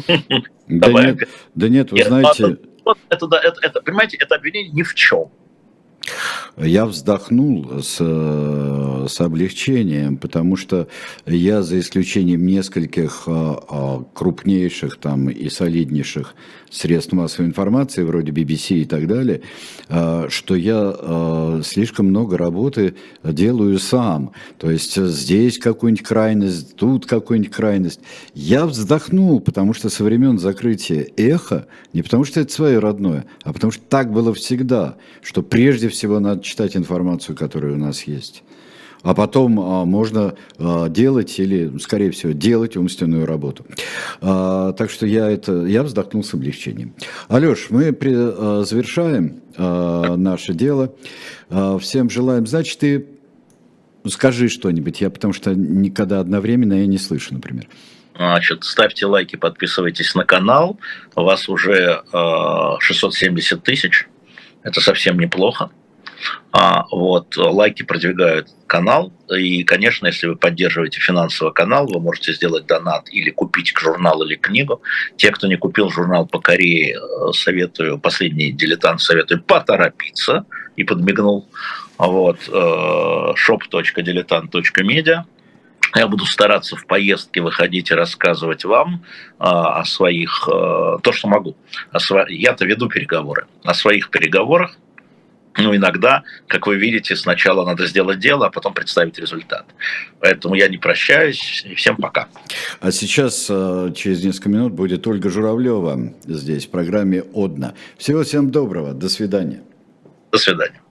Да нет, вы знаете... Это, понимаете, это обвинение ни в чем. Я вздохнул с облегчением, потому что я, за исключением нескольких крупнейших там и солиднейших средств массовой информации, вроде BBC и так далее, что я слишком много работы делаю сам. То есть здесь какую-нибудь крайность, тут какую-нибудь крайность. Я вздохнул, потому что со времен закрытия «Эхо», не потому что это свое родное, а потому что так было всегда, что прежде всего надо читать информацию, которая у нас есть. А потом можно делать или, скорее всего, делать умственную работу. Так что я вздохнул с облегчением. Алеш, мы завершаем наше дело. Всем желаем. Значит, ты скажи что-нибудь, потому что никогда одновременно я не слышу, например. Значит, ставьте лайки, подписывайтесь на канал. У вас уже 670 тысяч. Это совсем неплохо. Вот, лайки продвигают канал, и, конечно, если вы поддерживаете финансово канал, вы можете сделать донат или купить журнал или книгу. Те, кто не купил журнал по Корее, советую, последний дилетант советую поторопиться, и подмигнул. Вот, shop.diletant.media. Я буду стараться в поездке выходить и рассказывать вам о своих, то, что могу. Я-то веду переговоры, о своих переговорах. Иногда, как вы видите, сначала надо сделать дело, а потом представить результат. Поэтому я не прощаюсь, и всем пока. А сейчас, через несколько минут, будет Ольга Журавлева здесь, в программе «Одна». Всего всем доброго, до свидания. До свидания.